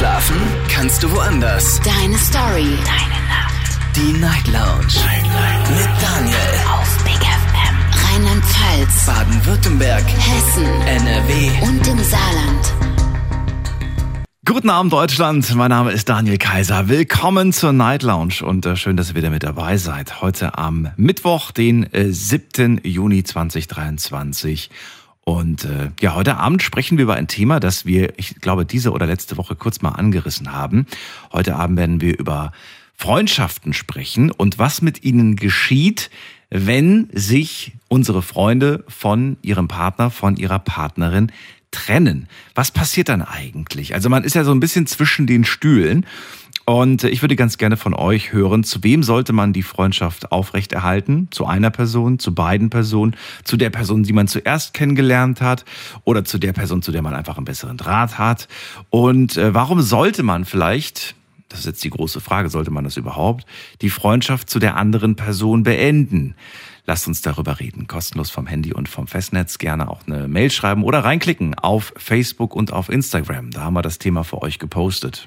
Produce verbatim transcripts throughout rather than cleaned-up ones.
Schlafen kannst du woanders. Deine Story. Deine Nacht. Die Night Lounge. Night, Night. Mit Daniel. Auf Big F M. Rheinland-Pfalz. Baden-Württemberg. Hessen. N R W. Und im Saarland. Guten Abend, Deutschland. Mein Name ist Daniel Kaiser. Willkommen zur Night Lounge und äh, schön, dass ihr wieder mit dabei seid. Heute am Mittwoch, den äh, siebten Juni zweitausenddreiundzwanzig. Und äh, ja, heute Abend sprechen wir über ein Thema, das wir, ich glaube, diese oder letzte Woche kurz mal angerissen haben. Heute Abend werden wir über Freundschaften sprechen und was mit ihnen geschieht, wenn sich unsere Freunde von ihrem Partner, von ihrer Partnerin trennen. Was passiert dann eigentlich? Also man ist ja so ein bisschen zwischen den Stühlen. Und ich würde ganz gerne von euch hören, zu wem sollte man die Freundschaft aufrechterhalten? Zu einer Person, zu beiden Personen, zu der Person, die man zuerst kennengelernt hat oder zu der Person, zu der man einfach einen besseren Draht hat? Und äh, warum sollte man vielleicht, das ist jetzt die große Frage, sollte man das überhaupt, die Freundschaft zu der anderen Person beenden? Lasst uns darüber reden. Kostenlos vom Handy und vom Festnetz. Gerne auch eine Mail schreiben oder reinklicken auf Facebook und auf Instagram. Da haben wir das Thema für euch gepostet.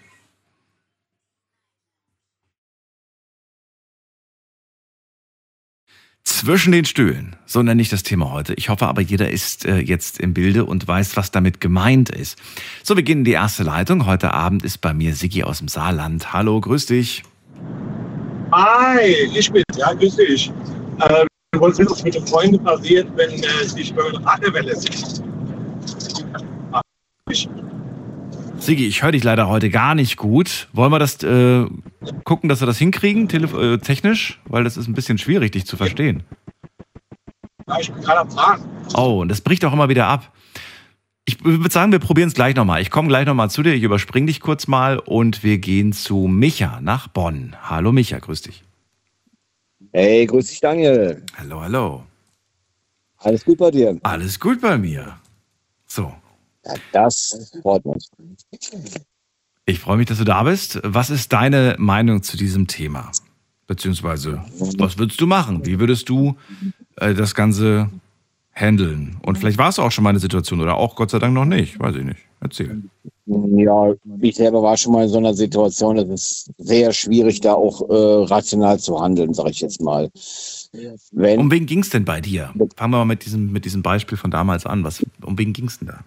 Zwischen den Stühlen, so nenne ich das Thema heute. Ich hoffe aber, jeder ist äh, jetzt im Bilde und weiß, was damit gemeint ist. So, wir gehen in die erste Leitung. Heute Abend ist bei mir Sigi aus dem Saarland. Hallo, grüß dich. Hi, ich bin, ja, grüß dich. Äh, ich wollte wissen, was mit den Freunden passiert, wenn äh, sich über eine Partnerwelle sind. Ich, Sigi, ich höre dich leider heute gar nicht gut. Wollen wir das äh, gucken, dass wir das hinkriegen, telef- äh, technisch? Weil das ist ein bisschen schwierig, dich zu verstehen. ja, ich bin gerade am Fahren. Oh, und das bricht auch immer wieder ab. Ich würde sagen, wir probieren es gleich nochmal. Ich komme gleich nochmal zu dir, ich überspringe dich kurz mal und wir gehen zu Micha nach Bonn. Hallo Micha, grüß dich. Hey, grüß dich Daniel. Hallo, hallo. Alles gut bei dir? Alles gut bei mir. So. Ja, das freut mich. Ich freue mich, dass du da bist. Was ist deine Meinung zu diesem Thema? Beziehungsweise, was würdest du machen? Wie würdest du äh, das Ganze handeln? Und vielleicht warst du auch schon mal in einer Situation oder auch Gott sei Dank noch nicht. Weiß ich nicht. Erzähl. Ja, ich selber war schon mal in so einer Situation, es ist sehr schwierig, da auch äh, rational zu handeln, sage ich jetzt mal. Wenn, Um wen ging es denn bei dir? Fangen wir mal mit diesem, mit diesem Beispiel von damals an. Was, um wen ging es denn da?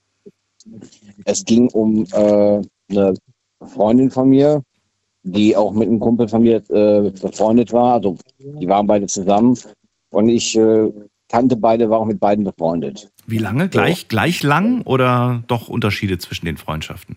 Es ging um äh, eine Freundin von mir, die auch mit einem Kumpel von mir äh, befreundet war. Also die waren beide zusammen und ich äh, kannte beide, war auch mit beiden befreundet. Wie lange? Gleich, gleich lang oder doch Unterschiede zwischen den Freundschaften?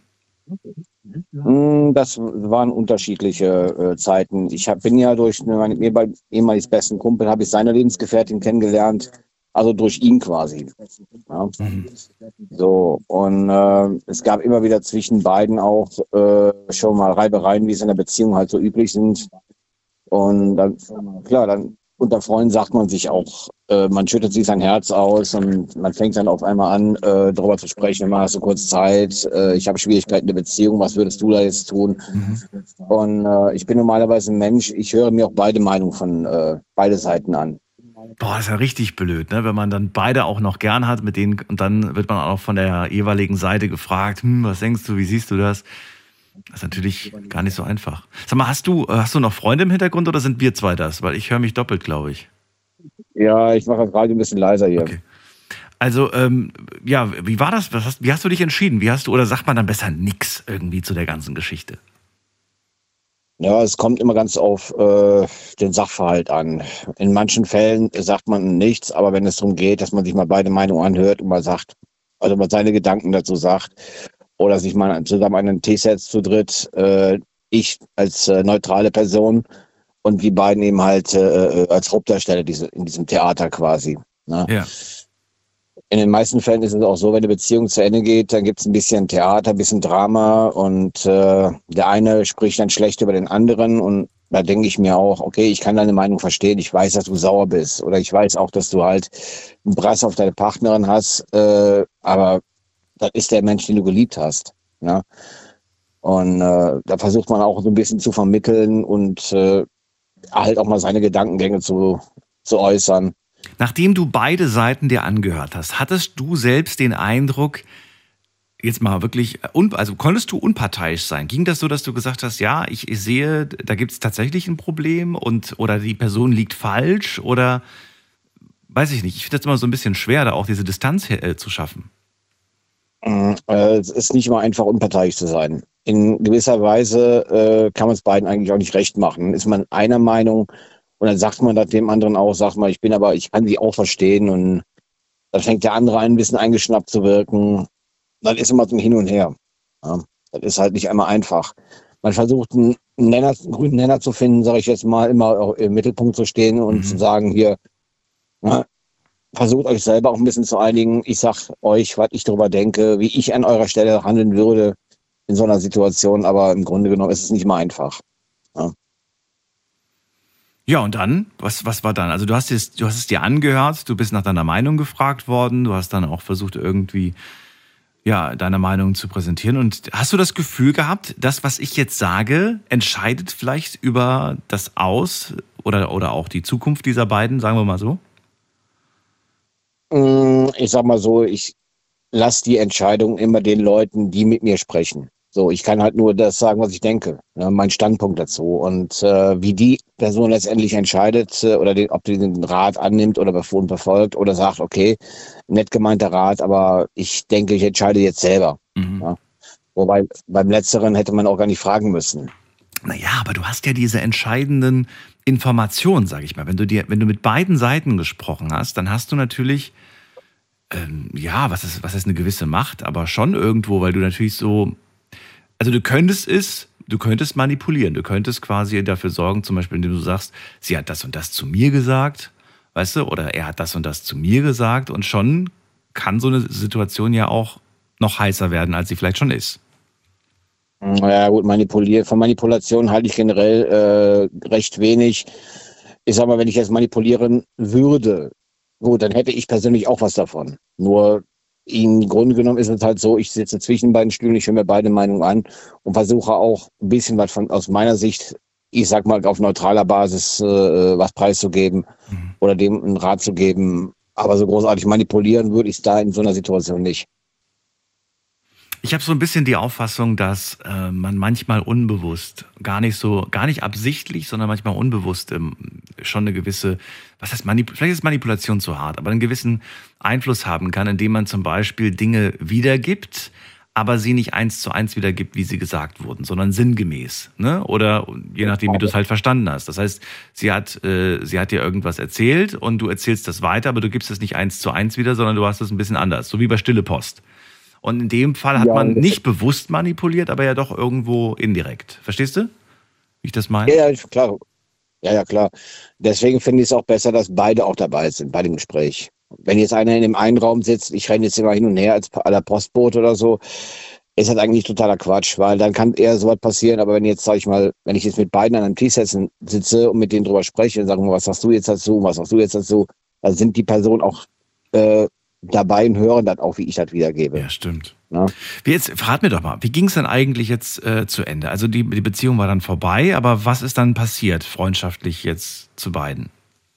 Mm, Das waren unterschiedliche äh, Zeiten. Ich hab, bin ja durch meinen ehemaligen besten Kumpel, habe ich seine Lebensgefährtin kennengelernt, also durch ihn quasi. Ja. Mhm. So, und äh, es gab immer wieder zwischen beiden auch äh, schon mal Reibereien, wie es in der Beziehung halt so üblich sind. Und dann, klar, dann unter Freunden sagt man sich auch, äh, man schüttet sich sein Herz aus und man fängt dann auf einmal an, äh, darüber zu sprechen, immer hast du kurz Zeit, äh, ich habe Schwierigkeiten in der Beziehung, was würdest du da jetzt tun? Mhm. Und äh, ich bin normalerweise ein Mensch, ich höre mir auch beide Meinungen von äh, beide Seiten an. Boah, ist ja richtig blöd, ne? Wenn man dann beide auch noch gern hat mit denen und dann wird man auch von der jeweiligen Seite gefragt, hm, was denkst du, wie siehst du das? Das ist natürlich gar nicht so einfach. Sag mal, hast du, hast du noch Freunde im Hintergrund oder sind wir zwei das? Weil ich höre mich doppelt, glaube ich. Ja, ich mache das Radio ein bisschen leiser hier. Okay. Also, ähm, ja, wie war das? Was hast, wie hast du dich entschieden? Wie hast du, oder sagt man dann besser nix irgendwie zu der ganzen Geschichte? Ja, es kommt immer ganz auf äh, den Sachverhalt an. In manchen Fällen sagt man nichts, aber wenn es darum geht, dass man sich mal beide Meinungen anhört und mal sagt, also mal seine Gedanken dazu sagt, oder sich mal zusammen einen Tee setzt zu dritt, äh, ich als äh, neutrale Person und die beiden eben halt äh, als Hauptdarsteller diese, in diesem Theater quasi. Ne? Ja. In den meisten Fällen ist es auch so, wenn eine Beziehung zu Ende geht, dann gibt es ein bisschen Theater, ein bisschen Drama und äh, der eine spricht dann schlecht über den anderen und da denke ich mir auch, okay, ich kann deine Meinung verstehen, ich weiß, dass du sauer bist oder ich weiß auch, dass du halt einen Brass auf deine Partnerin hast, äh, aber das ist der Mensch, den du geliebt hast. Ja? Und äh, da versucht man auch so ein bisschen zu vermitteln und äh, halt auch mal seine Gedankengänge zu, zu äußern. Nachdem du beide Seiten dir angehört hast, hattest du selbst den Eindruck, jetzt mal wirklich, also konntest du unparteiisch sein? Ging das so, dass du gesagt hast, ja, ich, ich sehe, da gibt es tatsächlich ein Problem und oder die Person liegt falsch oder weiß ich nicht. Ich finde das immer so ein bisschen schwer, da auch diese Distanz äh, zu schaffen. Es ist nicht immer einfach, unparteiisch zu sein. In gewisser Weise äh, kann man es beiden eigentlich auch nicht recht machen. Ist man einer Meinung und dann sagt man das dem anderen auch, sagt man, ich bin aber, ich kann sie auch verstehen und dann fängt der andere an, ein bisschen eingeschnappt zu wirken. Dann ist immer so ein Hin und Her. Ja, das ist halt nicht einmal einfach. Man versucht, einen, Nenner, einen grünen Nenner zu finden, sage ich jetzt mal, immer auch im Mittelpunkt zu stehen und mhm. zu sagen, hier, na, versucht euch selber auch ein bisschen zu einigen. Ich sag euch, was ich darüber denke, wie ich an eurer Stelle handeln würde in so einer Situation, aber im Grunde genommen ist es nicht mal einfach. Ja. Ja, und dann? Was, was war dann? Also du hast es, du hast es dir angehört, du bist nach deiner Meinung gefragt worden, du hast dann auch versucht, irgendwie ja, deine Meinung zu präsentieren. Und hast du das Gefühl gehabt, das, was ich jetzt sage, entscheidet vielleicht über das Aus oder, oder auch die Zukunft dieser beiden, sagen wir mal so? Ich sag mal so, ich lasse die Entscheidung immer den Leuten, die mit mir sprechen. So, ich kann halt nur das sagen, was ich denke, ne, mein Standpunkt dazu. Und äh, wie die Person letztendlich entscheidet äh, oder den, ob die den Rat annimmt oder befohlen befolgt oder sagt, okay, nett gemeinter Rat, aber ich denke, ich entscheide jetzt selber. Mhm. Ja. Wobei beim Letzteren hätte man auch gar nicht fragen müssen. Naja, aber du hast ja diese entscheidenden Informationen, sag ich mal. Wenn du dir, wenn du mit beiden Seiten gesprochen hast, dann hast du natürlich, ähm, ja, was ist, was ist eine gewisse Macht, aber schon irgendwo, weil du natürlich so, also du könntest es, du könntest manipulieren, du könntest quasi dafür sorgen, zum Beispiel, indem du sagst, sie hat das und das zu mir gesagt, weißt du, oder er hat das und das zu mir gesagt und schon kann so eine Situation ja auch noch heißer werden, als sie vielleicht schon ist. Ja gut, manipulieren. Von Manipulation halte ich generell äh, recht wenig. Ich sag mal, wenn ich jetzt manipulieren würde, gut, dann hätte ich persönlich auch was davon. Nur im Grunde genommen ist es halt so, ich sitze zwischen beiden Stühlen, ich höre mir beide Meinungen an und versuche auch ein bisschen was von aus meiner Sicht, ich sag mal, auf neutraler Basis äh, was preiszugeben mhm. oder dem einen Rat zu geben. Aber so großartig manipulieren würde ich es da in so einer Situation nicht. Ich habe so ein bisschen die Auffassung, dass äh, man manchmal unbewusst, gar nicht so, gar nicht absichtlich, sondern manchmal unbewusst ähm, schon eine gewisse, was heißt Manipulation, vielleicht ist Manipulation zu hart, aber einen gewissen Einfluss haben kann, indem man zum Beispiel Dinge wiedergibt, aber sie nicht eins zu eins wiedergibt, wie sie gesagt wurden, sondern sinngemäß, ne? Oder je nachdem, wie du es halt verstanden hast. Das heißt, sie hat, äh, sie hat dir irgendwas erzählt und du erzählst das weiter, aber du gibst es nicht eins zu eins wieder, sondern du hast es ein bisschen anders, so wie bei Stille Post. Und in dem Fall hat ja, man nicht bewusst manipuliert, aber ja doch irgendwo indirekt. Verstehst du, wie ich das meine? Ja, ja, klar. Ja, ja, klar. Deswegen finde ich es auch besser, dass beide auch dabei sind bei dem Gespräch. Wenn jetzt einer in dem einen Raum sitzt, ich renne jetzt immer hin und her als aller Postbote oder so, ist das eigentlich totaler Quatsch, weil dann kann eher sowas passieren. Aber wenn jetzt, sag ich mal, wenn ich jetzt mit beiden an einem Tisch sitze und mit denen drüber spreche und sage, was sagst du jetzt dazu, was sagst du jetzt dazu, dann sind die Personen auch äh, dabei und hören dann auch, wie ich das wiedergebe. Ja, stimmt. Ja. Wie jetzt, verrat mir doch mal, wie ging es denn eigentlich jetzt äh, zu Ende? Also die, die Beziehung war dann vorbei, aber was ist dann passiert, freundschaftlich jetzt zu beiden?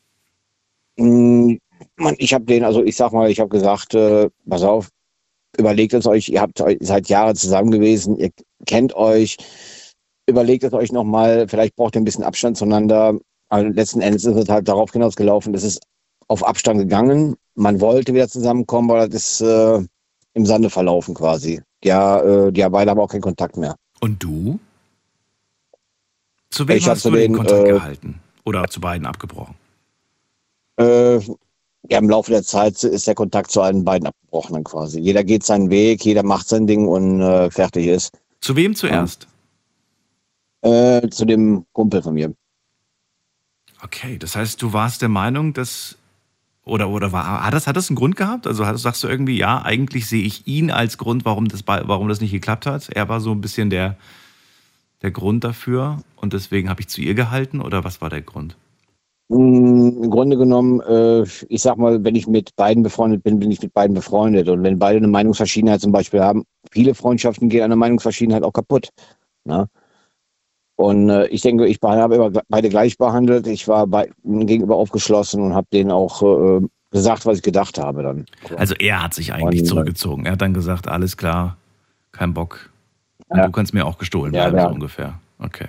Mm, man, ich habe den, also ich sag mal, ich habe gesagt, äh, pass auf, überlegt es euch, ihr habt seit Jahren zusammen gewesen, ihr kennt euch, überlegt es euch nochmal, vielleicht braucht ihr ein bisschen Abstand zueinander. Also letzten Endes ist es halt darauf hinausgelaufen, es ist auf Abstand gegangen. Man wollte wieder zusammenkommen, aber das ist äh, im Sande verlaufen quasi. Ja, äh, die beide haben auch keinen Kontakt mehr. Und du? Zu wem ich hast du den, den Kontakt äh, gehalten? Oder zu beiden abgebrochen? Äh, ja, im Laufe der Zeit ist der Kontakt zu allen beiden abgebrochen dann quasi. Jeder geht seinen Weg, jeder macht sein Ding und äh, fertig ist. Zu wem zuerst? Ja. Äh, zu dem Kumpel von mir. Okay, das heißt, du warst der Meinung, dass Oder, oder war, hat, das, hat das einen Grund gehabt? Also sagst du irgendwie, ja, eigentlich sehe ich ihn als Grund, warum das, warum das nicht geklappt hat. Er war so ein bisschen der, der Grund dafür und deswegen habe ich zu ihr gehalten oder was war der Grund? Im Grunde genommen, äh, ich sag mal, wenn ich mit beiden befreundet bin, bin ich mit beiden befreundet. Und wenn beide eine Meinungsverschiedenheit zum Beispiel haben, viele Freundschaften gehen an der Meinungsverschiedenheit auch kaputt. Ne? Und äh, ich denke, ich habe immer beide gleich behandelt. Ich war bei, gegenüber aufgeschlossen und habe denen auch äh, gesagt, was ich gedacht habe dann. Also er hat sich eigentlich und, zurückgezogen. Er hat dann gesagt, alles klar, kein Bock. Und Ja. du kannst mir auch gestohlen Ja, bleiben, ja. so ungefähr. Okay.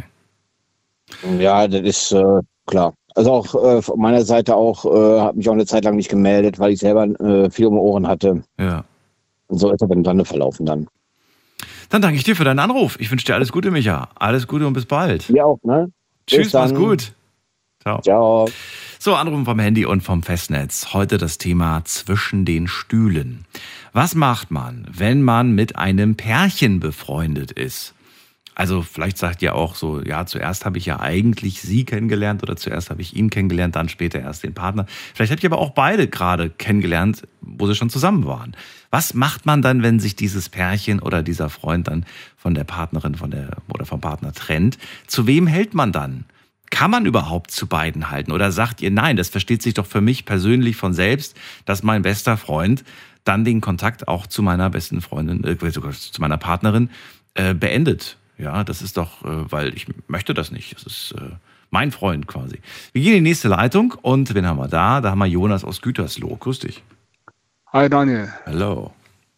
Ja, das ist äh, klar. Also auch äh, von meiner Seite auch, äh, habe mich auch eine Zeit lang nicht gemeldet, weil ich selber äh, viel um die Ohren hatte. Ja. Und so ist er dann Sande verlaufen dann. Dann danke ich dir für deinen Anruf. Ich wünsche dir alles Gute, Micha. Alles Gute und bis bald. Dir auch, ne? Tschüss, Bis dann. mach's gut. Ciao. Ciao. So, Anrufen vom Handy und vom Festnetz. Heute das Thema zwischen den Stühlen. Was macht man, wenn man mit einem Pärchen befreundet ist? Also vielleicht sagt ihr auch so, ja, zuerst habe ich ja eigentlich sie kennengelernt oder zuerst habe ich ihn kennengelernt, dann später erst den Partner. Vielleicht habt ihr aber auch beide gerade kennengelernt, wo sie schon zusammen waren. Was macht man dann, wenn sich dieses Pärchen oder dieser Freund dann von der Partnerin von der, oder vom Partner trennt? Zu wem hält man dann? Kann man überhaupt zu beiden halten? Oder sagt ihr, nein, das versteht sich doch für mich persönlich von selbst, dass mein bester Freund dann den Kontakt auch zu meiner besten Freundin, äh, sogar zu meiner Partnerin äh, beendet? Ja, das ist doch, äh, weil ich möchte das nicht. Das ist äh, mein Freund quasi. Wir gehen in die nächste Leitung und wen haben wir da? Da haben wir Jonas aus Gütersloh. Grüß dich. Hi Daniel. Hallo.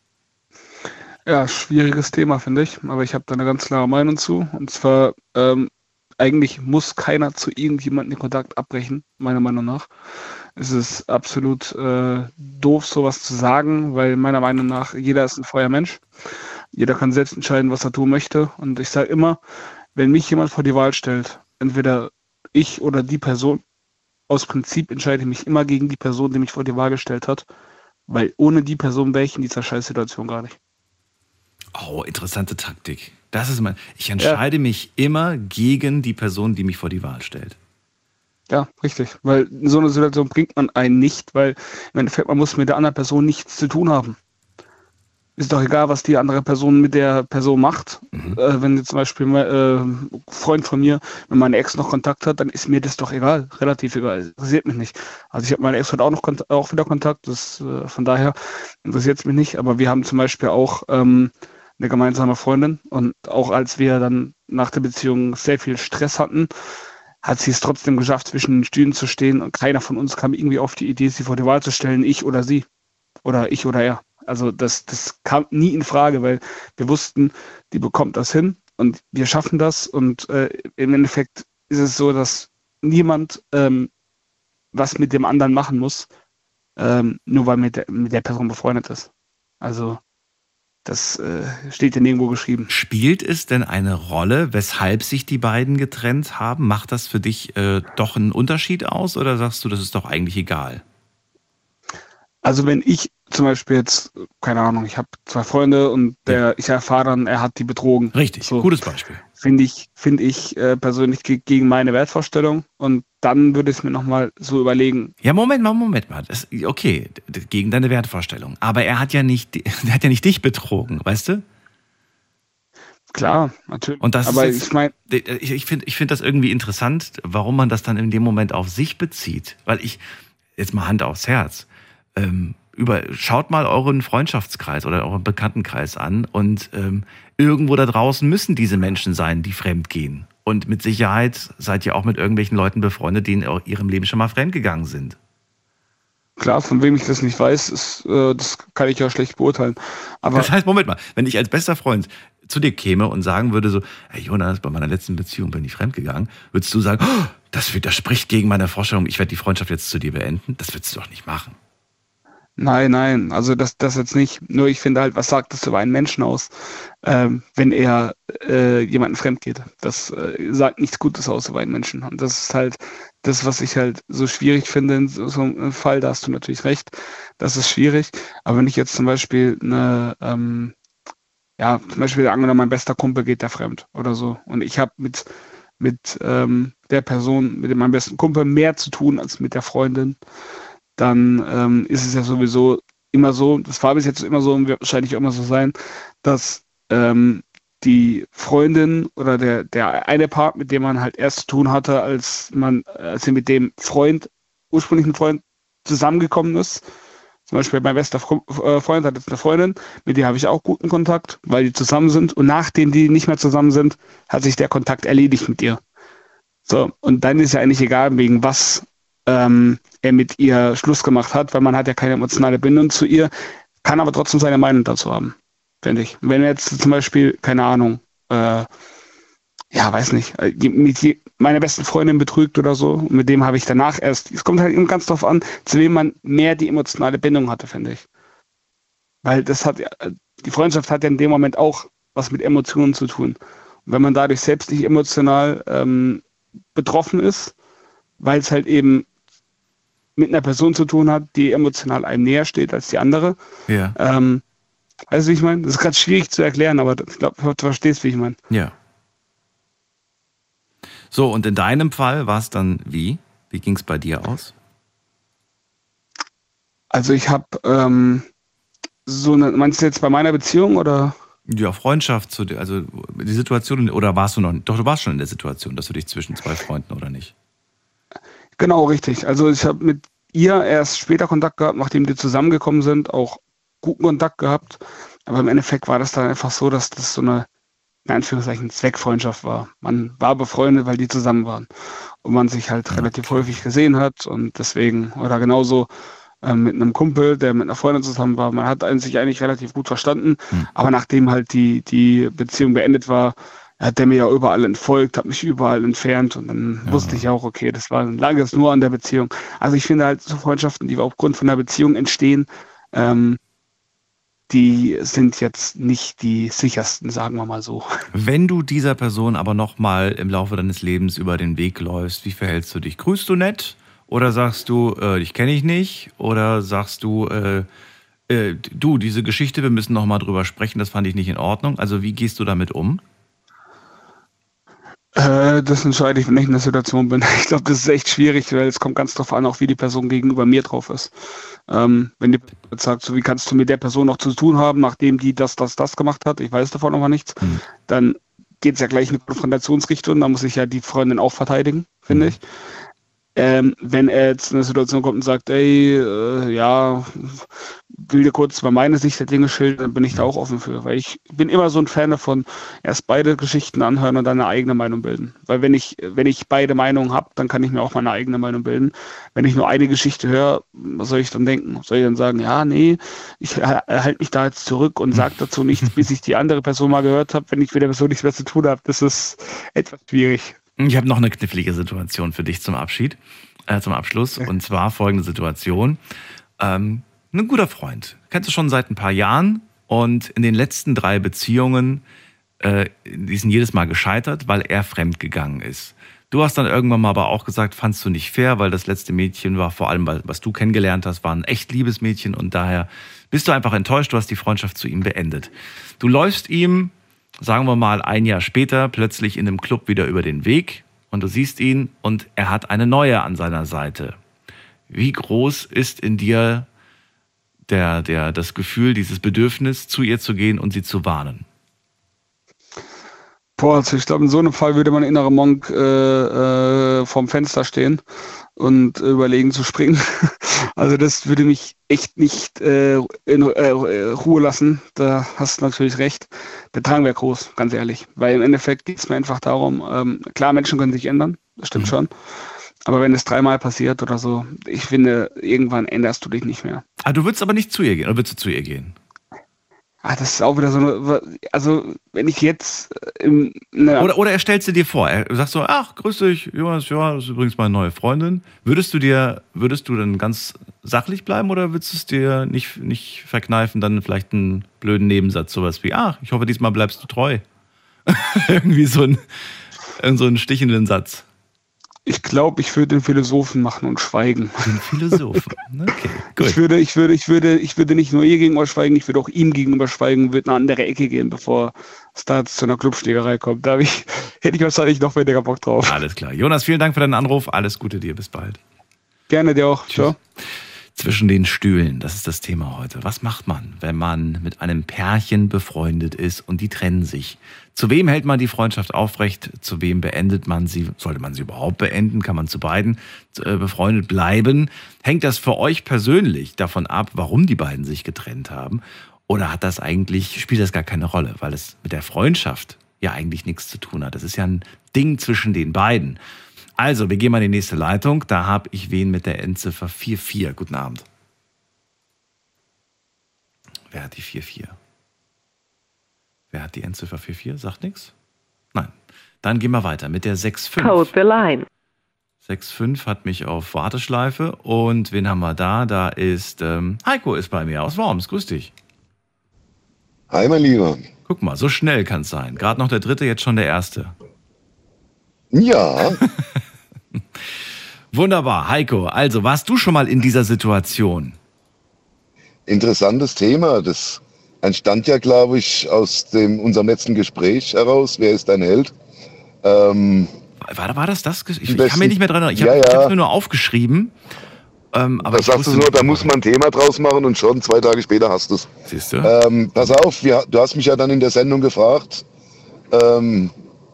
Ja, schwieriges Thema, finde ich, aber ich habe da eine ganz klare Meinung zu. Und zwar, ähm, eigentlich muss keiner zu irgendjemandem den Kontakt abbrechen, meiner Meinung nach. Es ist absolut äh, doof, sowas zu sagen, weil meiner Meinung nach jeder ist ein freier Mensch. Jeder kann selbst entscheiden, was er tun möchte. Und ich sage immer, wenn mich jemand vor die Wahl stellt, entweder ich oder die Person, aus Prinzip entscheide ich mich immer gegen die Person, die mich vor die Wahl gestellt hat, weil ohne die Person wäre ich in dieser Scheißsituation gar nicht. Oh, interessante Taktik. Das ist mein, ich entscheide ja. mich immer gegen die Person, die mich vor die Wahl stellt. Ja, richtig. Weil in so einer Situation bringt man einen nicht, weil im Endeffekt, man muss mit der anderen Person nichts zu tun haben. Ist doch egal, was die andere Person mit der Person macht. Mhm. Äh, wenn jetzt zum Beispiel mein äh, Freund von mir mit meiner Ex noch Kontakt hat, dann ist mir das doch egal. Relativ egal. Interessiert mich nicht. Also ich habe meine Ex heute auch noch Kont- auch wieder Kontakt. Das, äh, von daher interessiert es mich nicht. Aber wir haben zum Beispiel auch ähm, eine gemeinsame Freundin. Und auch als wir dann nach der Beziehung sehr viel Stress hatten, hat sie es trotzdem geschafft, zwischen den Stühlen zu stehen. Und keiner von uns kam irgendwie auf die Idee, sie vor die Wahl zu stellen, ich oder sie. Oder ich oder er. Also das, das kam nie in Frage, weil wir wussten, die bekommt das hin und wir schaffen das. Und äh, im Endeffekt ist es so, dass niemand ähm, was mit dem anderen machen muss, ähm, nur weil mit der, mit der Person befreundet ist. Also das äh, steht ja nirgendwo geschrieben. Spielt es denn eine Rolle, weshalb sich die beiden getrennt haben? Macht das für dich äh, doch einen Unterschied aus oder sagst du, das ist doch eigentlich egal? Also wenn ich zum Beispiel jetzt, keine Ahnung, ich habe zwei Freunde und der, ich erfahre dann, er hat die betrogen. Richtig, so, gutes Beispiel. Finde ich, finde ich äh, persönlich ge- gegen meine Wertvorstellung und dann würde ich es mir nochmal so überlegen. Ja, Moment mal, Moment mal. Das, okay, gegen deine Wertvorstellung. Aber er hat ja nicht, er hat ja nicht dich betrogen, weißt du? Klar, natürlich. Und das aber ist jetzt, ich meine, ich, ich finde ich find das irgendwie interessant, warum man das dann in dem Moment auf sich bezieht. Weil ich, jetzt mal Hand aufs Herz, ähm, über, schaut mal euren Freundschaftskreis oder euren Bekanntenkreis an und ähm, irgendwo da draußen müssen diese Menschen sein, die fremd gehen. Und mit Sicherheit seid ihr auch mit irgendwelchen Leuten befreundet, die in ihrem Leben schon mal fremdgegangen sind. Klar, von wem ich das nicht weiß, ist, äh, das kann ich ja schlecht beurteilen. Aber das heißt, Moment mal, wenn ich als bester Freund zu dir käme und sagen würde so, hey Jonas, bei meiner letzten Beziehung bin ich fremdgegangen, würdest du sagen, oh, das widerspricht gegen meine Vorstellung, ich werde die Freundschaft jetzt zu dir beenden? Das würdest du doch nicht machen. Nein, nein, also das, das jetzt nicht. Nur ich finde halt, was sagt das über einen Menschen aus, ähm, wenn er äh, jemanden fremd geht? Das äh, sagt nichts Gutes aus über einen Menschen. Und das ist halt das, was ich halt so schwierig finde in so, so einem Fall. Da hast du natürlich recht, das ist schwierig. Aber wenn ich jetzt zum Beispiel eine, ähm, ja, zum Beispiel angenommen, mein bester Kumpel geht da fremd oder so und ich habe mit, mit ähm, der Person, mit meinem besten Kumpel mehr zu tun als mit der Freundin, dann ähm, ist es ja sowieso immer so, das war bis jetzt immer so und wird wahrscheinlich auch immer so sein, dass ähm, die Freundin oder der, der eine Part, mit dem man halt erst zu tun hatte, als man, als sie mit dem Freund, ursprünglichen Freund zusammengekommen ist. Zum Beispiel mein bester Freund hat jetzt eine Freundin, mit der habe ich auch guten Kontakt, weil die zusammen sind und nachdem die nicht mehr zusammen sind, hat sich der Kontakt erledigt mit ihr. So, und dann ist ja eigentlich egal, wegen was ähm, er mit ihr Schluss gemacht hat, weil man hat ja keine emotionale Bindung zu ihr, kann aber trotzdem seine Meinung dazu haben. finde ich. Wenn jetzt zum Beispiel, keine Ahnung, äh, ja, weiß nicht, die, meine beste Freundin betrügt oder so, und mit dem habe ich danach erst, es kommt halt eben ganz drauf an, zu wem man mehr die emotionale Bindung hatte, finde ich. Weil das hat, die Freundschaft hat ja in dem Moment auch was mit Emotionen zu tun. Und wenn man dadurch selbst nicht emotional ähm, betroffen ist, weil es halt eben mit einer Person zu tun hat, die emotional einem näher steht als die andere. Ja. Ähm, also wie ich meine, das ist gerade schwierig zu erklären, aber ich glaube, du verstehst, wie ich meine. Ja. So, und in deinem Fall war es dann wie? Wie ging es bei dir aus? Also ich habe ähm, so eine, meinst du jetzt bei meiner Beziehung oder? Ja, Freundschaft, zu, also die Situation, oder warst du noch, doch du warst schon in der Situation, dass du dich zwischen zwei Freunden oder nicht? Genau, richtig. Also ich habe mit ihr erst später Kontakt gehabt, nachdem wir zusammengekommen sind, auch guten Kontakt gehabt. Aber im Endeffekt war das dann einfach so, dass das so eine, in Anführungszeichen, Zweckfreundschaft war. Man war befreundet, weil die zusammen waren. Und man sich halt relativ häufig gesehen hat und deswegen, oder genauso äh, mit einem Kumpel, der mit einer Freundin zusammen war. Man hat sich eigentlich relativ gut verstanden. Hm. Aber nachdem halt die, die Beziehung beendet war, hat der mir ja überall entfolgt, hat mich überall entfernt und dann ja. wusste ich auch, okay, das war, lag jetzt nur an der Beziehung. Also ich finde halt so Freundschaften, die aufgrund von der Beziehung entstehen, ähm, die sind jetzt nicht die sichersten, sagen wir mal so. Wenn du dieser Person aber nochmal im Laufe deines Lebens über den Weg läufst, wie verhältst du dich? Grüßt du nett? Oder sagst du, äh, dich kenne ich nicht? Oder sagst du, äh, äh, du, diese Geschichte, wir müssen nochmal drüber sprechen, das fand ich nicht in Ordnung. Also wie gehst du damit um? Äh, das entscheide ich, wenn ich in der Situation bin. Ich glaube, das ist echt schwierig, weil es kommt ganz drauf an, auch wie die Person gegenüber mir drauf ist. Ähm, wenn die Person sagt, so wie kannst du mit der Person noch zu tun haben, nachdem die das, das, das gemacht hat, ich weiß davon noch mal nichts, mhm. dann geht es ja gleich in eine Konfrontationsrichtung, da muss ich ja die Freundin auch verteidigen, finde mhm. ich. Ähm, wenn er jetzt in eine Situation kommt und sagt, ey, äh, ja, will dir kurz mal meine Sicht der Dinge schildern, dann bin ich da auch offen für. Weil ich bin immer so ein Fan davon, erst beide Geschichten anhören und dann eine eigene Meinung bilden. Weil wenn ich, wenn ich beide Meinungen habe, dann kann ich mir auch meine eigene Meinung bilden. Wenn ich nur eine Geschichte höre, was soll ich dann denken? Soll ich dann sagen, ja, nee, ich halte mich da jetzt zurück und sage dazu nichts, bis ich die andere Person mal gehört habe, wenn ich mit der Person nichts mehr zu tun habe. Das ist etwas schwierig. Ich habe noch eine knifflige Situation für dich zum Abschied, äh, zum Abschluss. Und zwar folgende Situation. Ähm, ein guter Freund, kennst du schon seit ein paar Jahren. Und in den letzten drei Beziehungen, äh, die sind jedes Mal gescheitert, weil er fremdgegangen ist. Du hast dann irgendwann mal aber auch gesagt, fandst du nicht fair, weil das letzte Mädchen war, vor allem, was du kennengelernt hast, war ein echt liebes Mädchen. Und daher bist du einfach enttäuscht, du hast die Freundschaft zu ihm beendet. Du läufst ihm, sagen wir mal, ein Jahr später plötzlich in einem Club wieder über den Weg und du siehst ihn und er hat eine neue an seiner Seite. Wie groß ist in dir der, der, das Gefühl, dieses Bedürfnis, zu ihr zu gehen und sie zu warnen? Boah, also ich glaube, in so einem Fall würde mein innerer Monk äh, äh, vorm Fenster stehen und überlegen zu springen. Also das würde mich echt nicht äh, in äh, Ruhe lassen. Da hast du natürlich recht. Der Drang wäre groß, ganz ehrlich. Weil im Endeffekt geht es mir einfach darum, ähm, klar, Menschen können sich ändern, das stimmt mhm. schon. Aber wenn es dreimal passiert oder so, ich finde, irgendwann änderst du dich nicht mehr. Ah, du würdest aber nicht zu ihr gehen, oder würdest du zu ihr gehen? Ah, das ist auch wieder so eine, also wenn ich jetzt im, ne oder, oder er stellt sie dir vor, er sagt so, ach, grüß dich, Jonas, ja, das ist übrigens meine neue Freundin. Würdest du dir, würdest du dann ganz sachlich bleiben oder würdest du es dir nicht, nicht verkneifen, dann vielleicht einen blöden Nebensatz, sowas wie, ach, ich hoffe, diesmal bleibst du treu. Irgendwie so ein, so einen stichenden Satz. Ich glaube, ich würde den Philosophen machen und schweigen. Den Philosophen, okay, gut. Ich würde, ich würde, ich würde, ich würde nicht nur ihr gegenüber schweigen, ich würde auch ihm gegenüber schweigen, würde eine andere Ecke gehen, bevor es da zu einer Clubschlägerei kommt. Da ich, hätte ich wahrscheinlich noch weniger Bock drauf. Alles klar. Jonas, vielen Dank für deinen Anruf. Alles Gute dir. Bis bald. Gerne dir auch. Ciao. Zwischen den Stühlen, das ist das Thema heute. Was macht man, wenn man mit einem Pärchen befreundet ist und die trennen sich? Zu wem hält man die Freundschaft aufrecht? Zu wem beendet man sie? Sollte man sie überhaupt beenden? Kann man zu beiden befreundet bleiben? Hängt das für euch persönlich davon ab, warum die beiden sich getrennt haben? Oder hat das eigentlich, spielt das gar keine Rolle, weil es mit der Freundschaft ja eigentlich nichts zu tun hat? Das ist ja ein Ding zwischen den beiden. Also, wir gehen mal in die nächste Leitung. Da habe ich wen mit der Endziffer vier vier. Guten Abend. Wer hat die vier vier? Wer hat die Endziffer vier vier? Sagt nichts? Nein. Dann gehen wir weiter mit der sechs fünf. Code the line. sechs fünf hat mich auf Warteschleife. Und wen haben wir da? Da ist ähm, Heiko ist bei mir aus Worms. Grüß dich. Hi, mein Lieber. Guck mal, so schnell kann es sein. Gerade noch der dritte, jetzt schon der erste. Ja. Wunderbar, Heiko. Also, warst du schon mal in dieser Situation? Interessantes Thema. Das entstand ja, glaube ich, aus dem, unserem letzten Gespräch heraus. Wer ist dein Held? Ähm, war, war das das? Ich, ich besten, kann mich nicht mehr dran erinnern. Ich ja, habe ja. es mir nur aufgeschrieben. Ähm, aber da sagst du nur, da muss man ein Thema draus machen und schon zwei Tage später hast du es. Siehst du? Ähm, pass auf, wir, du hast mich ja dann in der Sendung gefragt, ähm,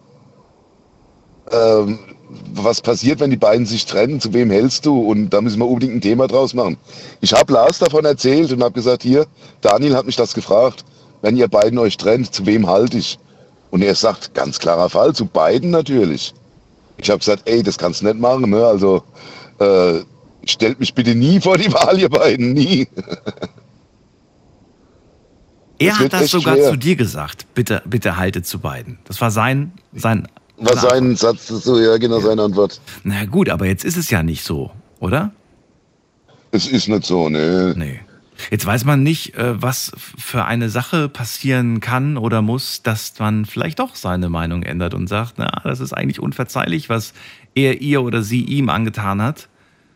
ähm, was passiert, wenn die beiden sich trennen, zu wem hältst du? Und da müssen wir unbedingt ein Thema draus machen. Ich habe Lars davon erzählt und habe gesagt, hier, Daniel hat mich das gefragt, wenn ihr beiden euch trennt, zu wem halte ich? Und er sagt, ganz klarer Fall, zu beiden natürlich. Ich habe gesagt, ey, das kannst du nicht machen, ne? Also, äh, stellt mich bitte nie vor die Wahl, ihr beiden, nie. Er Das hat wird das echt sogar schwer. zu dir gesagt. Bitte, bitte haltet zu beiden. Das war sein, sein. Was sein Satz, so, ja, genau, seine Antwort. Na gut, aber jetzt ist es ja nicht so, oder? Es ist nicht so, ne. Nee. Jetzt weiß man nicht, äh, was für eine Sache passieren kann oder muss, dass man vielleicht doch seine Meinung ändert und sagt, na, das ist eigentlich unverzeihlich, was er ihr oder sie ihm angetan hat.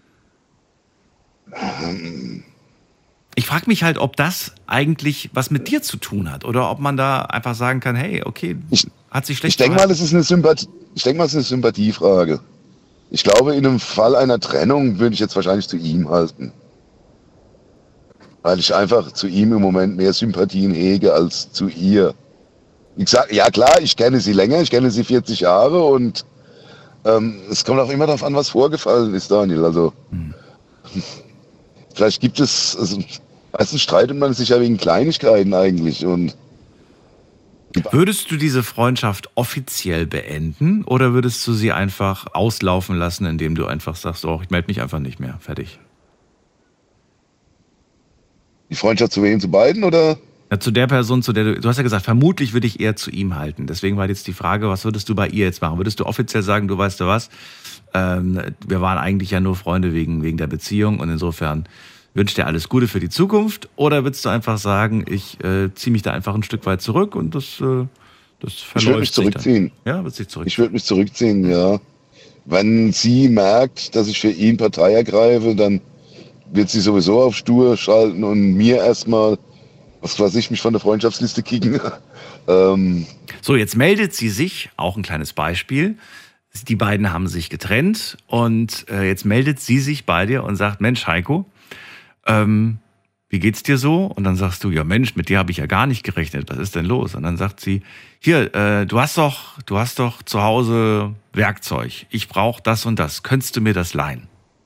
Ich frage mich halt, ob das eigentlich was mit dir zu tun hat oder ob man da einfach sagen kann, hey, okay, Ich- hat sich schlecht Ich denke mal, das ist eine Sympathie, ich denke mal, es ist eine Sympathiefrage. Ich glaube, in einem Fall einer Trennung würde ich jetzt wahrscheinlich zu ihm halten. Weil ich einfach zu ihm im Moment mehr Sympathien hege als zu ihr. Ich sag, ja klar, ich kenne sie länger, ich kenne sie vierzig Jahre und ähm, es kommt auch immer darauf an, was vorgefallen ist, Daniel. Also Hm. vielleicht gibt es, also meistens streitet man sich ja wegen Kleinigkeiten eigentlich und Würdest du diese Freundschaft offiziell beenden oder würdest du sie einfach auslaufen lassen, indem du einfach sagst, oh, ich melde mich einfach nicht mehr, fertig? die Freundschaft zu wem, zu beiden oder? Ja, zu der Person, zu der du, du hast ja gesagt, vermutlich würde ich eher zu ihm halten. Deswegen war jetzt die Frage, was würdest du bei ihr jetzt machen? Würdest du offiziell sagen, du weißt du was, ähm, wir waren eigentlich ja nur Freunde wegen, wegen der Beziehung und insofern wünsche dir alles Gute für die Zukunft? Oder würdest du einfach sagen, ich äh, ziehe mich da einfach ein Stück weit zurück und das, äh, das verläuft Ich würde mich sich dann? zurückziehen. Ja, wird sich zurück. Ich würde mich zurückziehen, ja. Wenn sie merkt, dass ich für ihn Partei ergreife, dann wird sie sowieso auf Stur schalten und mir erstmal, was weiß ich, mich von der Freundschaftsliste kicken. ähm, So, jetzt meldet sie sich, auch ein kleines Beispiel. Die beiden haben sich getrennt und äh, jetzt meldet sie sich bei dir und sagt, Mensch, Heiko, ähm, wie geht's dir so? Und dann sagst du, ja Mensch, mit dir habe ich ja gar nicht gerechnet, was ist denn los? Und dann sagt sie, hier, äh, du hast doch, du hast doch zu Hause Werkzeug, ich brauche das und das, könntest du mir das leihen?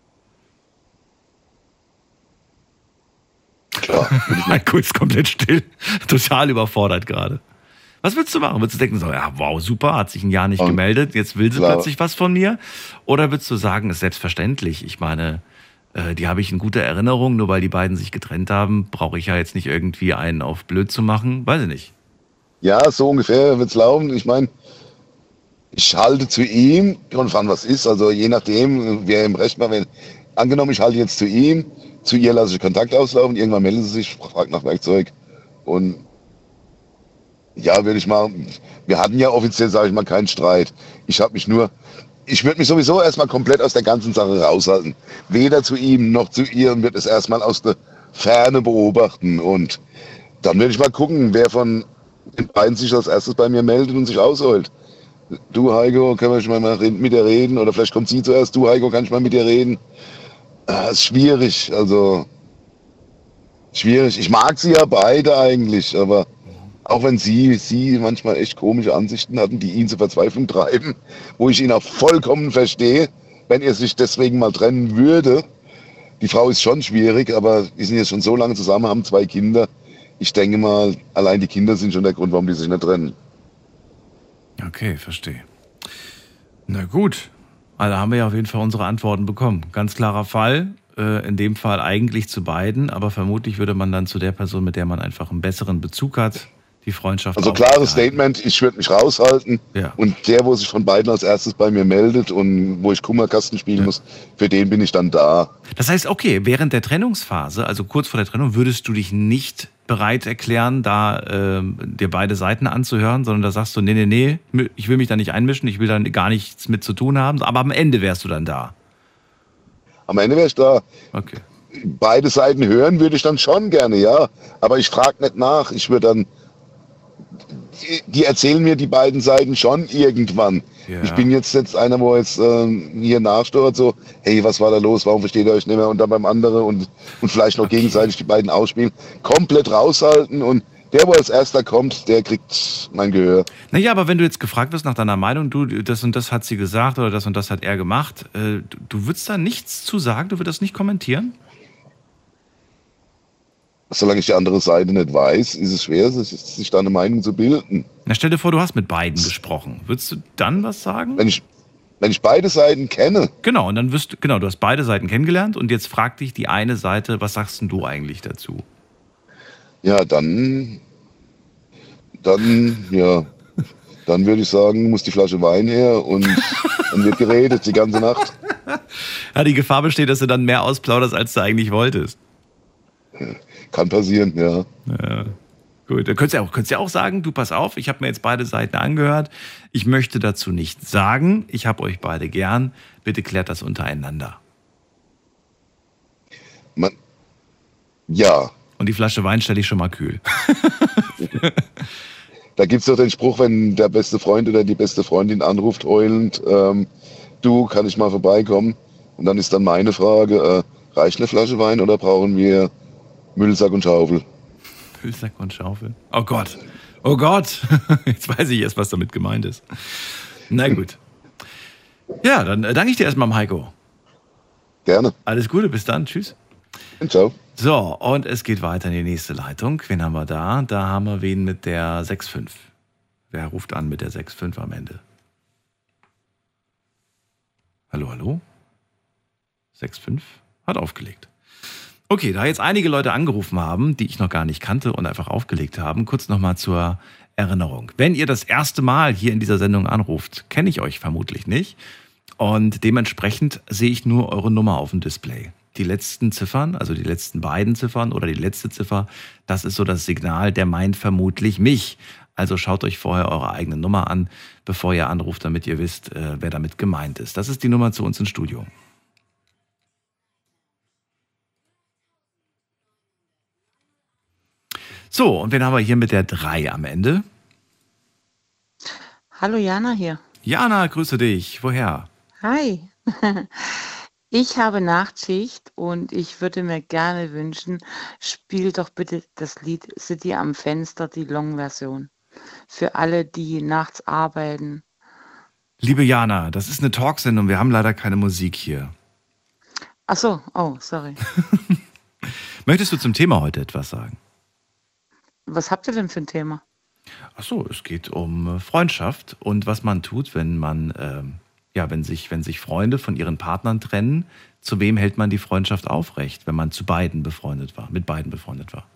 klar, würde ich Heiko ist komplett still, total überfordert gerade. Was würdest du machen? Würdest du denken, so, ja, wow, super, hat sich ein Jahr nicht Und gemeldet, jetzt will sie klar. plötzlich was von mir? Oder würdest du sagen, ist selbstverständlich, ich meine, äh, die habe ich in guter Erinnerung, nur weil die beiden sich getrennt haben, brauche ich ja jetzt nicht irgendwie einen auf blöd zu machen, weiß ich nicht. Ja, so ungefähr wird's laufen. Ich meine, ich halte zu ihm, und wann was ist, also je nachdem, wer im Recht war, wenn, angenommen, ich halte jetzt zu ihm, zu ihr lasse ich Kontakt auslaufen, irgendwann meldet sie sich, fragt nach Werkzeug und ja, würde ich mal, wir hatten ja offiziell, sage ich mal, keinen Streit. Ich habe mich nur, ich würde mich sowieso erstmal komplett aus der ganzen Sache raushalten. Weder zu ihm noch zu ihr und würde es erstmal aus der Ferne beobachten und dann würde ich mal gucken, wer von den beiden sich als erstes bei mir meldet und sich ausholt. Du, Heiko, können wir mal mit dir reden? Oder vielleicht kommt sie zuerst. Du, Heiko, kann ich mal mit dir reden? Das ist schwierig, also schwierig. Ich mag sie ja beide eigentlich, aber auch wenn sie, sie manchmal echt komische Ansichten hatten, die ihn zur Verzweiflung treiben, wo ich ihn auch vollkommen verstehe, wenn er sich deswegen mal trennen würde. Die Frau ist schon schwierig, aber wir sind jetzt schon so lange zusammen, haben zwei Kinder. Ich denke mal, allein die Kinder sind schon der Grund, warum die sich nicht trennen. Okay, verstehe. Na gut, also haben wir ja auf jeden Fall unsere Antworten bekommen. Ganz klarer Fall, äh, in dem Fall eigentlich zu beiden, aber vermutlich würde man dann zu der Person, mit der man einfach einen besseren Bezug hat, die Freundschaft. Also klares Statement, ich würde mich raushalten. Ja. Und der, wo sich von beiden als erstes bei mir meldet und wo ich Kummerkasten spielen ja. muss, für den bin ich dann da. Das heißt, okay, während der Trennungsphase, also kurz vor der Trennung, würdest du dich nicht bereit erklären, da äh, dir beide Seiten anzuhören, sondern da sagst du, nee, nee, nee, ich will mich da nicht einmischen, ich will da gar nichts mit zu tun haben, aber am Ende wärst du dann da. Am Ende wäre ich da. Okay. Beide Seiten hören würde ich dann schon gerne, ja. Aber ich frage nicht nach. Ich würde dann, die, die erzählen mir die beiden Seiten schon irgendwann. Ja. Ich bin jetzt jetzt einer, wo jetzt ähm, hier nachsteuert, so, hey, was war da los, warum versteht ihr euch nicht mehr? Und dann beim anderen und, und vielleicht noch okay. gegenseitig die beiden ausspielen. Komplett raushalten und der, wo als erster kommt, der kriegt mein Gehör. Naja, aber wenn du jetzt gefragt wirst nach deiner Meinung, du, das und das hat sie gesagt oder das und das hat er gemacht, äh, du, du würdest da nichts zu sagen, du würdest das nicht kommentieren? Solange ich die andere Seite nicht weiß, ist es schwer, sich da eine Meinung zu bilden. Na, stell dir vor, du hast mit beiden gesprochen. Würdest du dann was sagen? Wenn ich, wenn ich beide Seiten kenne. Genau, und dann wirst genau, du hast beide Seiten kennengelernt und jetzt fragt dich die eine Seite, was sagst denn du eigentlich dazu? Ja, dann, dann, ja, dann würde ich sagen, muss die Flasche Wein her und dann wird geredet die ganze Nacht. Ja, die Gefahr besteht, dass du dann mehr ausplauderst, als du eigentlich wolltest. Kann passieren, ja. Ja. Gut, dann könntest du ja auch, könntest ja auch sagen, du pass auf, ich habe mir jetzt beide Seiten angehört, ich möchte dazu nichts sagen, ich habe euch beide gern, bitte klärt das untereinander. Man, ja. Und die Flasche Wein stelle ich schon mal kühl. Da gibt es doch den Spruch, wenn der beste Freund oder die beste Freundin anruft, heulend, ähm, du, kann ich mal vorbeikommen? Und dann ist dann meine Frage, äh, reicht eine Flasche Wein oder brauchen wir Müllsack und Schaufel? Müllsack und Schaufel? Oh Gott, oh Gott, jetzt weiß ich erst, was damit gemeint ist. Na gut. Ja, dann danke ich dir erstmal, Heiko. Gerne. Alles Gute, bis dann, tschüss. Und ciao. So, und es geht weiter in die nächste Leitung. Wen haben wir da? Da haben wir wen mit der sechs fünf. Wer ruft an mit der sechs fünf am Ende? Hallo, hallo? sechs fünf hat aufgelegt. Okay, da jetzt einige Leute angerufen haben, die ich noch gar nicht kannte und einfach aufgelegt haben, kurz nochmal zur Erinnerung. Wenn ihr das erste Mal hier in dieser Sendung anruft, kenne ich euch vermutlich nicht und dementsprechend sehe ich nur eure Nummer auf dem Display. Die letzten Ziffern, also die letzten beiden Ziffern oder die letzte Ziffer, das ist so das Signal, der meint vermutlich mich. Also schaut euch vorher eure eigene Nummer an, bevor ihr anruft, damit ihr wisst, wer damit gemeint ist. Das ist die Nummer zu uns ins Studio. So, und wen haben wir hier mit der drei am Ende? Hallo, Jana hier. Jana, grüße dich. Woher? Hi. Ich habe Nachtschicht und ich würde mir gerne wünschen, spiel doch bitte das Lied City am Fenster, die Long-Version. Für alle, die nachts arbeiten. Liebe Jana, das ist eine Talksendung, wir haben leider keine Musik hier. Ach so, oh, sorry. Möchtest du zum Thema heute etwas sagen? Was habt ihr denn für ein Thema? Ach so, es geht um Freundschaft und was man tut, wenn man, ähm, ja, wenn sich, wenn sich Freunde von ihren Partnern trennen. Zu wem hält man die Freundschaft aufrecht, wenn man zu beiden befreundet war, mit beiden befreundet war?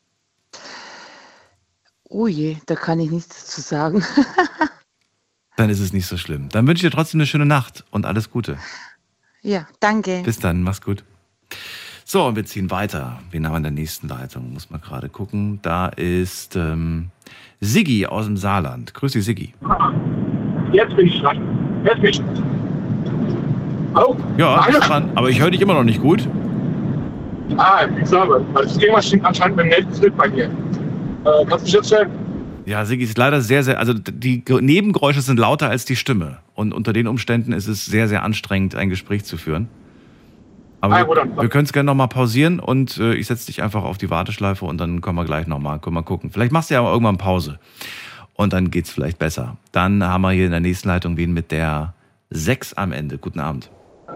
Oh je, da kann ich nichts dazu sagen. Dann ist es nicht so schlimm. Dann wünsche ich dir trotzdem eine schöne Nacht und alles Gute. Ja, danke. Bis dann, mach's gut. So, und wir ziehen weiter. Wen haben wir in der nächsten Leitung? Muss man gerade gucken. Da ist ähm, Siggi aus dem Saarland. Grüß dich, Siggi. Jetzt bin ich dran. Jetzt bin ich. Hallo? Ja, ich bin dran. Aber ich höre dich immer noch nicht gut. Ah, ich sage, also irgendwas stimmt anscheinend beim Netz nicht bei dir. Äh, kannst du mich jetzt hören? Ja, Siggi ist leider sehr, sehr, also die Nebengeräusche sind lauter als die Stimme. Und unter den Umständen ist es sehr, sehr anstrengend, ein Gespräch zu führen. Aber ah, wir, wir können es gerne nochmal pausieren und äh, ich setze dich einfach auf die Warteschleife und dann kommen wir gleich nochmal, können wir gucken. Vielleicht machst du ja irgendwann Pause und dann geht's vielleicht besser. Dann haben wir hier in der nächsten Leitung wen mit der sechs am Ende. Guten Abend.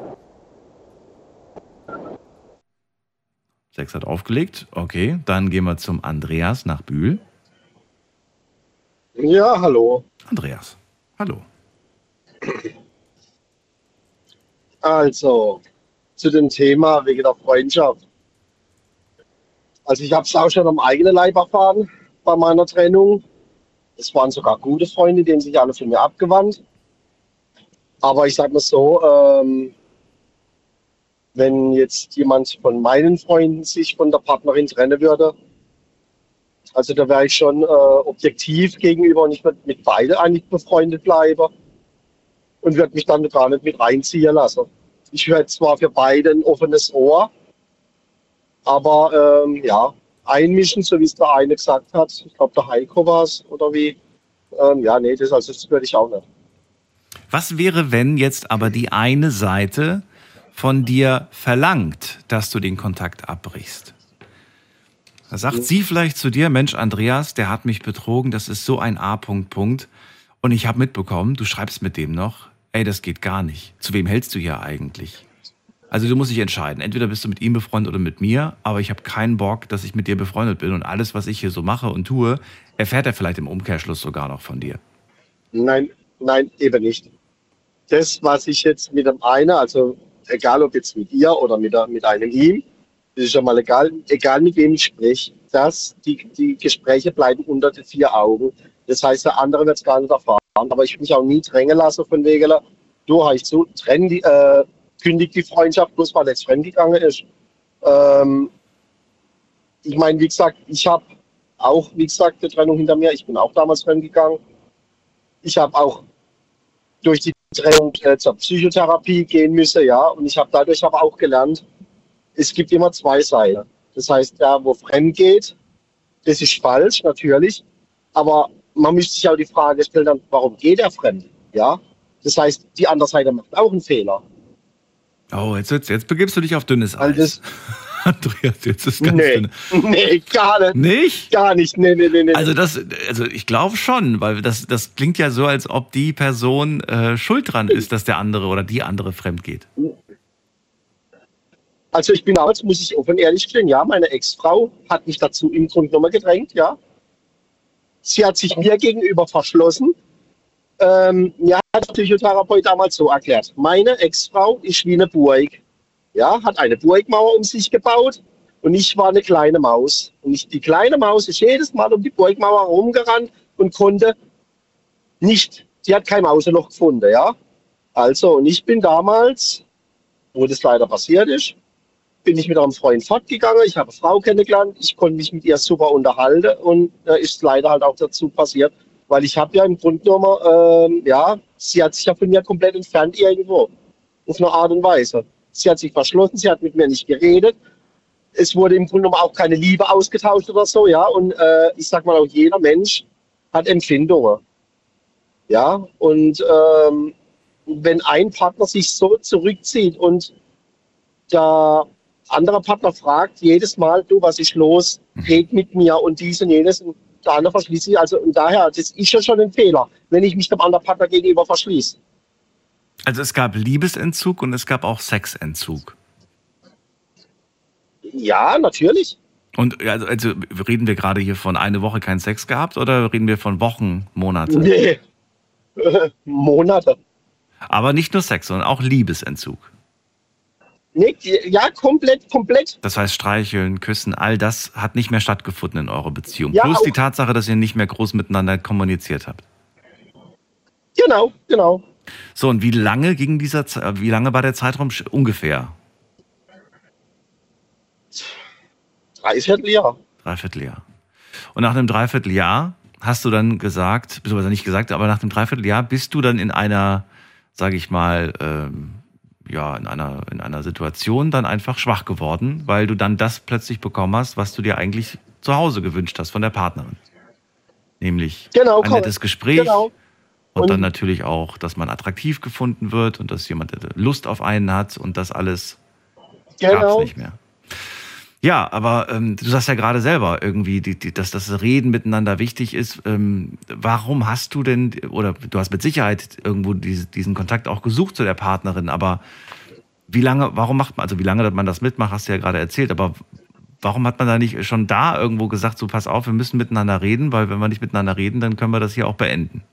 sechs hat aufgelegt. Okay, dann gehen wir zum Andreas nach Bühl. Ja, hallo. Andreas, hallo. Also, zu dem Thema wegen der Freundschaft. Also ich habe es auch schon am eigenen Leib erfahren. bei meiner Trennung. Es waren sogar gute Freunde, die haben sich alle von mir abgewandt. Aber ich sag mal so, ähm, wenn jetzt jemand von meinen Freunden sich von der Partnerin trennen würde, also da wäre ich schon äh, objektiv gegenüber und ich würde mit beiden eigentlich befreundet bleiben und würde mich dann gar nicht mit reinziehen lassen. Ich höre zwar für beide ein offenes Ohr, aber ähm, ja, einmischen, so wie es der eine gesagt hat, ich glaube der Heiko war es oder wie, ähm, ja, nee, das, also, das würde ich auch nicht. Was wäre, wenn jetzt aber die eine Seite von dir verlangt, dass du den Kontakt abbrichst? Da sagt mhm. sie vielleicht zu dir, Mensch, Andreas, der hat mich betrogen, das ist so ein A. Punkt, Punkt. Und ich habe mitbekommen, du schreibst mit dem noch, ey, das geht gar nicht. Zu wem hältst du hier eigentlich? Also du musst dich entscheiden, entweder bist du mit ihm befreundet oder mit mir, aber ich habe keinen Bock, dass ich mit dir befreundet bin und alles, was ich hier so mache und tue, erfährt er vielleicht im Umkehrschluss sogar noch von dir. Nein, nein, eben nicht. Das, was ich jetzt mit dem einen, also egal ob jetzt mit ihr oder mit, mit einem ihm, das ist ja mal egal, egal mit wem ich spreche, dass die, die Gespräche bleiben unter den vier Augen. Das heißt, der andere wird es gar nicht erfahren. Aber ich will mich auch nie drängen lassen von wegen, du hast zu, trenn die, äh, kündigt die Freundschaft, bloß weil er jetzt fremdgegangen ist. Ähm, ich meine, wie gesagt, ich habe auch, wie gesagt, eine Trennung hinter mir. Ich bin auch damals fremdgegangen. Ich habe auch durch die Trennung äh, zur Psychotherapie gehen müssen, ja. Und ich habe dadurch aber auch gelernt, es gibt immer zwei Seiten. Das heißt, der, wo fremd geht, das ist falsch, natürlich. Aber man müsste sich auch die Frage stellen, dann, warum geht er fremd? Ja. Das heißt, die andere Seite macht auch einen Fehler. Oh, jetzt, jetzt, jetzt begibst du dich auf dünnes Eis. Das, Andreas, jetzt ist ganz nee, dünn. Nee, gar nicht. Nicht? Gar nicht, nee, nee, nee. nee. Also das, also ich glaube schon, weil das, das klingt ja so, als ob die Person äh, schuld dran ist, dass der andere oder die andere fremd geht. Also ich bin damals, muss ich offen ehrlich stehen, ja, meine Ex-Frau hat mich dazu im Grunde genommen gedrängt, ja. Sie hat sich mir gegenüber verschlossen. Ähm, mir hat der Psychotherapeut damals so erklärt, meine Ex-Frau ist wie eine Burg. Ja, hat eine Burgmauer um sich gebaut und ich war eine kleine Maus. Und ich, die kleine Maus ist jedes Mal um die Burgmauer rumgerannt und konnte nicht, sie hat kein Mauseloch gefunden, ja. Also, und ich bin damals, wo das leider passiert ist, bin ich mit einem Freund fortgegangen, ich habe eine Frau kennengelernt, ich konnte mich mit ihr super unterhalten und da äh, ist leider halt auch dazu passiert, weil ich habe ja im Grunde genommen, ähm, ja, sie hat sich ja von mir komplett entfernt irgendwo, auf eine Art und Weise. Sie hat sich verschlossen, sie hat mit mir nicht geredet, es wurde im Grunde genommen auch keine Liebe ausgetauscht oder so, ja, und äh, ich sag mal auch, jeder Mensch hat Empfindungen, ja, und ähm, wenn ein Partner sich so zurückzieht und der andere Partner fragt jedes Mal, du, was ist los, red mit mir und dies und jenes und der andere verschließt sich. Also und daher, das ist ja schon ein Fehler, wenn ich mich dem anderen Partner gegenüber verschließe. Also es gab Liebesentzug und es gab auch Sexentzug. Ja, natürlich. Und also, also reden wir gerade hier von eine Woche kein Sex gehabt oder reden wir von Wochen, Monate? Nee, Monate. Aber nicht nur Sex, sondern auch Liebesentzug. Nee, ja, komplett, komplett. Das heißt, streicheln, küssen, all das hat nicht mehr stattgefunden in eurer Beziehung. Ja, Plus auch. Die Tatsache, dass ihr nicht mehr groß miteinander kommuniziert habt. Genau, genau. So, und wie lange ging dieser, wie lange war der Zeitraum ungefähr? Dreivierteljahr. Dreivierteljahr. Und nach einem Dreivierteljahr hast du dann gesagt, beziehungsweise nicht gesagt, aber nach einem Dreivierteljahr bist du dann in einer, sage ich mal, ähm, ja, in einer, in einer Situation dann einfach schwach geworden, weil du dann das plötzlich bekommen hast, was du dir eigentlich zu Hause gewünscht hast von der Partnerin. Nämlich genau, ein nettes Gespräch genau. und, und dann natürlich auch, dass man attraktiv gefunden wird und dass jemand Lust auf einen hat und das alles genau. gab's nicht mehr. Ja, aber ähm, du sagst ja gerade selber irgendwie, die, die, dass das Reden miteinander wichtig ist. Ähm, warum hast du denn, oder du hast mit Sicherheit irgendwo diese, diesen Kontakt auch gesucht zu der Partnerin, aber wie lange, warum macht man, also wie lange man das mitmacht, hast du ja gerade erzählt, aber warum hat man da nicht schon da irgendwo gesagt, so pass auf, wir müssen miteinander reden, weil wenn wir nicht miteinander reden, dann können wir das hier auch beenden?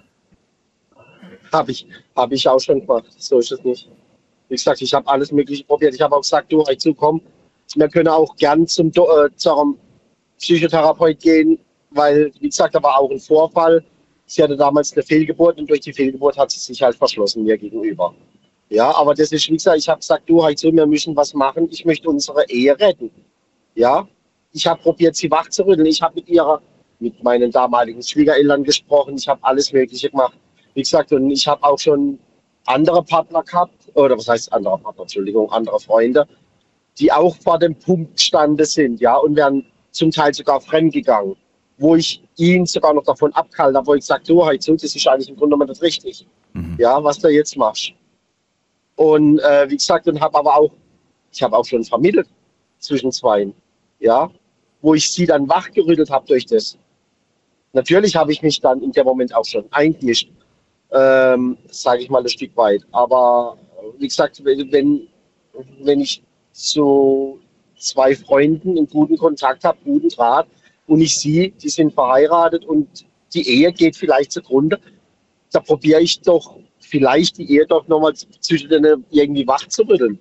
Habe ich, habe ich auch schon gemacht, so ist es nicht. Wie gesagt, ich habe alles Mögliche probiert, ich habe auch gesagt, du, ich zukomm, wir können auch gern zum, äh, zum Psychotherapeut gehen, weil, wie gesagt, da war auch ein Vorfall. Sie hatte damals eine Fehlgeburt und durch die Fehlgeburt hat sie sich halt verschlossen mir gegenüber. Ja, aber das ist, wie gesagt, ich habe gesagt, du, halt so, wir müssen was machen. Ich möchte unsere Ehe retten. Ja, ich habe probiert, sie wach zu rütteln. Ich habe mit ihrer, mit meinen damaligen Schwiegereltern gesprochen. Ich habe alles Mögliche gemacht. Wie gesagt, und ich habe auch schon andere Partner gehabt, oder was heißt andere Partner, Entschuldigung, andere Freunde, die auch vor dem Punkt gestanden sind, ja, und werden zum Teil sogar fremdgegangen, wo ich ihn sogar noch davon abgehalten habe, wo ich gesagt habe, du, halt so, das ist eigentlich im Grunde genommen das richtig, mhm. ja, was du jetzt machst. Und äh, wie gesagt, und habe aber auch, ich habe auch schon vermittelt zwischen zweien, ja, wo ich sie dann wachgerüttelt habe durch das. Natürlich habe ich mich dann in dem Moment auch schon eingemischt, ähm, sage ich mal ein Stück weit. Aber wie gesagt, wenn, wenn ich zu zwei Freunden einen guten Kontakt habe, guten Draht, und ich sehe, die sind verheiratet und die Ehe geht vielleicht zugrunde, da probiere ich doch vielleicht die Ehe doch nochmal zwischen denen irgendwie wach zu rütteln.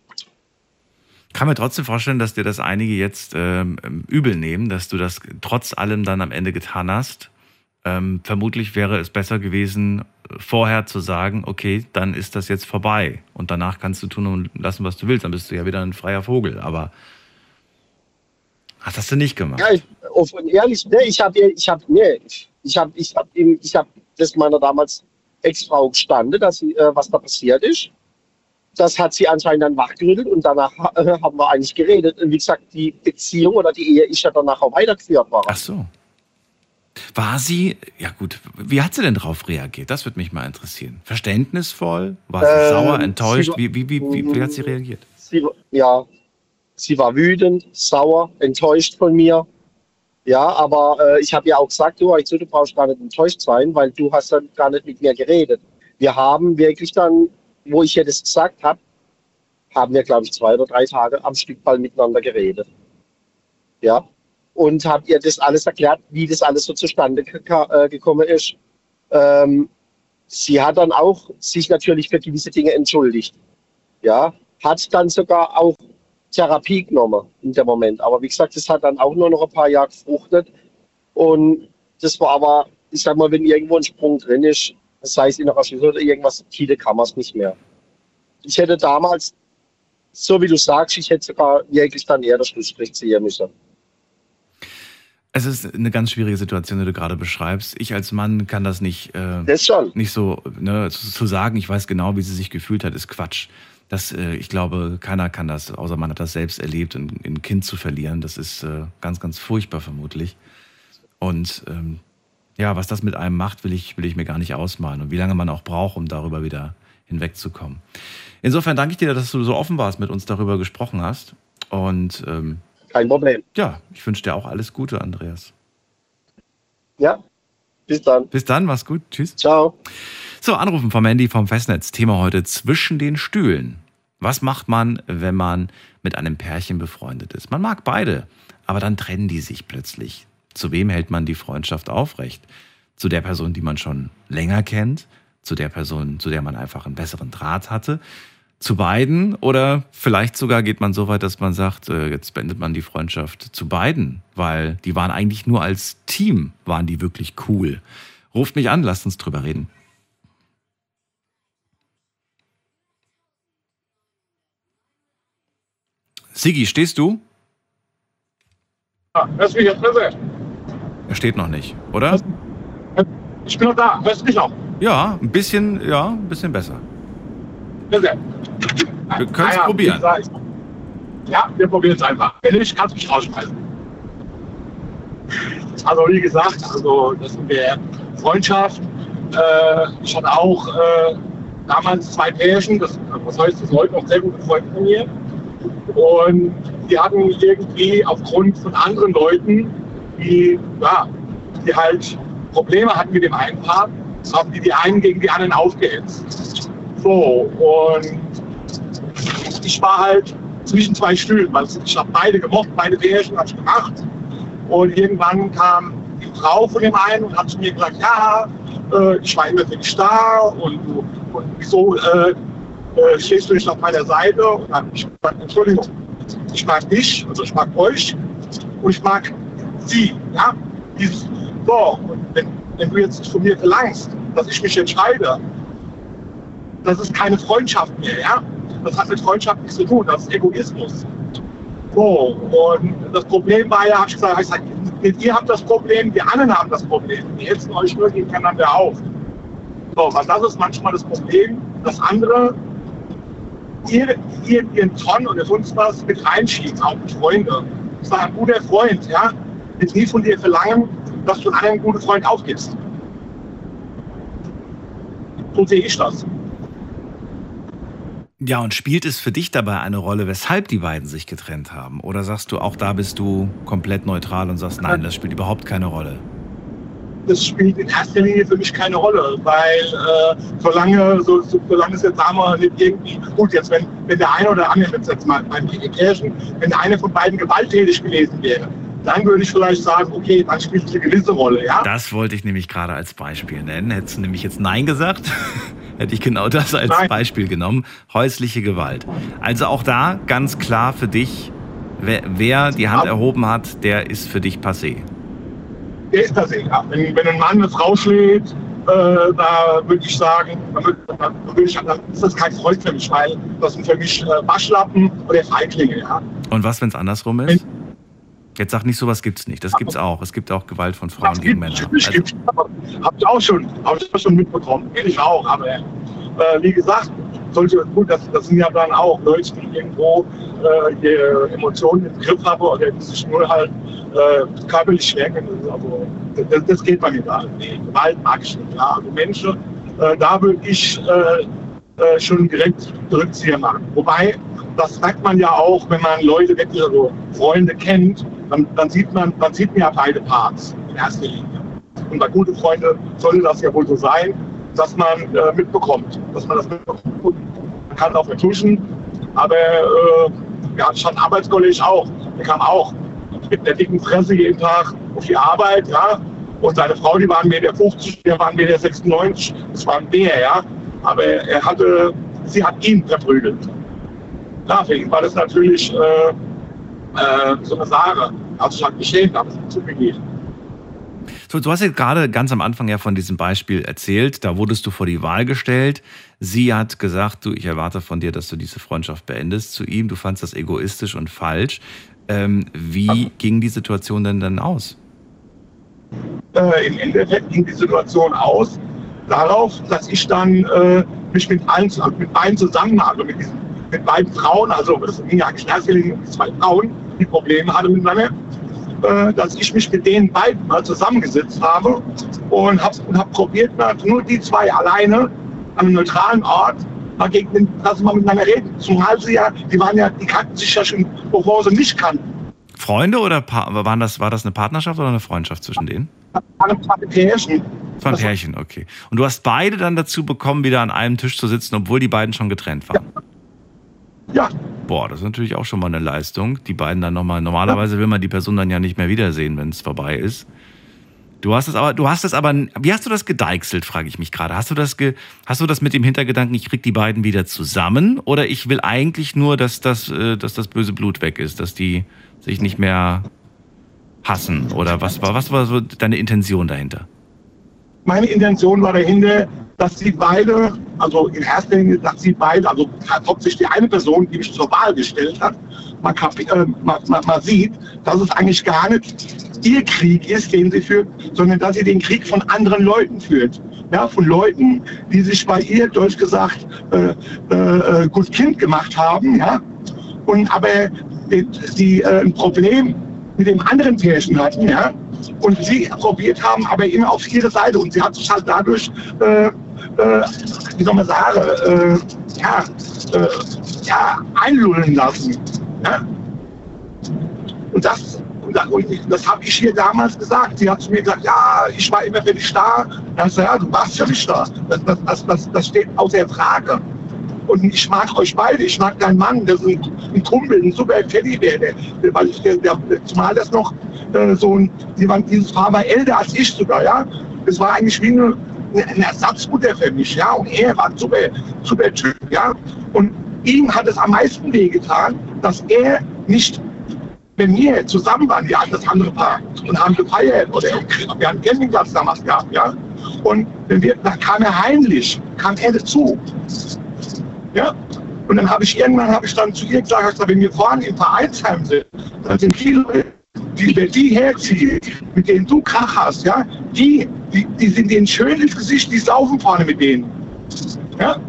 Ich kann mir trotzdem vorstellen, dass dir das einige jetzt ähm, übel nehmen, dass du das trotz allem dann am Ende getan hast. Ähm, vermutlich wäre es besser gewesen, vorher zu sagen, okay, dann ist das jetzt vorbei und danach kannst du tun und lassen, was du willst. Dann bist du ja wieder ein freier Vogel. Aber das hast du nicht gemacht. Ja, ich, offen ehrlich, ne, ich habe ich hab, ne, ich hab, ich hab, ich hab das meiner damals Ex-Frau gestanden, dass sie, äh, was da passiert ist. Das hat sie anscheinend dann wachgerüttelt und danach äh, haben wir eigentlich geredet. Und wie gesagt, die Beziehung oder die Ehe ist ja danach auch weitergeführt worden. Ach so. War sie, ja gut, wie hat sie denn darauf reagiert? Das würde mich mal interessieren. Verständnisvoll? War sie ähm, sauer, enttäuscht? Sie, wie, wie, wie, wie, wie hat sie reagiert? Sie, ja, sie war wütend, sauer, enttäuscht von mir. Ja, aber äh, ich habe ja auch gesagt, du, du brauchst gar nicht enttäuscht sein, weil du hast dann gar nicht mit mir geredet. Wir haben wirklich dann, wo ich ihr das gesagt habe, haben wir, glaube ich, zwei oder drei Tage am Stück mal miteinander geredet. Ja, und habe ihr das alles erklärt, wie das alles so zustande ge- gekommen ist. Ähm, sie hat dann auch sich natürlich für gewisse Dinge entschuldigt. Ja, hat dann sogar auch Therapie genommen in dem Moment. Aber wie gesagt, das hat dann auch nur noch ein paar Jahre gefruchtet. Und das war aber, ich sag mal, wenn irgendwo ein Sprung drin ist, sei es in einer Schlüssel oder irgendwas, viele kann man es nicht mehr. Ich hätte damals, so wie du sagst, ich hätte sogar wirklich dann eher das Schlussstrich ziehen müssen. Es ist eine ganz schwierige Situation, die du gerade beschreibst. Ich als Mann kann das nicht, äh, das schon. nicht so, ne, zu, zu sagen, ich weiß genau, wie sie sich gefühlt hat, ist Quatsch. Das, äh, ich glaube, keiner kann das, außer man hat das selbst erlebt, ein, ein Kind zu verlieren. Das ist äh, ganz, ganz furchtbar vermutlich. Und ähm, ja, was das mit einem macht, will ich, will ich mir gar nicht ausmalen. Und wie lange man auch braucht, um darüber wieder hinwegzukommen. Insofern danke ich dir, dass du so offen warst, mit uns darüber gesprochen hast. Und ähm, kein Problem. Ja, ich wünsche dir auch alles Gute, Andreas. Ja, bis dann. Bis dann, mach's gut. Tschüss. Ciao. So, Anrufen vom Handy vom Festnetz. Thema heute: zwischen den Stühlen. Was macht man, wenn man mit einem Pärchen befreundet ist? Man mag beide, aber dann trennen die sich plötzlich. Zu wem hält man die Freundschaft aufrecht? Zu der Person, die man schon länger kennt? Zu der Person, zu der man einfach einen besseren Draht hatte? Zu beiden? Oder vielleicht sogar geht man so weit, dass man sagt, äh, jetzt beendet man die Freundschaft zu beiden, weil die waren eigentlich nur als Team, waren die wirklich cool. Ruft mich an, lasst uns drüber reden. Sigi, stehst du? Ja, hörst du mich jetzt besser? Er steht noch nicht, oder? Ich bin noch da, hörst du mich noch? Ja, ein bisschen, ja, ein bisschen besser. Besser. Wir können es ja, probieren. Ja, wir probieren es einfach. Wenn nicht, kannst du mich rausschmeißen. Also wie gesagt, also das ist eine Freundschaft. Äh, ich hatte auch äh, damals zwei Pärchen, das, was heißt, das sind heute noch sehr gute Freunde von mir. Und die hatten irgendwie aufgrund von anderen Leuten, die, ja, die halt Probleme hatten mit dem einen Part, haben die die einen gegen die anderen aufgehetzt. So, und ich war halt zwischen zwei Stühlen, weil ich habe beide gemocht, beide Pärchen habe ich gemacht. Und irgendwann kam die Frau von dem einen und hat zu mir gesagt, ja, äh, ich war immer für dich da und, und wieso äh, äh, stehst du nicht auf meiner Seite? Und dann habe ich gesagt, Entschuldigung, ich mag dich, also ich mag euch und ich mag sie. Ja? Dieses, so, und wenn, wenn du jetzt von mir verlangst, dass ich mich entscheide, das ist keine Freundschaft mehr, ja? Das hat mit Freundschaft nichts zu tun, das ist Egoismus. So, und das Problem war ja, habe ich gesagt, hab ich gesagt, nicht ihr habt das Problem, die anderen haben das Problem. Die hetzen euch nur gegeneinander auf. So, weil das ist manchmal das Problem, dass andere ihr, ihr ihren Ton oder sonst was mit reinschieben, auch mit Freunden. Ich sage, ein guter Freund, ja, wird nie von dir verlangen, dass du einen anderen guten Freund aufgibst. So sehe ich das. Ja, und spielt es für dich dabei eine Rolle, weshalb die beiden sich getrennt haben? Oder sagst du, auch da bist du komplett neutral und sagst, nein, das spielt überhaupt keine Rolle? Das spielt in erster Linie für mich keine Rolle, weil äh, solange, so, so, solange es jetzt, sagen wir, nicht irgendwie, gut, jetzt wenn, wenn der eine oder andere, jetzt mal beim Pärchen, wenn der eine von beiden gewalttätig gewesen wäre, dann würde ich vielleicht sagen, okay, dann spielt es eine gewisse Rolle, ja? Das wollte ich nämlich gerade als Beispiel nennen. Hättest du nämlich jetzt Nein gesagt, hätte ich genau das als Nein. Beispiel genommen. Häusliche Gewalt. Also auch da ganz klar für dich, wer, wer die Hand ja. erhoben hat, der ist für dich passé. Der ist passé, ja. Wenn, wenn ein Mann eine Frau schlägt, äh, da würde ich sagen, dann, würd, dann, würd ich, dann ist das kein Freund für mich, weil das sind für mich äh, Waschlappen oder Feiglinge, ja. Und was, wenn es andersrum ist? Wenn, Jetzt sag nicht, sowas gibt's nicht. Das gibt's auch. Es gibt auch Gewalt von Frauen das gegen gibt, Männer. Also, gibt's, hab ich auch schon, hab ich auch schon mitbekommen. Will ich auch. Aber äh, wie gesagt, solche, gut, das, das sind ja dann auch Leute, die irgendwo äh, die Emotionen im Griff haben oder die sich nur halt äh, körperlich stärken. Also, das, das geht bei mir gar nicht. Nee, Gewalt mag ich nicht. Ja. Also Menschen, äh, da würde ich äh, äh, schon direkt Rückzieher machen. Wobei, das merkt man ja auch, wenn man Leute wirklich, also Freunde kennt, dann, dann, sieht man, dann sieht man ja beide Parts in erster Linie. Und bei guten Freunden sollte das ja wohl so sein, dass man äh, mitbekommt, dass man das mitbekommt. Man kann auch vertuschen, aber äh, ja, schon ein Arbeitskollege auch, der kam auch mit der dicken Fresse jeden Tag auf die Arbeit, ja, und seine Frau, die waren Meter fünfzig, der waren Meter sechsundneunzig, das war ein Bär, ja, aber er hatte, sie hat ihn verprügelt. Ja, für ihn war das natürlich äh, äh, so eine Sache. Also ich habe mich geschämt, habe es zugegeben. So, du hast ja gerade ganz am Anfang ja von diesem Beispiel erzählt, da wurdest du vor die Wahl gestellt. Sie hat gesagt, du, ich erwarte von dir, dass du diese Freundschaft beendest zu ihm. Du fandst das egoistisch und falsch. Ähm, wie also, ging die Situation denn dann aus? Äh, Im Endeffekt ging die Situation aus darauf, dass ich dann äh, mich mit, allen, mit beiden zusammen habe, mit diesen mit beiden Frauen, also es ging ja eigentlich erst um zwei Frauen, die Probleme hatten miteinander, äh, dass ich mich mit denen beiden mal zusammengesetzt habe und habe und hab probiert, nur die zwei alleine an einem neutralen Ort mal gegen den, dass wir miteinander reden. Zumal sie ja, die waren ja, die kannten sich ja schon, bevor sie mich kannten. Freunde oder pa- waren das, war das eine Partnerschaft oder eine Freundschaft zwischen denen? Ein Pärchen. Von Pärchen, okay. Und du hast beide dann dazu bekommen, wieder an einem Tisch zu sitzen, obwohl die beiden schon getrennt waren? Ja. Ja. Boah, das ist natürlich auch schon mal eine Leistung. Die beiden dann nochmal, normalerweise will man die Person dann ja nicht mehr wiedersehen, wenn es vorbei ist. Du hast es aber, du hast es aber, wie hast du das gedeichselt, frage ich mich gerade. Hast du das ge, hast du das mit dem Hintergedanken, ich krieg die beiden wieder zusammen? Oder ich will eigentlich nur, dass das, dass das böse Blut weg ist, dass die sich nicht mehr hassen? Oder was war, was war so deine Intention dahinter? Meine Intention war dahinter, dass sie beide, also in erster Linie, dass sie beide, also hauptsächlich die eine Person, die mich zur Wahl gestellt hat, man, äh, man, man, man sieht, dass es eigentlich gar nicht ihr Krieg ist, den sie führt, sondern dass sie den Krieg von anderen Leuten führt. Ja, von Leuten, die sich bei ihr, durch gesagt, äh, äh, gut Kind gemacht haben, ja, und aber die, die äh, ein Problem mit dem anderen Pärchen hatten, ja, und sie probiert haben, aber immer auf ihre Seite. Und sie hat sich halt dadurch, äh, äh, wie soll man sagen, äh, ja, äh, ja, einlullen lassen. Ja? Und das, und das, und das habe ich hier damals gesagt. Sie hat zu mir gesagt, ja, ich war immer für dich da. Dann habe ich gesagt, ja, du warst ja nicht da. Das, das, das, das, das steht außer Frage. Und ich mag euch beide, ich mag deinen Mann, das ist ein, ein Kumpel, ein super Teddybär, der, der, weil ich, der, der, zumal das noch äh, so ein, die waren, dieses Paar war älter als ich sogar, ja. Das war eigentlich wie eine, eine Ersatzmutter für mich, ja. Und er war ein super, super Typ, ja. Und ihm hat es am meisten wehgetan, dass er nicht wenn wir zusammen waren, ja, das andere Paar, und haben gefeiert, oder wir haben Campingplatz damals gehabt, ja, und wenn wir, dann kam er heimlich, kam er dazu, ja, und dann habe ich irgendwann, habe ich dann zu ihr gesagt, ich sag, wenn wir vorne im Vereinsheim sind, dann sind die Leute, die, wenn die herziehen, mit denen du Krach hast, ja, die, die, die sind denen schön ins Gesicht, die saufen vorne mit denen, ja.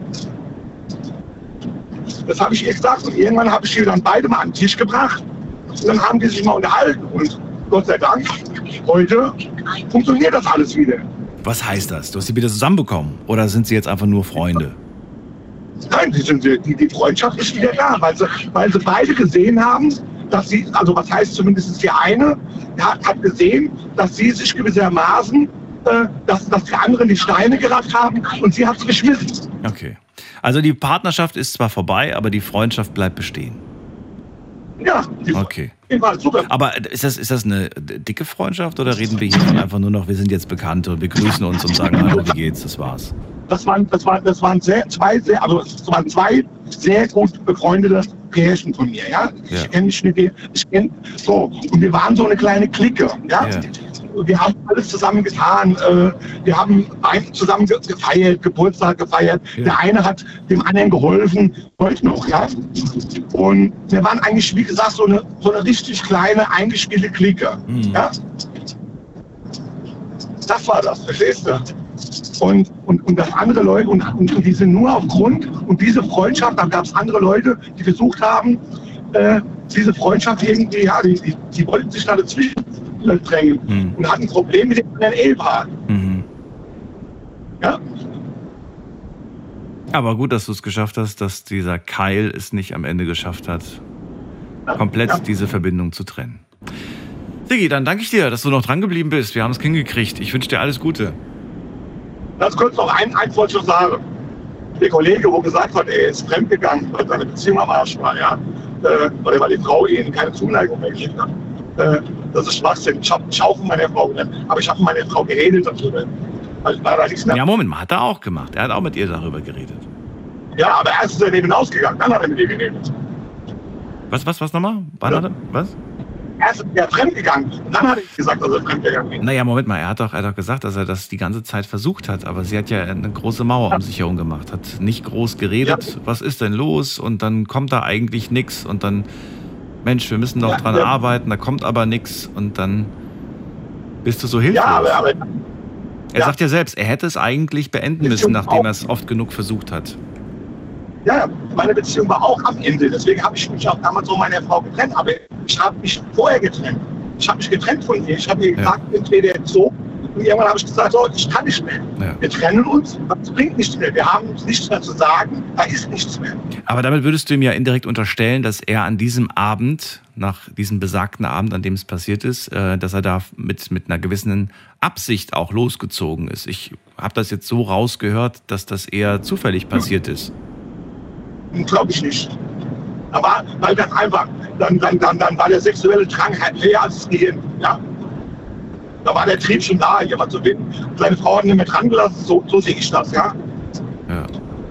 Das habe ich ihr gesagt und irgendwann habe ich sie dann beide mal an den Tisch gebracht und dann haben die sich mal unterhalten und Gott sei Dank, heute funktioniert das alles wieder. Was heißt das? Du hast sie wieder zusammenbekommen oder sind sie jetzt einfach nur Freunde? Nein, die, sind, die, die Freundschaft ist wieder da, weil sie, weil sie beide gesehen haben, dass sie, also was heißt zumindest der eine, hat, hat gesehen, dass sie sich gewissermaßen, äh, dass, dass die anderen die Steine gerafft haben und sie hat es geschmissen. Okay. Also die Partnerschaft ist zwar vorbei, aber die Freundschaft bleibt bestehen. Ja, die okay. Freundschaft super. Aber ist das, ist das eine dicke Freundschaft oder reden wir hier einfach nur noch, wir sind jetzt Bekannte und wir grüßen uns und sagen, hallo, wie geht's, das war's? Das waren, das waren, das waren sehr, zwei sehr, also das waren zwei sehr gut befreundete Pärchen von mir, ja. Ich Ja. kenne mich mit denen, ich kenne, so, und wir waren so eine kleine Clique, ja. Ja. Wir haben alles zusammen getan, äh, wir haben ein, zusammen ge- gefeiert, Geburtstag gefeiert. Ja. Der eine hat dem anderen geholfen, heute noch, ja. Und wir waren eigentlich, wie gesagt, so eine, so eine richtig kleine, eingespielte Clique, Mhm. ja. Das war das, verstehst du? Und, und, und das andere Leute, und, und, und die sind nur aufgrund, und diese Freundschaft, da gab es andere Leute, die versucht haben, äh, diese Freundschaft irgendwie, ja, die, die, die wollten sich da dazwischen drängen Mhm. und hatten ein Problem mit dem anderen Ehepaar. Mhm. Ja? Aber gut, dass du es geschafft hast, dass dieser Keil es nicht am Ende geschafft hat, komplett Ja. diese Verbindung zu trennen. Sigi, dann danke ich dir, dass du noch dran geblieben bist. Wir haben es hingekriegt. Ich wünsche dir alles Gute. Ganz kurz noch ein, eins wollte ich noch sagen. Der Kollege, wo gesagt hat, er ist fremdgegangen, weil seine Beziehung am Arsch war, ja, äh, oder weil die Frau ihnen keine Zuneigung mehr gegeben hat. Äh, das ist Schwachsinn. Ich habe ich auch von meiner Frau gelernt, aber ich habe mit meiner Frau geredet darüber. Also, war da nichts mehr. Ja, Moment mal, hat er auch gemacht. Er hat auch mit ihr darüber geredet. Ja, aber erst ist er neben ausgegangen, dann hat er mit ihr geredet. Was, was, was nochmal? Wann Ja. hat er? Was? Erst ist er fremdgegangen, und dann hat er gesagt, dass er fremdgegangen ist. Naja, Moment mal, er hat doch, er hat doch gesagt, dass er das die ganze Zeit versucht hat, aber sie hat ja eine große Mauer um sich herum gemacht, hat nicht groß geredet, Ja. was ist denn los und dann kommt da eigentlich nichts und dann, Mensch, wir müssen doch Ja, dran ja. arbeiten, da kommt aber nichts und dann bist du so hilflos. Ja, aber, aber er ja. sagt ja selbst, er hätte es eigentlich beenden müssen, Beziehung nachdem auch. er es oft genug versucht hat. ja, meine Beziehung war auch am Ende. Deswegen habe ich mich auch damals von meiner Frau getrennt. Aber ich habe mich vorher getrennt. Ich habe mich getrennt von ihr. Ich habe ihr gesagt, entweder jetzt so. Und irgendwann habe ich gesagt, so, ich kann nicht mehr. Ja. Wir trennen uns, das bringt nichts mehr. Wir haben nichts mehr zu sagen, da ist nichts mehr. Aber damit würdest du ihm ja indirekt unterstellen, dass er an diesem Abend, nach diesem besagten Abend, an dem es passiert ist, äh, dass er da mit, mit einer gewissen Absicht auch losgezogen ist. Ich habe das jetzt so rausgehört, dass das eher zufällig passiert ist. Glaube ich nicht. Aber weil das einfach, dann, dann, dann, dann war der sexuelle Drang halt mehr als das Gehirn. Ja? Da war der Trieb schon da, jemand zu finden. Seine Frau hat ihn nicht mehr dran gelassen, so, so sehe ich das, ja. Ja.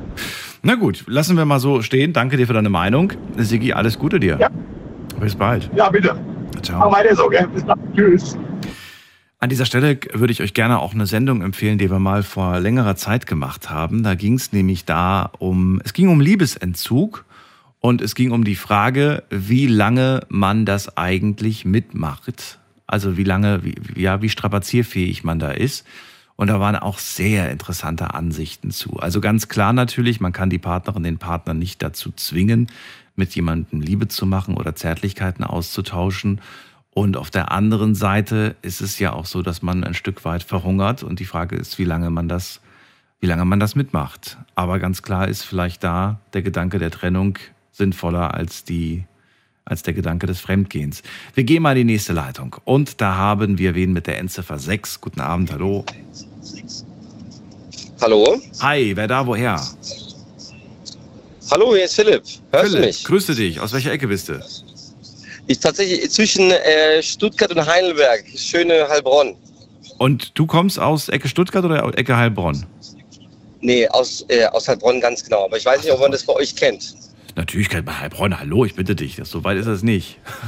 Na gut, lassen wir mal so stehen. Danke dir für deine Meinung. Sigi, alles Gute dir. Ja. Bis bald. Ja, bitte. Ciao. Mach weiter so, gell? Bis dann. Tschüss. An dieser Stelle würde ich euch gerne auch eine Sendung empfehlen, die wir mal vor längerer Zeit gemacht haben. Da ging es nämlich da um, es ging um Liebesentzug und es ging um die Frage, wie lange man das eigentlich mitmacht. Also wie lange, wie, ja, wie strapazierfähig man da ist. Und da waren auch sehr interessante Ansichten zu. Also ganz klar natürlich, man kann die Partnerin, den Partner nicht dazu zwingen, mit jemandem Liebe zu machen oder Zärtlichkeiten auszutauschen. Und auf der anderen Seite ist es ja auch so, dass man ein Stück weit verhungert. Und die Frage ist, wie lange man das, wie lange man das mitmacht. Aber ganz klar ist vielleicht da der Gedanke der Trennung sinnvoller als die, als der Gedanke des Fremdgehens. Wir gehen mal in die nächste Leitung. Und da haben wir wen mit der Endziffer sechs. Guten Abend, hallo. Hallo? Hi, wer da, woher? Hallo, hier ist Philipp. Hörst Philipp, du mich? grüße dich. Aus welcher Ecke bist du? Ich tatsächlich zwischen äh, Stuttgart und Heidelberg. Schöne Heilbronn. Und du kommst aus Ecke Stuttgart oder Ecke Heilbronn? Nee, aus, äh, aus Heilbronn ganz genau. Aber ich weiß nicht, ob man das bei euch kennt. Natürlich kennt man Heilbronn. Hallo, ich bitte dich. Das, so weit ist das nicht.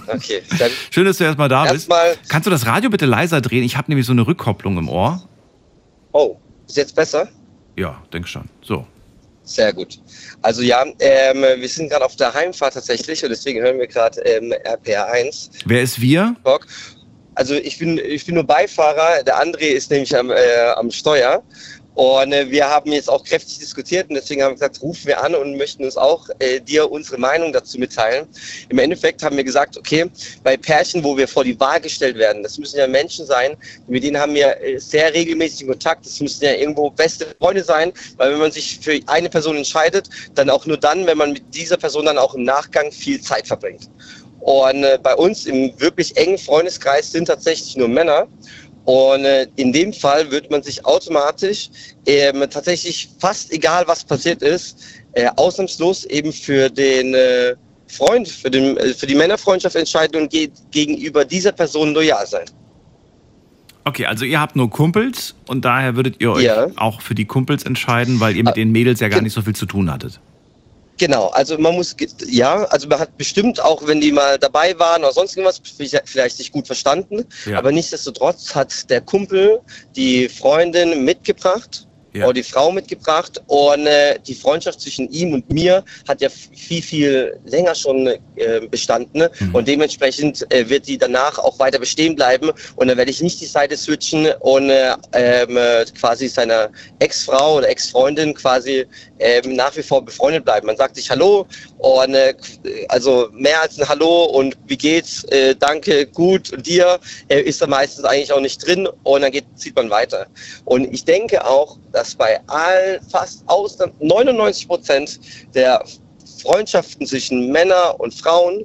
Okay. Dann Schön, dass du erstmal da bist. erstmal, Kannst du das Radio bitte leiser drehen? Ich habe nämlich so eine Rückkopplung im Ohr. oh, ist jetzt besser? Ja, denk schon. So. Sehr gut. Also ja, ähm, wir sind gerade auf der Heimfahrt tatsächlich und deswegen hören wir gerade ähm, R P R eins. Wer ist wir? Also ich bin, ich bin nur Beifahrer, der André ist nämlich am, äh, am Steuer. Und äh, wir haben jetzt auch kräftig diskutiert und deswegen haben wir gesagt, rufen wir an und möchten uns auch äh, dir unsere Meinung dazu mitteilen. Im Endeffekt haben wir gesagt, okay, bei Pärchen, wo wir vor die Wahl gestellt werden, das müssen ja Menschen sein, mit denen haben wir äh, sehr regelmäßig Kontakt, das müssen ja irgendwo beste Freunde sein, weil wenn man sich für eine Person entscheidet, dann auch nur dann, wenn man mit dieser Person dann auch im Nachgang viel Zeit verbringt. Und äh, bei uns im wirklich engen Freundeskreis sind tatsächlich nur Männer. Und äh, in dem Fall wird man sich automatisch ähm, tatsächlich fast egal, was passiert ist, äh, ausnahmslos eben für den äh, Freund, für, den, äh, für die Männerfreundschaft entscheiden und ge- gegenüber dieser Person loyal sein. Okay, also ihr habt nur Kumpels und daher würdet ihr euch Ja. auch für die Kumpels entscheiden, weil ihr mit den Mädels ja gar nicht so viel zu tun hattet. Genau, also man muss, ge- ja, also man hat bestimmt auch, wenn die mal dabei waren oder sonst irgendwas, vielleicht sich gut verstanden, Ja. aber nichtsdestotrotz hat der Kumpel die Freundin mitgebracht. Ja. Oder die Frau mitgebracht und äh, die Freundschaft zwischen ihm und mir hat ja viel, viel länger schon äh, bestanden Mhm. und dementsprechend äh, wird die danach auch weiter bestehen bleiben und dann werde ich nicht die Seite switchen und äh, ähm, äh, quasi seiner Ex-Frau oder Ex-Freundin quasi ähm, nach wie vor befreundet bleiben. Man sagt sich Hallo und äh, also mehr als ein Hallo und wie geht's, äh, danke, gut und dir äh, ist da meistens eigentlich auch nicht drin und dann geht, zieht man weiter. Und ich denke auch, dass bei all, fast aus neunundneunzig Prozent der Freundschaften zwischen Männern und Frauen,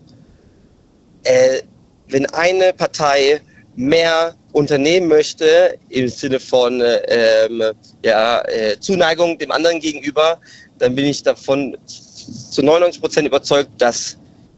äh, wenn eine Partei mehr unternehmen möchte im Sinne von äh, ähm, ja, äh, Zuneigung dem anderen gegenüber, dann bin ich davon zu neunundneunzig Prozent überzeugt, dass,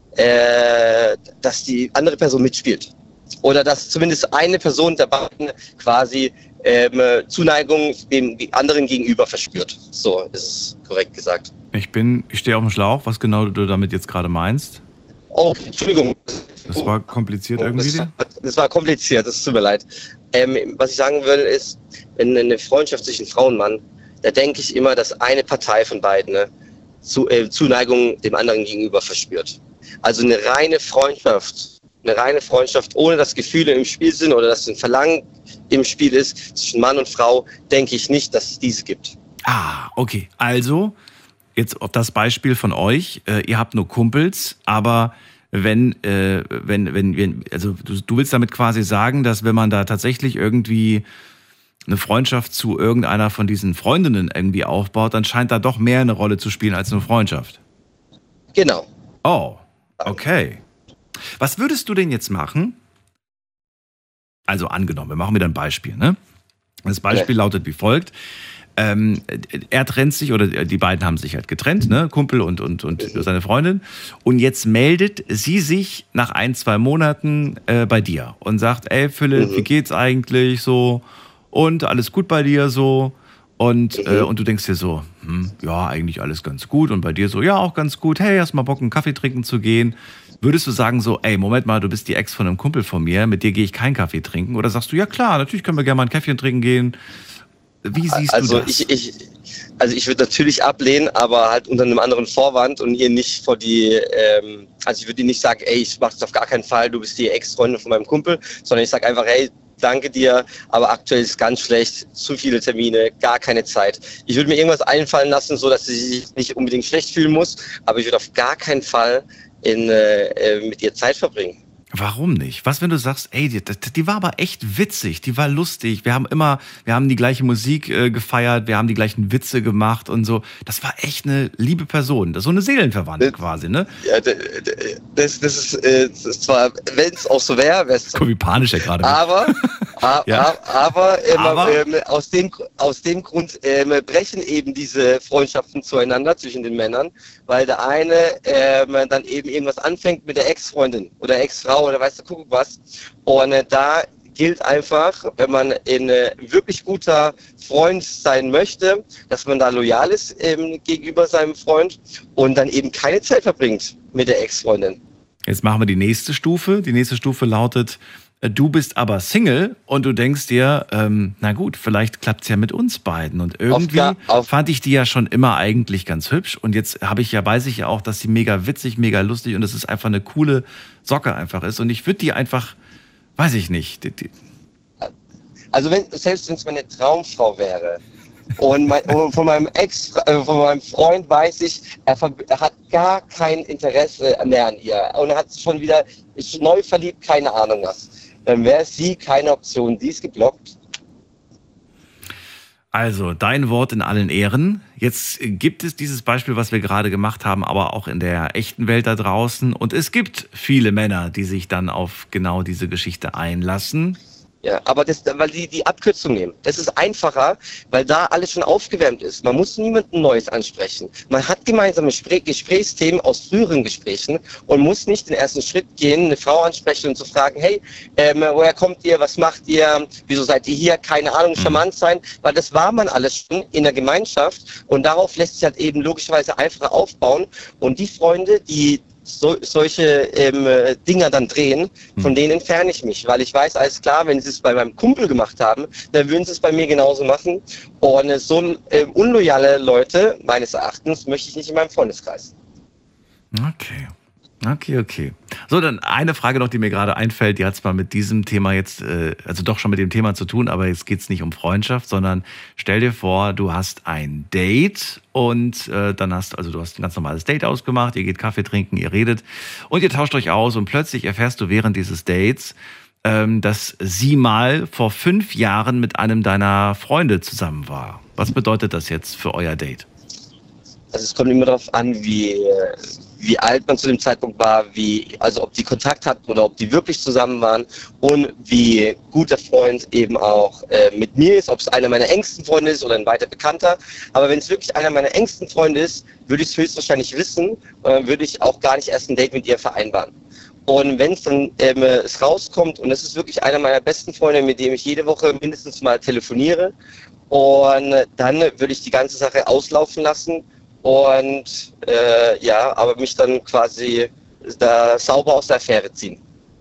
äh, dass die andere Person mitspielt. Oder dass zumindest eine Person der beiden quasi ähm, Zuneigung dem anderen gegenüber verspürt. So ist es korrekt gesagt. Ich bin, ich stehe auf dem Schlauch, was genau du damit jetzt gerade meinst. Oh, Entschuldigung. Das war kompliziert irgendwie. Das war, das war kompliziert, das tut mir leid. Ähm, was ich sagen will, ist, in eine Freundschaft zwischen Frau und Mann, da denke ich immer, dass eine Partei von beiden ne, zu, äh, Zuneigung dem anderen gegenüber verspürt. Also eine reine Freundschaft, eine reine Freundschaft, ohne dass Gefühle im Spiel sind oder dass ein Verlangen im Spiel ist zwischen Mann und Frau, denke ich nicht, dass es diese gibt. Ah, okay. Also, jetzt auf das Beispiel von euch. Äh, ihr habt nur Kumpels, aber wenn, äh, wenn, wenn, wenn, also du, du willst damit quasi sagen, dass wenn man da tatsächlich irgendwie eine Freundschaft zu irgendeiner von diesen Freundinnen irgendwie aufbaut, dann scheint da doch mehr eine Rolle zu spielen als eine Freundschaft. Genau. Oh, okay. Was würdest du denn jetzt machen? Also angenommen, wir machen wieder ein Beispiel, ne? Das Beispiel Ja. lautet wie folgt. Ähm, er trennt sich, oder die beiden haben sich halt getrennt, ne? Kumpel und, und, und seine Freundin. Und jetzt meldet sie sich nach ein, zwei Monaten äh, bei dir und sagt, ey Philipp, Mhm. wie geht's eigentlich so? Und alles gut bei dir so? Und, Mhm. äh, und du denkst dir so, hm, ja, eigentlich alles ganz gut. Und bei dir so, ja, auch ganz gut. Hey, hast mal Bock, einen Kaffee trinken zu gehen? Würdest du sagen so, ey, Moment mal, du bist die Ex von einem Kumpel von mir, mit dir gehe ich keinen Kaffee trinken? Oder sagst du, ja klar, natürlich können wir gerne mal ein Käffchen trinken gehen. Wie siehst Also du das? ich, ich, also ich würde natürlich ablehnen, aber halt unter einem anderen Vorwand und ihr nicht vor die, ähm, also ich würde ihr nicht sagen, ey, ich mach das auf gar keinen Fall, du bist die Ex-Freundin von meinem Kumpel, sondern ich sage einfach, hey, danke dir, aber aktuell ist ganz schlecht, zu viele Termine, gar keine Zeit. Ich würde mir irgendwas einfallen lassen, so dass sie sich nicht unbedingt schlecht fühlen muss, aber ich würde auf gar keinen Fall in, äh, mit ihr Zeit verbringen. Warum nicht? Was, wenn du sagst, ey, die, die war aber echt witzig, die war lustig, wir haben immer, wir haben die gleiche Musik äh, gefeiert, wir haben die gleichen Witze gemacht und so. Das war echt eine liebe Person, das ist so eine Seelenverwandte quasi, ne? Ja, d- d- das, das, ist, äh, das ist zwar, wenn es auch so wäre, wäre es Guck, wie panisch er gerade wird. Aber, a- Ja. a- aber, ähm, Aber? Ähm, aus, dem, aus dem Grund ähm, brechen eben diese Freundschaften zueinander zwischen den Männern, weil der eine ähm, dann eben irgendwas anfängt mit der Ex-Freundin oder Ex-Frau oder weißt du, guck was. Und äh, da gilt einfach, wenn man ein äh, wirklich guter Freund sein möchte, dass man da loyal ist ähm, gegenüber seinem Freund und dann eben keine Zeit verbringt mit der Ex-Freundin. Jetzt machen wir die nächste Stufe. Die nächste Stufe lautet, du bist aber Single und du denkst dir, ähm, na gut, vielleicht klappt's ja mit uns beiden. Und irgendwie Auf, ja, auf. fand ich die ja schon immer eigentlich ganz hübsch. Und jetzt habe ich ja, weiß ich ja auch, dass sie mega witzig, mega lustig und dass es einfach eine coole Socke einfach ist. Und ich würde die einfach, weiß ich nicht. Die, die Also wenn, selbst wenn es meine Traumfrau wäre und, mein, und von meinem Ex, äh, von meinem Freund weiß ich, er, ver, er hat gar kein Interesse mehr an ihr und er hat sich schon wieder ist neu verliebt, keine Ahnung was. Dann wäre sie keine Option. Die ist geblockt. Also, dein Wort in allen Ehren. Jetzt gibt es dieses Beispiel, was wir gerade gemacht haben, aber auch in der echten Welt da draußen. Und es gibt viele Männer, die sich dann auf genau diese Geschichte einlassen. Ja, aber das, weil die die Abkürzung nehmen. Das ist einfacher, weil da alles schon aufgewärmt ist. Man muss niemanden Neues ansprechen. Man hat gemeinsame Spr- Gesprächsthemen aus früheren Gesprächen und muss nicht den ersten Schritt gehen, eine Frau ansprechen und zu fragen, hey, ähm, woher kommt ihr, was macht ihr, wieso seid ihr hier, keine Ahnung, charmant sein, weil das war man alles schon in der Gemeinschaft und darauf lässt sich halt eben logischerweise einfacher aufbauen und die Freunde, die So, solche ähm, Dinger dann drehen, von denen entferne ich mich, weil ich weiß, alles klar, wenn sie es bei meinem Kumpel gemacht haben, dann würden sie es bei mir genauso machen. Und äh, so äh, unloyale Leute, meines Erachtens, möchte ich nicht in meinem Freundeskreis. Okay. Okay, okay. So, dann eine Frage noch, die mir gerade einfällt, die hat zwar mit diesem Thema jetzt, äh, also doch schon mit dem Thema zu tun, aber jetzt geht es nicht um Freundschaft, sondern stell dir vor, du hast ein Date und äh, dann hast, also du hast ein ganz normales Date ausgemacht, ihr geht Kaffee trinken, ihr redet und ihr tauscht euch aus und plötzlich erfährst du während dieses Dates, ähm, dass sie mal vor fünf Jahren mit einem deiner Freunde zusammen war. Was bedeutet das jetzt für euer Date? Also es kommt immer darauf an, wie, wie alt man zu dem Zeitpunkt war, wie, also ob die Kontakt hatten oder ob die wirklich zusammen waren und wie gut der Freund eben auch äh, mit mir ist, ob es einer meiner engsten Freunde ist oder ein weiter Bekannter. Aber wenn es wirklich einer meiner engsten Freunde ist, würde ich es höchstwahrscheinlich wissen und dann würde ich auch gar nicht erst ein Date mit ihr vereinbaren. Und wenn es dann ähm, es rauskommt und es ist wirklich einer meiner besten Freunde, mit dem ich jede Woche mindestens mal telefoniere, und dann würde ich die ganze Sache auslaufen lassen. Und äh, ja, aber mich dann quasi da sauber aus der Affäre ziehen.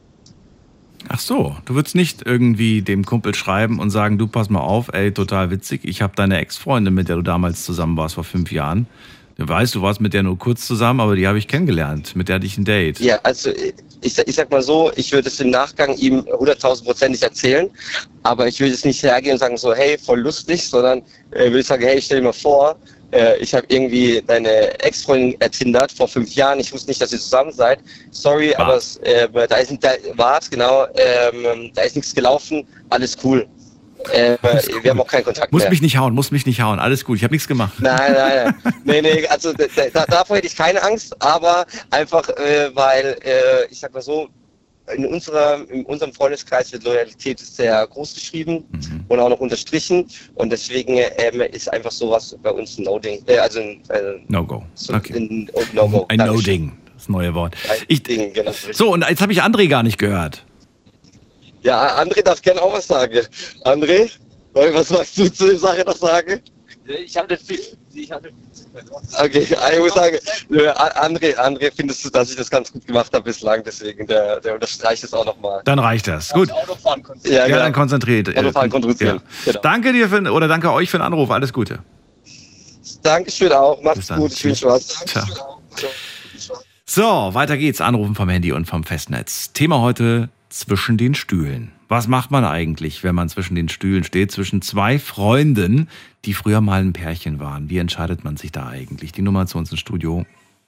Ach so, du würdest nicht irgendwie dem Kumpel schreiben und sagen, du pass mal auf, ey, total witzig, ich habe deine Ex-Freundin, mit der du damals zusammen warst vor fünf Jahren. Du weißt, du warst mit der nur kurz zusammen, aber die habe ich kennengelernt, mit der hatte ich ein Date. Ja, also ich, ich sag mal so, ich würde es im Nachgang ihm hunderttausendprozentig erzählen, aber ich würde es nicht hergehen und sagen so, hey, voll lustig, sondern äh, würde sagen, hey, stell dir mal vor, ich habe irgendwie deine Ex-Freundin ertindert vor fünf Jahren. Ich wusste nicht, dass ihr zusammen seid. Sorry, Wart. aber es, äh, da ist da, wart, genau, ähm, da ist nichts gelaufen. Alles cool. Äh, Alles cool. Wir haben auch keinen Kontakt Muss mehr. mich nicht hauen, muss mich nicht hauen. Alles gut, ich habe nichts gemacht. Nein, nein, nein. nee, nee, also da, da, davor hätte ich keine Angst, aber einfach, äh, weil, äh, ich sag mal so, in, unserer, in unserem Freundeskreis wird Loyalität sehr groß geschrieben mhm. und auch noch unterstrichen und deswegen ähm, ist einfach sowas bei uns ein No-Ding. Äh, also ein äh, No-Go. So Okay. Ein, ein No-Go. Ein No-Ding, das neue Wort. Ich, Ding, genau. so, und jetzt habe ich André gar nicht gehört. Ja, André darf gerne auch was sagen. André, was magst du zu der Sache noch sagen? Ich habe viel. Ich hatte Okay, ich muss sagen, André, André, findest du, dass ich das ganz gut gemacht habe bislang, deswegen der, der unterstreicht es auch nochmal. Dann reicht das. Gut. Autofahren Ja, Ja, genau. dann konzentriert. äh, Autofahren konzentrieren. Ja. Genau. Danke dir für, oder danke euch für den Anruf. Alles Gute. Dankeschön auch. Bis Macht's dann. gut. Ich wünsche was. Ciao. So, weiter geht's. Anrufen vom Handy und vom Festnetz. Thema heute: zwischen den Stühlen. Was macht man eigentlich, wenn man zwischen den Stühlen steht, zwischen zwei Freunden, die früher mal ein Pärchen waren? Wie entscheidet man sich da eigentlich? Die Nummer zu uns ins Studio.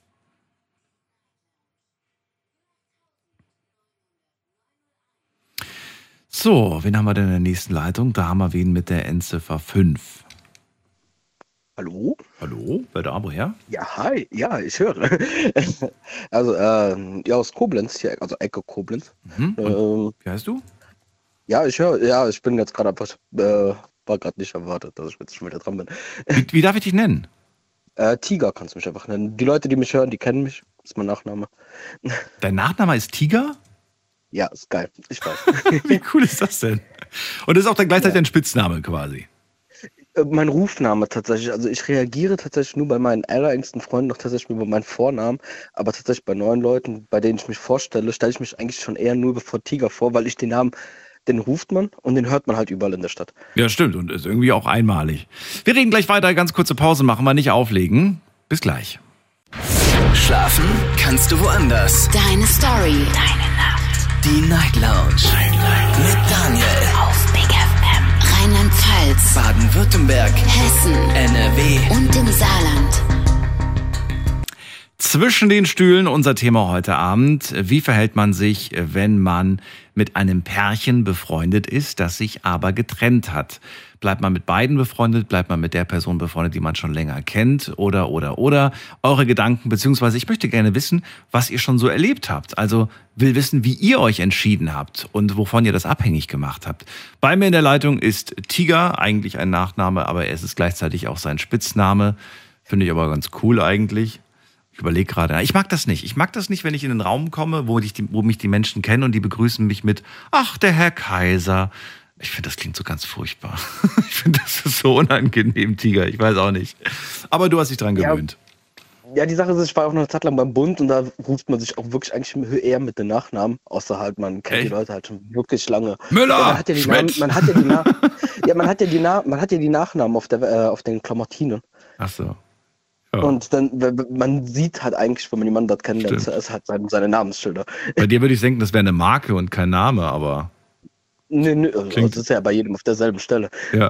So, wen haben wir denn in der nächsten Leitung? Da haben wir wen mit der Endziffer fünf. Hallo? Hallo? Wer da? Woher? Ja, hi. Ja, ich höre. Also, ähm, ja, aus Koblenz, hier, also Ecke Koblenz. Mhm. Ähm, Wie heißt du? ja, ich höre, ja, ich bin jetzt gerade einfach, äh, war gerade nicht erwartet, dass ich jetzt schon wieder dran bin. Wie, wie darf ich dich nennen? Äh, Tiger kannst du mich einfach nennen. Die Leute, die mich hören, die kennen mich. Das ist mein Nachname. Dein Nachname ist Tiger? Ja, ist geil. Ich weiß. Wie cool ist das denn? Und das ist auch dann gleichzeitig Ja. ein Spitzname quasi. Äh, Mein Rufname tatsächlich. Also ich reagiere tatsächlich nur bei meinen allerengsten Freunden noch tatsächlich über meinen Vornamen. Aber tatsächlich bei neuen Leuten, bei denen ich mich vorstelle, stelle ich mich eigentlich schon eher nur vor Tiger vor, weil ich den Namen, den ruft man und den hört man halt überall in der Stadt. Ja, stimmt. Und ist irgendwie auch einmalig. Wir reden gleich weiter. Ganz kurze Pause machen wir, nicht auflegen. Bis gleich. Schlafen kannst du woanders. Deine Story. Deine Nacht. Die Night Lounge. Night, Night. Mit Daniel. Auf Big F M. Rheinland-Pfalz. Baden-Württemberg. Hessen. N R W. Und im Saarland. Zwischen den Stühlen unser Thema heute Abend. Wie verhält man sich, wenn man mit einem Pärchen befreundet ist, das sich aber getrennt hat? Bleibt man mit beiden befreundet? Bleibt man mit der Person befreundet, die man schon länger kennt? Oder, oder, oder? Eure Gedanken, beziehungsweise ich möchte gerne wissen, was ihr schon so erlebt habt. Also will wissen, wie ihr euch entschieden habt und wovon ihr das abhängig gemacht habt. Bei mir in der Leitung ist Tiger, eigentlich ein Nachname, aber es ist gleichzeitig auch sein Spitzname. Finde ich aber ganz cool eigentlich. Ich überlege gerade, ich mag das nicht. Ich mag das nicht, wenn ich in einen Raum komme, wo, ich die, wo mich die Menschen kennen und die begrüßen mich mit, ach, der Herr Kaiser. Ich finde, das klingt so ganz furchtbar. Ich finde, das ist so unangenehm, Tiger. Ich weiß auch nicht. Aber du hast dich dran gewöhnt. Ja, ja, die Sache ist, ich war auch noch eine Zeit lang beim Bund und da ruft man sich auch wirklich eigentlich eher mit den Nachnamen, außer halt, man kennt Echt? die Leute halt schon wirklich lange. Müller! Ja, man hat ja die Schmidt! Namen, man hat ja die Na- ja, man hat ja die Na- man hat ja die Nachnamen auf der äh, auf den Klamottinen. Ach so. Ja. Und dann, man sieht halt eigentlich, wenn man jemanden dort kennenlernt, Stimmt. es hat seine, seine Namensschilder. Bei dir würde ich denken, das wäre eine Marke und kein Name, aber Nö, nö, also Klingt- das ist ja bei jedem auf derselben Stelle. ja.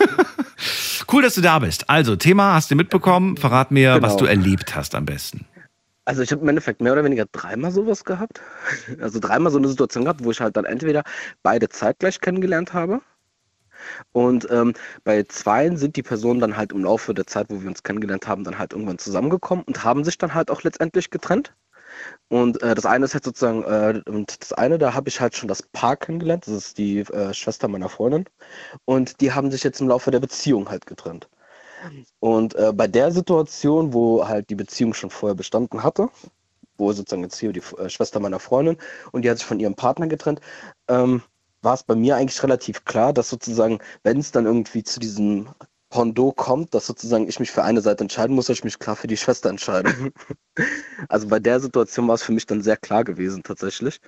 Cool, dass du da bist. Also, Thema hast du mitbekommen. Verrat mir, Genau. was du erlebt hast am besten. Also ich habe im Endeffekt mehr oder weniger dreimal sowas gehabt. Also dreimal so eine Situation gehabt, wo ich halt dann entweder beide zeitgleich kennengelernt habe. Und ähm, bei zweien sind die Personen dann halt im Laufe der Zeit, wo wir uns kennengelernt haben, dann halt irgendwann zusammengekommen und haben sich dann halt auch letztendlich getrennt. Und äh, das eine ist jetzt sozusagen, äh, und das eine, da habe ich halt schon das Paar kennengelernt, das ist die äh, Schwester meiner Freundin. Und die haben sich jetzt im Laufe der Beziehung halt getrennt. Und äh, bei der Situation, wo halt die Beziehung schon vorher bestanden hatte, wo sozusagen jetzt hier die äh, Schwester meiner Freundin und die hat sich von ihrem Partner getrennt, ähm, war es bei mir eigentlich relativ klar, dass sozusagen, wenn es dann irgendwie zu diesem Pendant kommt, dass sozusagen ich mich für eine Seite entscheiden muss, dass ich mich klar für die Schwester entscheide. Also bei der Situation war es für mich dann sehr klar gewesen tatsächlich.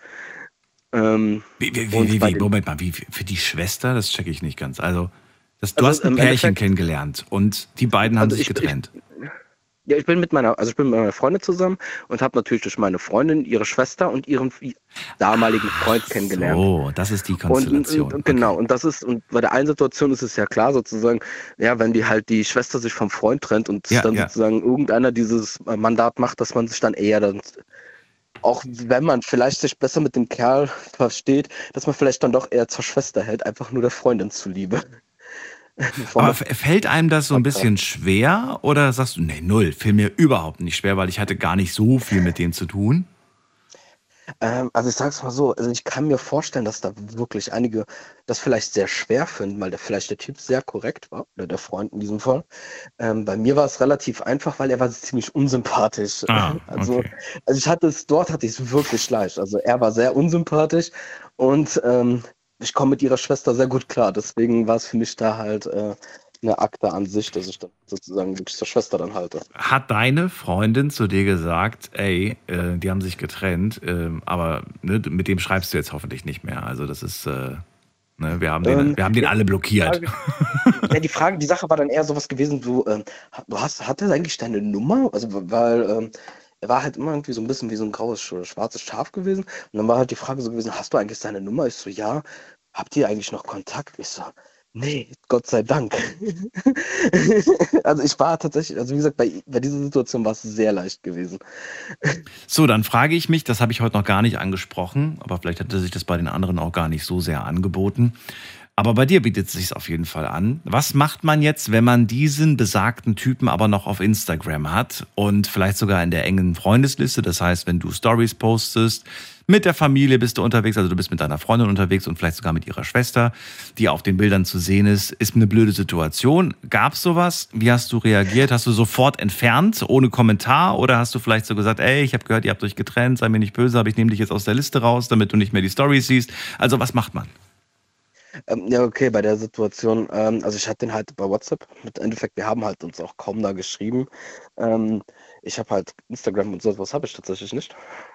Ähm, Wie, wie, und wie, bei wie, den- Moment mal, wie, für die Schwester? Das checke ich nicht ganz. Also, das, du Also hast ein im Pärchen Endeffekt- kennengelernt und die beiden haben Also sich ich- getrennt. Ja, ich bin mit meiner, also ich bin mit meiner Freundin zusammen und habe natürlich durch meine Freundin ihre Schwester und ihren damaligen Freund kennengelernt. So, das ist die Und, Konstellation. und, und genau, und das ist, und bei der einen Situation ist es ja klar sozusagen, ja, wenn die halt die Schwester sich vom Freund trennt und Ja, dann ja. sozusagen irgendeiner dieses Mandat macht, dass man sich dann eher dann, auch wenn man vielleicht sich besser mit dem Kerl versteht, dass man vielleicht dann doch eher zur Schwester hält, einfach nur der Freundin zuliebe. Bevor Aber man- f- fällt einem das so ein bisschen schwer oder sagst du, nee, null, fiel mir überhaupt nicht schwer, weil ich hatte gar nicht so viel mit denen zu tun? Ähm, also ich sag's mal so, also ich kann mir vorstellen, dass da wirklich einige das vielleicht sehr schwer finden, weil der vielleicht der Typ sehr korrekt war, oder der Freund in diesem Fall. Ähm, bei mir war es relativ einfach, weil er war ziemlich unsympathisch. Ah, also, okay. also ich hatte es, dort hatte ich es wirklich leicht. Also er war sehr unsympathisch und ähm, ich komme mit ihrer Schwester sehr gut klar. Deswegen war es für mich da halt äh, eine Akte an sich, dass ich dann sozusagen wirklich zur Schwester dann halte. Hat deine Freundin zu dir gesagt, ey, äh, die haben sich getrennt, äh, aber ne, mit dem schreibst du jetzt hoffentlich nicht mehr. Also das ist, äh, ne, wir haben den, Ähm, wir haben den ja, alle blockiert. Ja, die Frage, die Sache war dann eher sowas gewesen, du, ähm, du hast, hat er eigentlich deine Nummer? Also, weil ähm, er war halt immer irgendwie so ein bisschen wie so ein graues oder schwarzes Schaf gewesen. Und dann war halt die Frage so gewesen, hast du eigentlich seine Nummer? Ich so, ja. Habt ihr eigentlich noch Kontakt? Ich so, nee, Gott sei Dank. Also ich war tatsächlich, also wie gesagt, bei, bei dieser Situation war es sehr leicht gewesen. So, dann frage ich mich, das habe ich heute noch gar nicht angesprochen, aber vielleicht hätte sich das bei den anderen auch gar nicht so sehr angeboten. Aber bei dir bietet es sich auf jeden Fall an. Was macht man jetzt, wenn man diesen besagten Typen aber noch auf Instagram hat und vielleicht sogar in der engen Freundesliste? Das heißt, wenn du Stories postest, mit der Familie bist du unterwegs, also du bist mit deiner Freundin unterwegs und vielleicht sogar mit ihrer Schwester, die auf den Bildern zu sehen ist, ist eine blöde Situation. Gab's sowas? Wie hast du reagiert? Hast du sofort entfernt, ohne Kommentar? Oder hast du vielleicht so gesagt, ey, ich habe gehört, ihr habt euch getrennt, sei mir nicht böse, aber ich nehme dich jetzt aus der Liste raus, damit du nicht mehr die Stories siehst? Also was macht man? Ähm, ja, okay, bei der Situation, ähm, also ich hatte den halt bei WhatsApp. Mit Endeffekt, wir haben halt uns auch kaum da geschrieben. Ähm, ich habe halt Instagram und sowas habe ich tatsächlich nicht.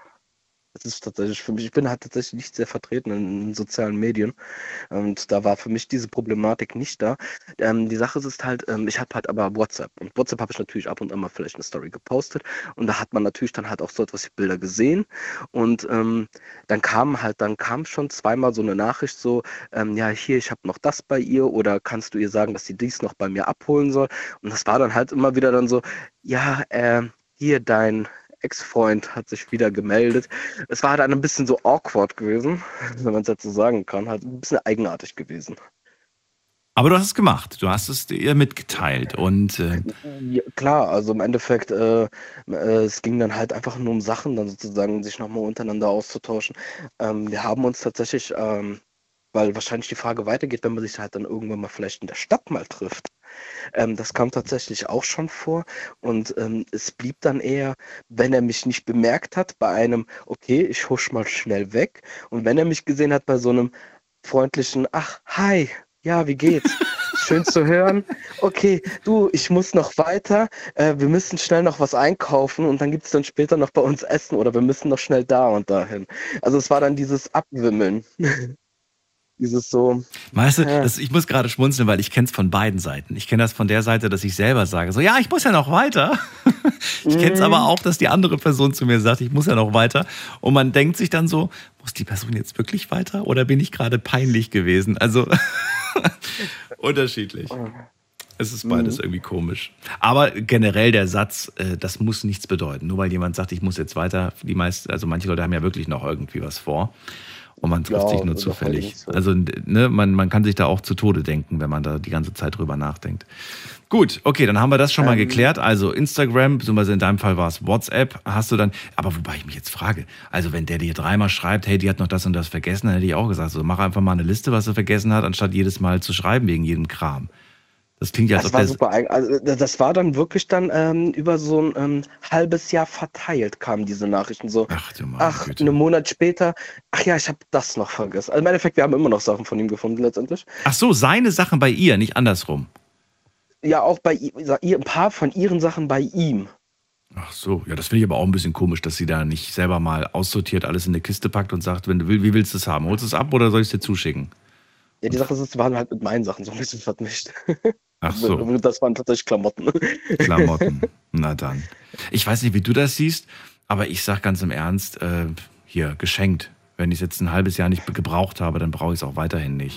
Das ist tatsächlich für mich, ich bin halt tatsächlich nicht sehr vertreten in, in sozialen Medien. Und da war für mich diese Problematik nicht da. Ähm, die Sache ist halt, ähm, ich habe halt aber WhatsApp. Und WhatsApp habe ich natürlich ab und an mal vielleicht eine Story gepostet. Und da hat man natürlich dann halt auch so etwas wie Bilder gesehen. Und ähm, dann kam halt, dann kam schon zweimal so eine Nachricht so, ähm, ja, hier, ich habe noch das bei ihr oder kannst du ihr sagen, dass sie dies noch bei mir abholen soll? Und das war dann halt immer wieder dann so, ja, äh, hier dein Ex-Freund hat sich wieder gemeldet. Es war dann ein bisschen so awkward gewesen, wenn man es jetzt so sagen kann, halt ein bisschen eigenartig gewesen. Aber du hast es gemacht, du hast es ihr mitgeteilt und äh, Ja, klar, also im Endeffekt, äh, äh, es ging dann halt einfach nur um Sachen, dann sozusagen sich nochmal untereinander auszutauschen. Ähm, wir haben uns tatsächlich, ähm, weil wahrscheinlich die Frage weitergeht, wenn man sich halt dann irgendwann mal vielleicht in der Stadt mal trifft. Ähm, das kam tatsächlich auch schon vor und ähm, es blieb dann eher, wenn er mich nicht bemerkt hat, bei einem, okay, ich husch mal schnell weg und wenn er mich gesehen hat bei so einem freundlichen, ach, hi, ja, wie geht's? Schön zu hören. Okay, du, ich muss noch weiter, äh, wir müssen schnell noch was einkaufen und dann gibt's dann später noch bei uns Essen oder wir müssen noch schnell da und dahin. Also es war dann dieses Abwimmeln. Dieses so. Weißt du, äh, das, ich muss gerade schmunzeln, weil ich kenne es von beiden Seiten. Ich kenne das von der Seite, dass ich selber sage, so, ja, ich muss ja noch weiter. Ich kenne es mm, aber auch, dass die andere Person zu mir sagt, ich muss ja noch weiter. Und man denkt sich dann so, muss die Person jetzt wirklich weiter oder bin ich gerade peinlich gewesen? Also unterschiedlich. Es ist beides mm. irgendwie komisch. Aber generell der Satz, äh, das muss nichts bedeuten. Nur weil jemand sagt, ich muss jetzt weiter, die meisten, also manche Leute haben ja wirklich noch irgendwie was vor. Und man trifft Ja, sich nur das zufällig. ist so. Also ne, man, man kann sich da auch zu Tode denken, wenn man da die ganze Zeit drüber nachdenkt. Gut, okay, dann haben wir das schon mal Ähm, geklärt. Also Instagram, beziehungsweise in deinem Fall war es WhatsApp, hast du dann, aber wobei ich mich jetzt frage, also wenn der dir dreimal schreibt, hey, die hat noch das und das vergessen, dann hätte ich auch gesagt, so mach einfach mal eine Liste, was er vergessen hat, anstatt jedes Mal zu schreiben wegen jedem Kram. Das klingt ja, als Das ob war der... super. eig- Also das das war dann wirklich dann ähm, über so ein ähm, halbes Jahr verteilt kamen diese Nachrichten so. Ach du meine Ach, Güte. einen Monat später. Ach ja, ich habe das noch vergessen. Also im Endeffekt, wir haben immer noch Sachen von ihm gefunden letztendlich. Ach so, seine Sachen bei ihr, nicht andersrum. Ja, auch bei i- ihr, ein paar von ihren Sachen bei ihm. Ach so, ja, das finde ich aber auch ein bisschen komisch, dass sie da nicht selber mal aussortiert, alles in eine Kiste packt und sagt, wenn du willst, wie willst du es haben? Holst du es ab oder soll ich es dir zuschicken? Ja, die Sache ist, es waren halt mit meinen Sachen so ein bisschen vermischt. Ach so, Das waren tatsächlich Klamotten. Klamotten. Na dann. Ich weiß nicht, wie du das siehst, aber ich sag ganz im Ernst, äh, hier, geschenkt. Wenn ich es jetzt ein halbes Jahr nicht gebraucht habe, dann brauche ich es auch weiterhin nicht.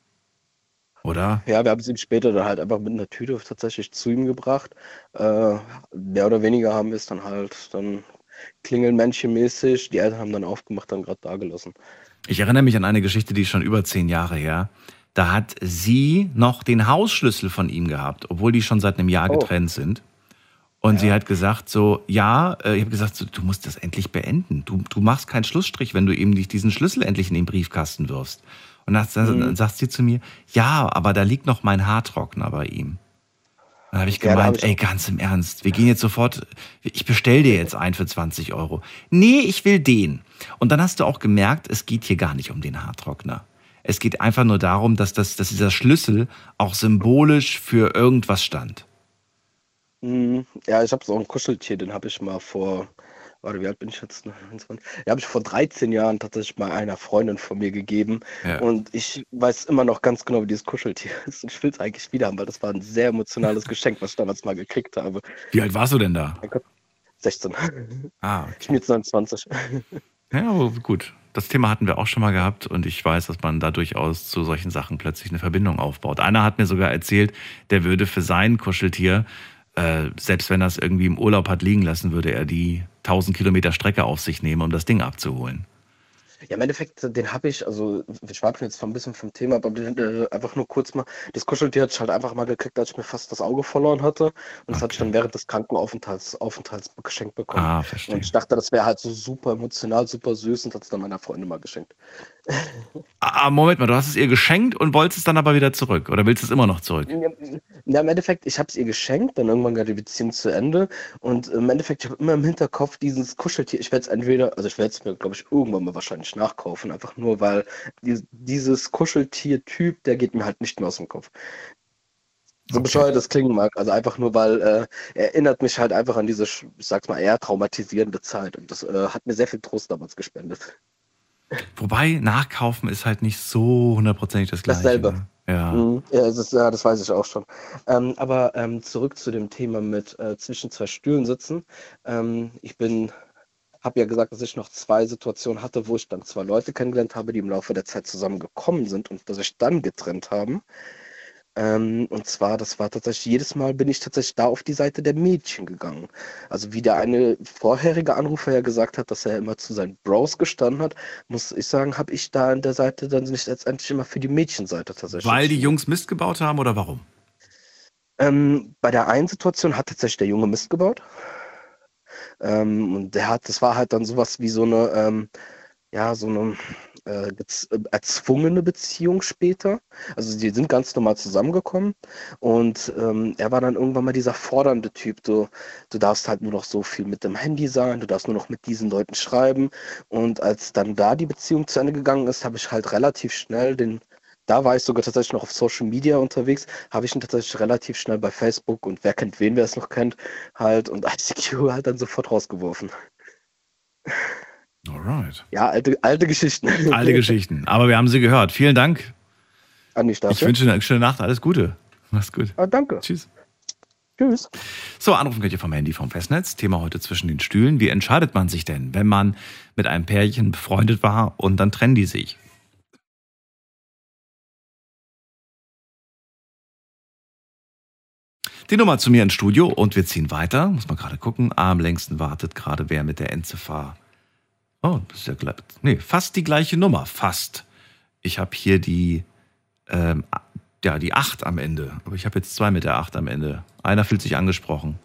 Oder? Ja, wir haben es ihm später dann halt einfach mit einer Tüte tatsächlich zu ihm gebracht. Äh, mehr oder weniger haben wir es dann halt dann klingelmännchenmäßig. Die Eltern haben dann aufgemacht, dann gerade da gelassen. Ich erinnere mich an eine Geschichte, die ist schon über zehn Jahre her. Da hat sie noch den Hausschlüssel von ihm gehabt, obwohl die schon seit einem Jahr Oh, getrennt sind. Und sie ja. hat gesagt so, ja, äh, ich habe gesagt, so, du musst das endlich beenden. Du, du machst keinen Schlussstrich, wenn du eben nicht diesen Schlüssel endlich in den Briefkasten wirfst. Und dann, dann Mhm. sagt sie zu mir, ja, aber da liegt noch mein Haartrockner bei ihm. Dann habe ich Ja, da habe gemeint, ich ey, auch. ganz im Ernst, wir gehen jetzt sofort, ich bestell dir jetzt einen für zwanzig Euro. Nee, ich will den. Und dann hast du auch gemerkt, es geht hier gar nicht um den Haartrockner. Es geht einfach nur darum, dass, das, dass dieser Schlüssel auch symbolisch für irgendwas stand. Mhm. Ja, ich habe so ein Kuscheltier, den habe ich mal vor, warte, wie alt bin ich jetzt? neunundzwanzig? Den habe ich vor dreizehn Jahren tatsächlich mal einer Freundin von mir gegeben. Ja. Und ich weiß immer noch ganz genau, wie dieses Kuscheltier ist. Und ich will es eigentlich wieder haben, weil das war ein sehr emotionales Geschenk, was ich damals mal gekriegt habe. Wie alt warst du denn da? Mein Gott, sechzehn. Ah, Ich bin jetzt neunundzwanzig. ja, aber gut. Das Thema hatten wir auch schon mal gehabt und ich weiß, dass man da durchaus zu solchen Sachen plötzlich eine Verbindung aufbaut. Einer hat mir sogar erzählt, der würde für sein Kuscheltier, äh, selbst wenn er es irgendwie im Urlaub hat liegen lassen, würde er die tausend Kilometer Strecke auf sich nehmen, um das Ding abzuholen. Ja, im Endeffekt, den habe ich, also wir schweifen jetzt ein bisschen vom Thema, aber äh, einfach nur kurz mal, das Kuscheltier hatte ich halt einfach mal gekriegt, als ich mir fast das Auge verloren hatte. Und das Okay. hatte ich dann während des Krankenaufenthalts Aufenthalts geschenkt bekommen. Ah, Und verstehe. ich dachte, das wäre halt so super emotional, super süß und hat es dann meiner Freundin mal geschenkt. Ah, Moment mal, du hast es ihr geschenkt und wolltest es dann aber wieder zurück. Oder willst du es immer noch zurück? Ja, ja, im Endeffekt, ich habe es ihr geschenkt, dann irgendwann war die Beziehung zu Ende. Und im Endeffekt, ich habe immer im Hinterkopf dieses Kuscheltier. Ich werde es entweder, also ich werde es mir, glaube ich, irgendwann mal wahrscheinlich nicht nachkaufen, einfach nur, weil die, dieses Kuscheltier-Typ, der geht mir halt nicht mehr aus dem Kopf. So Okay. bescheuert das klingen mag, also einfach nur, weil äh, er erinnert mich halt einfach an diese, ich sag's mal, eher traumatisierende Zeit und das äh, hat mir sehr viel Trost damals gespendet. Wobei, nachkaufen ist halt nicht so hundertprozentig das Gleiche. Dasselbe. Ne? Ja. Mhm. Ja, es ist, ja, das weiß ich auch schon. Ähm, aber ähm, zurück zu dem Thema mit äh, zwischen zwei Stühlen sitzen. Ähm, ich bin, habe ja gesagt, dass ich noch zwei Situationen hatte, wo ich dann zwei Leute kennengelernt habe, die im Laufe der Zeit zusammengekommen sind und dass sich dann getrennt haben. Ähm, und zwar, das war tatsächlich, jedes Mal bin ich tatsächlich da auf die Seite der Mädchen gegangen. Also wie der eine vorherige Anrufer ja gesagt hat, dass er immer zu seinen Bros gestanden hat, muss ich sagen, habe ich da an der Seite dann nicht letztendlich immer für die Mädchenseite tatsächlich. Weil die Jungs Mist gebaut haben oder warum? Ähm, bei der einen Situation hat tatsächlich der Junge Mist gebaut. Ähm, und der hat, das war halt dann sowas wie so eine, ähm, ja, so eine äh, gez- äh, erzwungene Beziehung später. Also die sind ganz normal zusammengekommen und ähm, er war dann irgendwann mal dieser fordernde Typ. Du, du darfst halt nur noch so viel mit dem Handy sein, du darfst nur noch mit diesen Leuten schreiben. Und als dann da die Beziehung zu Ende gegangen ist, habe ich halt relativ schnell den, da war ich sogar tatsächlich noch auf Social Media unterwegs, habe ich ihn tatsächlich relativ schnell bei Facebook und wer kennt wen, wer es noch kennt, halt und I C Q halt dann sofort rausgeworfen. Alright. Ja, alte, alte Geschichten. Alte Geschichten. Aber wir haben sie gehört. Vielen Dank. An die Ich Staffel. wünsche dir eine schöne Nacht. Alles Gute. Mach's gut. Ah, danke. Tschüss. Tschüss. So, anrufen könnt ihr vom Handy, vom Festnetz. Thema heute zwischen den Stühlen. Wie entscheidet man sich denn, wenn man mit einem Pärchen befreundet war und dann trennen die sich? Die Nummer zu mir ins Studio und wir ziehen weiter. Muss man gerade gucken. Am längsten wartet gerade wer mit der Endziffer. Oh, das ist ja gleich. Nee, fast die gleiche Nummer. Fast. Ich habe hier die, ähm, ja, die acht am Ende. Aber ich habe jetzt zwei mit der acht am Ende. Einer fühlt sich angesprochen.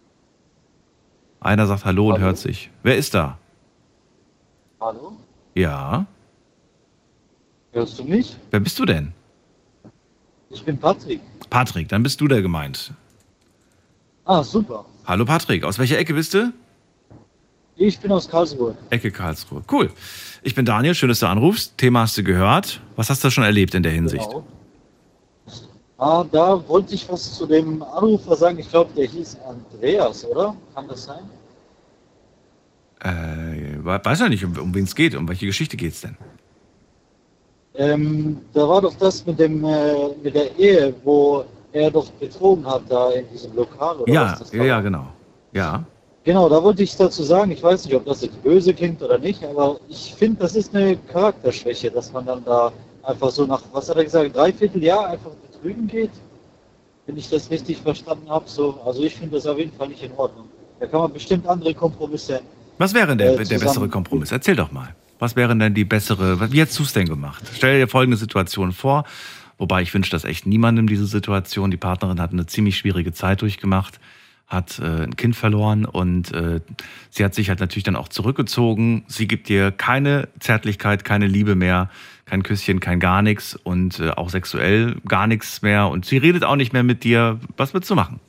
Einer sagt Hallo und Hallo? hört sich. Wer ist da? Hallo? Ja. Hörst du mich? Wer bist du denn? Ich bin Patrick. Patrick, dann bist du der gemeint. Ah, super. Hallo Patrick, aus welcher Ecke bist du? Ich bin aus Karlsruhe. Ecke Karlsruhe. Cool. Ich bin Daniel, schön, dass du anrufst. Thema hast du gehört. Was hast du schon erlebt in der Hinsicht? Genau. Ah, da wollte ich was zu dem Anrufer sagen. Ich glaube, der hieß Andreas, oder? Kann das sein? Äh, weiß ja nicht, um, um wen es geht. Um welche Geschichte geht es denn? Ähm, da war doch das mit dem äh, mit der Ehe, wo er doch betrogen hat da in diesem Lokal, oder Ja, was das ja, war. ja, genau. Ja. Genau, da wollte ich dazu sagen, ich weiß nicht, ob das jetzt böse klingt oder nicht, aber ich finde, das ist eine Charakterschwäche, dass man dann da einfach so nach, was hat er gesagt, dreiviertel Jahr einfach betrügen geht, wenn ich das richtig verstanden habe. So, also ich finde das auf jeden Fall nicht in Ordnung. Da kann man bestimmt andere Kompromisse. Was wäre denn der, Äh, der zusammen- bessere Kompromiss? Erzähl doch mal. Was wäre denn die bessere, wie hättest du es denn gemacht? Stell dir folgende Situation vor, wobei ich wünsche das echt niemandem, diese Situation. Die Partnerin hat eine ziemlich schwierige Zeit durchgemacht, hat äh, ein Kind verloren und äh, sie hat sich halt natürlich dann auch zurückgezogen. Sie gibt dir keine Zärtlichkeit, keine Liebe mehr, kein Küsschen, kein gar nichts und äh, auch sexuell gar nichts mehr und sie redet auch nicht mehr mit dir. Was würdest du machen?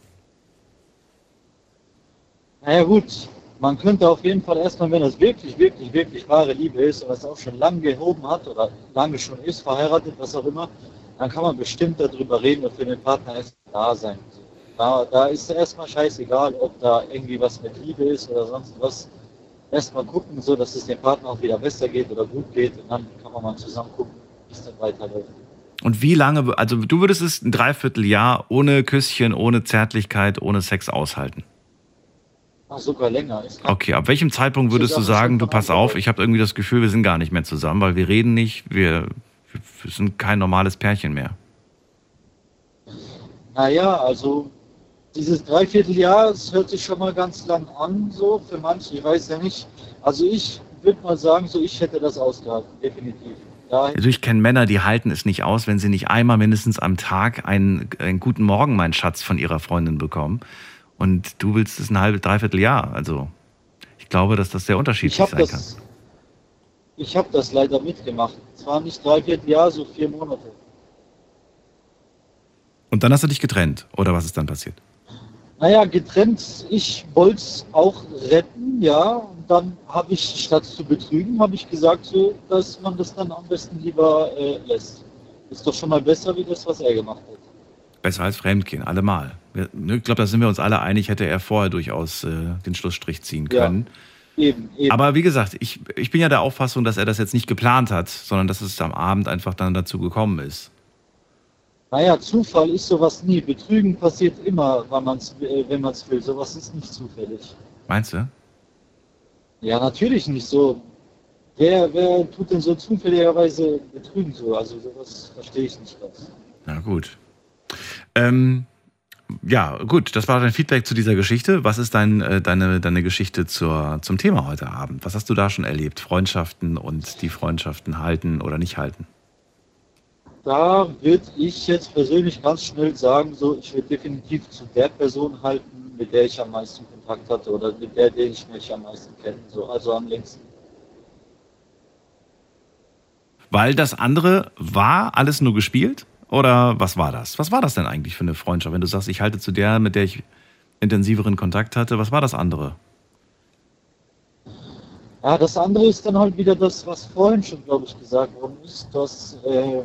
Naja gut, man könnte auf jeden Fall erstmal, wenn das wirklich, wirklich, wirklich wahre Liebe ist und das auch schon lange gehoben hat oder lange schon ist, verheiratet, was auch immer, dann kann man bestimmt darüber reden und für den Partner erst da sein. Da, da ist erstmal scheißegal, ob da irgendwie was mit Liebe ist oder sonst was. Erstmal gucken, so dass es dem Partner auch wieder besser geht oder gut geht und dann kann man mal zusammen gucken, wie es dann weiterläuft. Und wie lange, also du würdest es ein Dreivierteljahr ohne Küsschen, ohne Zärtlichkeit, ohne Sex aushalten? Ach, sogar länger. Ist Okay, ab welchem Zeitpunkt würdest du sagen, du pass auf, ich habe irgendwie das Gefühl, wir sind gar nicht mehr zusammen, weil wir reden nicht, wir, wir sind kein normales Pärchen mehr. Naja, also dieses Dreivierteljahr, das hört sich schon mal ganz lang an, so für manche, ich weiß ja nicht. Also ich würde mal sagen, so ich hätte das ausgehalten, definitiv. Da Also ich kenne Männer, die halten es nicht aus, wenn sie nicht einmal mindestens am Tag einen, einen guten Morgen, mein Schatz, von ihrer Freundin bekommen. Und du willst es ein halbes, dreiviertel Jahr. Also ich glaube, dass das sehr unterschiedlich ich habe sein das, kann. ich habe das leider mitgemacht. Zwar nicht Dreivierteljahr, so vier Monate. Und dann hast du dich getrennt. Oder was ist dann passiert? Naja, getrennt, ich wollte es auch retten, ja. Und dann habe ich, statt zu betrügen, habe ich gesagt, so, dass man das dann am besten lieber äh, lässt. Ist doch schon mal besser, wie das, was er gemacht hat. Besser als Fremdgehen, allemal. Ich glaube, da sind wir uns alle einig, hätte er vorher durchaus äh, den Schlussstrich ziehen können. Ja, eben, eben. Aber wie gesagt, ich, ich bin ja der Auffassung, dass er das jetzt nicht geplant hat, sondern dass es am Abend einfach dann dazu gekommen ist. Naja, Zufall ist sowas nie. Betrügen passiert immer, wenn man es wenn man's will. Sowas ist nicht zufällig. Meinst du? Ja, natürlich nicht so. Wer, wer tut denn so zufälligerweise betrügen so? Also sowas verstehe ich nicht ganz. Na gut. Ähm, ja, gut, das war dein Feedback zu dieser Geschichte. Was ist dein, äh, deine, deine Geschichte zur, zum Thema heute Abend? Was hast du da schon erlebt? Freundschaften und die Freundschaften halten oder nicht halten? Da würde ich jetzt persönlich ganz schnell sagen, so ich würde definitiv zu der Person halten, mit der ich am meisten Kontakt hatte oder mit der, den ich mich am meisten kenne, so, also am längsten. Weil das andere war alles nur gespielt? Oder was war das? Was war das denn eigentlich für eine Freundschaft? Wenn du sagst, ich halte zu der, mit der ich intensiveren Kontakt hatte, was war das andere? Ja, das andere ist dann halt wieder das, was vorhin schon, glaube ich, gesagt worden ist, dass ähm,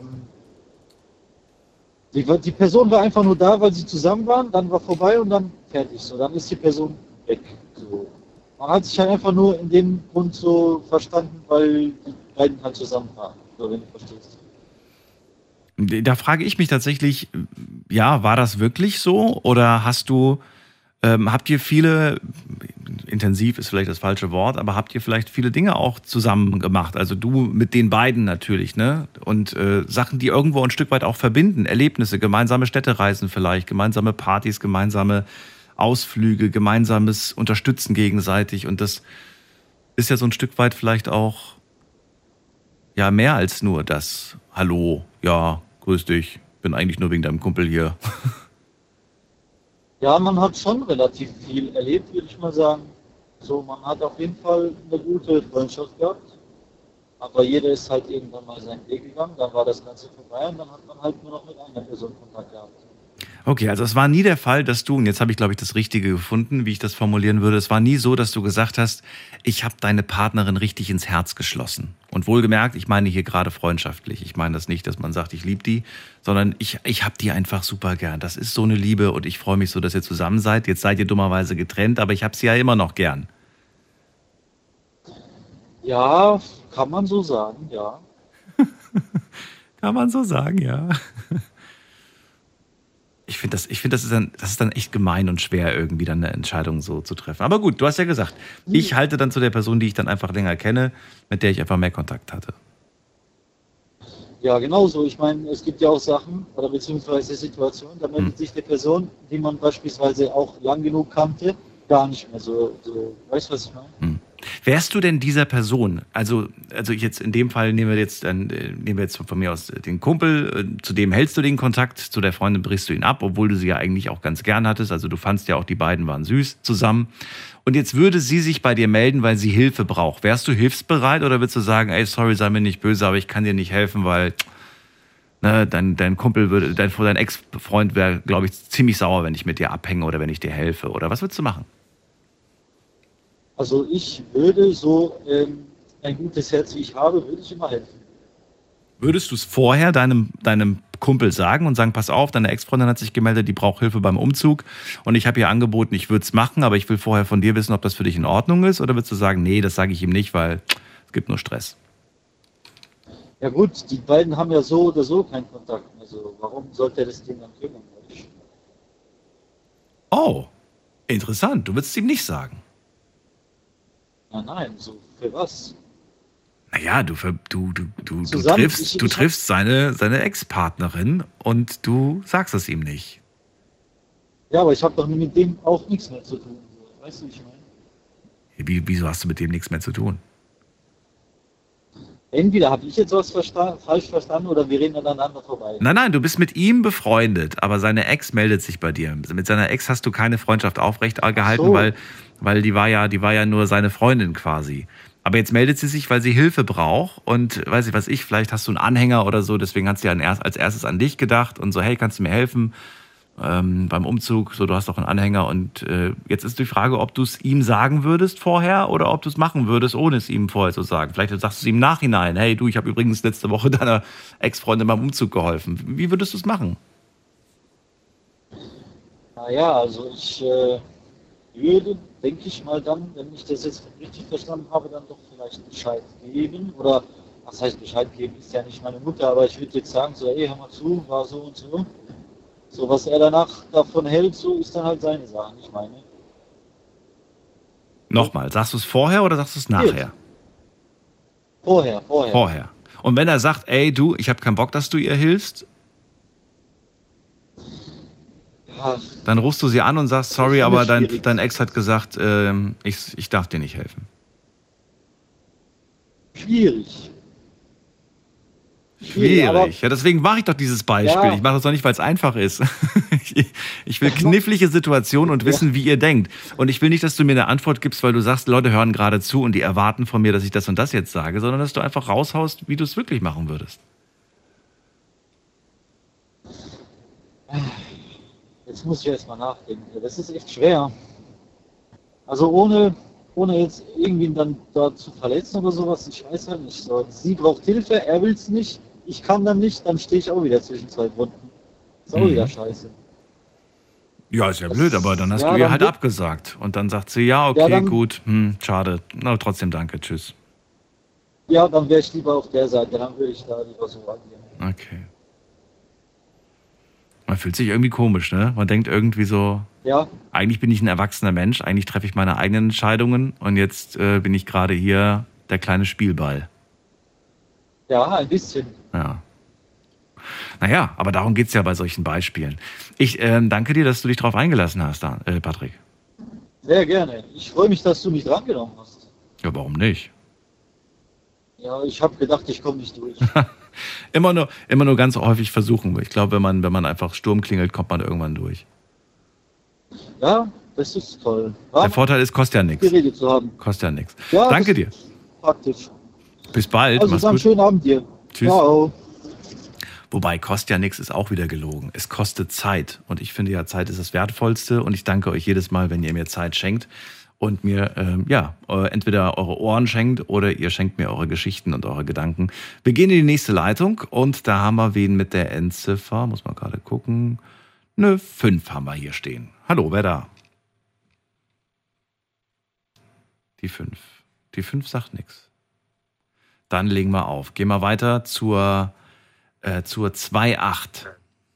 die, die Person war einfach nur da, weil sie zusammen waren, dann war vorbei und dann fertig. So, dann ist die Person weg. So. Man hat sich halt einfach nur in dem Grund so verstanden, weil die beiden halt zusammen waren, so, wenn du verstehst. Da frage ich mich tatsächlich, ja, war das wirklich so? Oder hast du, ähm, habt ihr viele, intensiv ist vielleicht das falsche Wort, aber habt ihr vielleicht viele Dinge auch zusammen gemacht? Also du mit den beiden natürlich, ne? Und äh, Sachen, die irgendwo ein Stück weit auch verbinden, Erlebnisse, gemeinsame Städtereisen vielleicht, gemeinsame Partys, gemeinsame Ausflüge, gemeinsames Unterstützen gegenseitig. Und das ist ja so ein Stück weit vielleicht auch, ja, mehr als nur das Hallo, ja, grüß dich, bin eigentlich nur wegen deinem Kumpel hier. Ja, man hat schon relativ viel erlebt, würde ich mal sagen. So, man hat auf jeden Fall eine gute Freundschaft gehabt. Aber jeder ist halt irgendwann mal seinen Weg gegangen, dann war das Ganze vorbei und dann hat man halt nur noch mit einer Person Kontakt gehabt. Okay, also es war nie der Fall, dass du, und jetzt habe ich, glaube ich, das Richtige gefunden, wie ich das formulieren würde, es war nie so, dass du gesagt hast, ich habe deine Partnerin richtig ins Herz geschlossen. Und wohlgemerkt, ich meine hier gerade freundschaftlich. Ich meine das nicht, dass man sagt, ich liebe die, sondern ich, ich habe die einfach super gern. Das ist so eine Liebe und ich freue mich so, dass ihr zusammen seid. Jetzt seid ihr dummerweise getrennt, aber ich habe sie ja immer noch gern. Ja, kann man so sagen, ja. Kann man so sagen, ja. Ich finde, das, ich find, das, ist dann, das ist dann echt gemein und schwer, irgendwie dann eine Entscheidung so zu treffen. Aber gut, du hast ja gesagt, ich halte dann zu der Person, die ich dann einfach länger kenne, mit der ich einfach mehr Kontakt hatte. Ja, genau so. Ich meine, es gibt ja auch Sachen oder beziehungsweise Situationen, da meldet hm. sich die Person, die man beispielsweise auch lang genug kannte, gar nicht mehr so. so. Weißt du, was ich meine? Hm. Wärst du denn dieser Person, also, also jetzt in dem Fall nehmen wir jetzt, dann, nehmen wir jetzt von mir aus den Kumpel, zu dem hältst du den Kontakt, zu der Freundin brichst du ihn ab, obwohl du sie ja eigentlich auch ganz gern hattest, also du fandst ja auch, die beiden waren süß zusammen. Und jetzt würde sie sich bei dir melden, weil sie Hilfe braucht. Wärst du hilfsbereit oder würdest du sagen, ey, sorry, sei mir nicht böse, aber ich kann dir nicht helfen, weil ne, dein, dein Kumpel würde, dein, dein Ex-Freund wäre, glaube ich, ziemlich sauer, wenn ich mit dir abhänge oder wenn ich dir helfe, oder was würdest du machen? Also ich würde so ähm, ein gutes Herz, wie ich habe, würde ich immer helfen. Würdest du es vorher deinem, deinem Kumpel sagen und sagen, pass auf, deine Ex-Freundin hat sich gemeldet, die braucht Hilfe beim Umzug und ich habe ihr angeboten, ich würde es machen, aber ich will vorher von dir wissen, ob das für dich in Ordnung ist, oder würdest du sagen, nee, das sage ich ihm nicht, weil es gibt nur Stress? Ja gut, die beiden haben ja so oder so keinen Kontakt mehr, so. Warum sollte er das Ding dann kümmern? Oh, interessant, du würdest es ihm nicht sagen. Nein, nein, so für was? Naja, du, du, du, du, du Zusammen, triffst, ich, du ich triffst seine, seine Ex-Partnerin und du sagst es ihm nicht. Ja, aber ich habe doch mit dem auch nichts mehr zu tun. Weißt du, wie ich meine? Wie, wieso hast du mit dem nichts mehr zu tun? Entweder habe ich jetzt was versta- falsch verstanden oder wir reden aneinander vorbei. Nein, nein, du bist mit ihm befreundet, aber seine Ex meldet sich bei dir. Mit seiner Ex hast du keine Freundschaft aufrechterhalten, so. weil, weil die war ja, die war ja nur seine Freundin quasi. Aber jetzt meldet sie sich, weil sie Hilfe braucht und weiß ich was ich, vielleicht hast du einen Anhänger oder so, deswegen hat sie ja als erstes an dich gedacht und so, hey, kannst du mir helfen? ähm, beim Umzug, so du hast doch einen Anhänger und äh, jetzt ist die Frage, ob du es ihm sagen würdest vorher oder ob du es machen würdest, ohne es ihm vorher zu sagen. Vielleicht sagst du es ihm im Nachhinein, hey du, ich habe übrigens letzte Woche deiner Ex-Freundin beim Umzug geholfen. Wie würdest du es machen? Naja, also ich äh, würde, denke ich mal dann, wenn ich das jetzt richtig verstanden habe, dann doch vielleicht Bescheid geben. Oder, was heißt Bescheid geben, ist ja nicht meine Mutter, aber ich würde jetzt sagen, so, ey, hör mal zu, war so und so. So, was er danach davon hält, so ist dann halt seine Sache, nicht meine. Nochmal, sagst du es vorher oder sagst du es nachher? Vorher, vorher. Vorher. Und wenn er sagt, ey du, ich habe keinen Bock, dass du ihr hilfst, Ja, dann rufst du sie an und sagst, sorry, aber dein, schwierig. dein Ex hat gesagt, ähm, ich, ich darf dir nicht helfen. schwierig. Schwierig. Ja, deswegen mache ich doch dieses Beispiel. Ja. Ich mache das doch nicht, weil es einfach ist. Ich, ich will knifflige Situationen und wissen, wie ihr denkt. Und ich will nicht, dass du mir eine Antwort gibst, weil du sagst, Leute hören gerade zu und die erwarten von mir, dass ich das und das jetzt sage, sondern dass du einfach raushaust, wie du es wirklich machen würdest. Jetzt muss ich erst mal nachdenken. Das ist echt schwer. Also ohne, ohne jetzt irgendwie dann da zu verletzen oder sowas, ich weiß halt nicht. So, sie braucht Hilfe, er will es nicht, ich kann dann nicht, dann stehe ich auch wieder zwischen zwei Fronten. Ist auch Mhm. wieder scheiße. Ja, ist ja blöd, aber dann hast ja, du ihr dann halt wird- abgesagt. Und dann sagt sie, ja, okay, Ja, dann- gut, hm, schade. Na, trotzdem danke, tschüss. Ja, dann wäre ich lieber auf der Seite, dann würde ich da lieber so agieren. Okay. Man fühlt sich irgendwie komisch, ne? Man denkt irgendwie so, Ja, eigentlich bin ich ein erwachsener Mensch, eigentlich treffe ich meine eigenen Entscheidungen und jetzt äh, bin ich gerade hier der kleine Spielball. ja, ein bisschen. Ja. Naja, aber darum geht's ja bei solchen Beispielen. Ich ähm, danke dir, dass du dich darauf eingelassen hast, Dan- äh, Patrick. Sehr gerne. Ich freue mich, dass du mich drangenommen hast. Ja, warum nicht? Ja, ich habe gedacht, ich komme nicht durch. Immer nur, immer nur ganz häufig versuchen. Ich glaube, wenn man, wenn man einfach Sturm klingelt, kommt man irgendwann durch. Ja, das ist toll. Der War Vorteil ist, kostet ja nichts. geredet zu haben. Kostet ja nichts. Ja, Danke das dir. ist Praktisch. Bis bald. Also Mach's dann gut. schönen Abend dir. Tschüss. Ciao. Wobei, kostet ja nichts ist auch wieder gelogen. Es kostet Zeit. Und ich finde ja, Zeit ist das Wertvollste. Und ich danke euch jedes Mal, wenn ihr mir Zeit schenkt und mir, ähm, ja, äh, entweder eure Ohren schenkt oder ihr schenkt mir eure Geschichten und eure Gedanken. Wir gehen in die nächste Leitung und da haben wir wen mit der Endziffer. Muss man gerade gucken. Ne, fünf haben wir hier stehen. Hallo, wer da? Die fünf. Die fünf sagt nichts. Dann legen wir auf. Gehen wir weiter zur Äh, zur zwei acht.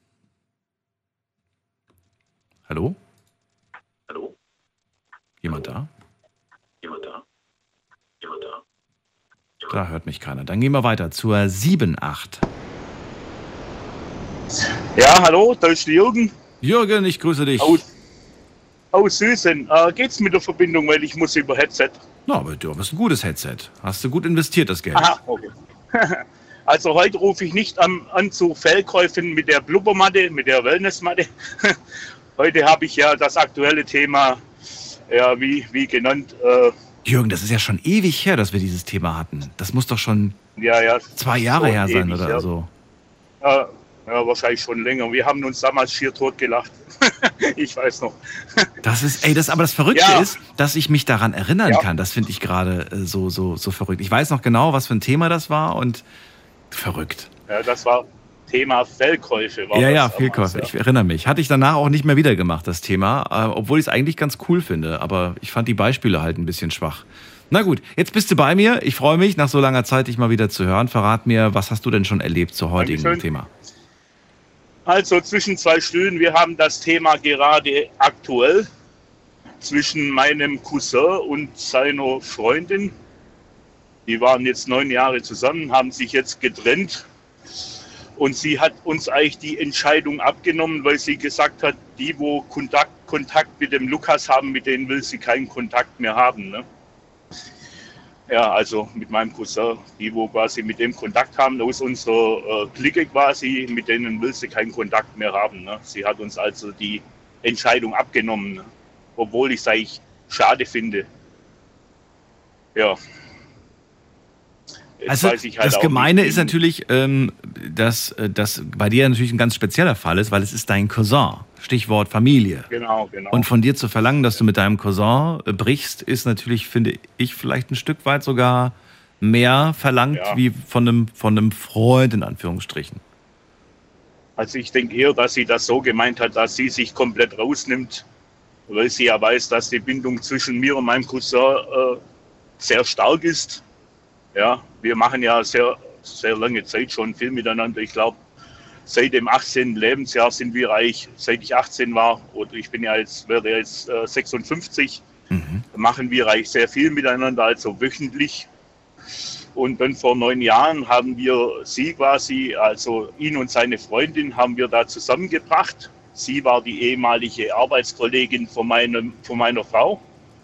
Hallo? Hallo? Jemand da? Jemand da? Jemand da? Da hört mich keiner. Dann gehen wir weiter zur sieben acht. Ja, hallo, da ist Jürgen Jürgen, ich grüße dich. aus, aus Süßen. Äh, geht's mit der Verbindung, weil ich muss über Headset. Na, aber du hast ein gutes Headset. Hast du gut investiert, das Geld. Aha, okay. Also heute rufe ich nicht an, an zu Fellkäufen mit der Blubbermatte, mit der Wellnessmatte. Heute habe ich ja das aktuelle Thema, ja, wie, wie genannt. Äh, Jürgen, das ist ja schon ewig her, dass wir dieses Thema hatten. Das muss doch schon ja, ja, zwei Jahre schon her sein ewig, oder ja. so. Äh, ja, wahrscheinlich schon länger. Wir haben uns damals schier tot gelacht. Ich weiß noch. Das ist, ey, das, aber das Verrückte Ja. ist, dass ich mich daran erinnern Ja. kann. Das finde ich gerade äh, so, so, so verrückt. Ich weiß noch genau, was für ein Thema das war und verrückt. Ja, das war Thema Fellkäufe. War Ja, das ja, damals, Fehlkäufe. ja. Ich erinnere mich. Hatte ich danach auch nicht mehr wieder gemacht, das Thema, äh, obwohl ich es eigentlich ganz cool finde. Aber ich fand die Beispiele halt ein bisschen schwach. Na gut, jetzt bist du bei mir. Ich freue mich, nach so langer Zeit dich mal wieder zu hören. Verrat mir, was hast du denn schon erlebt zu heutigen Dankeschön. Thema? Also zwischen zwei Stühlen, wir haben das Thema gerade aktuell zwischen meinem Cousin und seiner Freundin. Die waren jetzt neun Jahre zusammen, haben sich jetzt getrennt. Und sie hat uns eigentlich die Entscheidung abgenommen, weil sie gesagt hat, die, wo Kontakt, Kontakt mit dem Lukas haben, mit denen will sie keinen Kontakt mehr haben. Ne? Ja, also mit meinem Cousin, die, wo quasi mit dem Kontakt haben, aus unserer äh, Clique quasi, mit denen will sie keinen Kontakt mehr haben. Ne? Sie hat uns also die Entscheidung abgenommen, ne? Obwohl ich es eigentlich schade finde. Ja. Jetzt Also weiß ich halt das auch Gemeine nicht, ist natürlich, ähm, dass das bei dir natürlich ein ganz spezieller Fall ist, weil es ist dein Cousin. Stichwort Familie. Genau, genau. Und von dir zu verlangen, dass du mit deinem Cousin äh, brichst, ist natürlich, finde ich, vielleicht ein Stück weit sogar mehr verlangt Ja. wie von einem, von einem Freund, in Anführungsstrichen. Also ich denke eher, dass sie das so gemeint hat, dass sie sich komplett rausnimmt, weil sie ja weiß, dass die Bindung zwischen mir und meinem Cousin äh, sehr stark ist. Ja, wir machen ja sehr, sehr lange Zeit schon viel miteinander. Ich glaube, seit dem achtzehnten Lebensjahr sind wir eigentlich, seit ich achtzehn war, oder ich bin ja jetzt, werde jetzt äh, sechsundfünfzig, Mhm. machen wir eigentlich sehr viel miteinander, also wöchentlich. Und dann vor neun Jahren haben wir sie quasi, also ihn und seine Freundin, haben wir da zusammengebracht. Sie war die ehemalige Arbeitskollegin von, meinem, von meiner Frau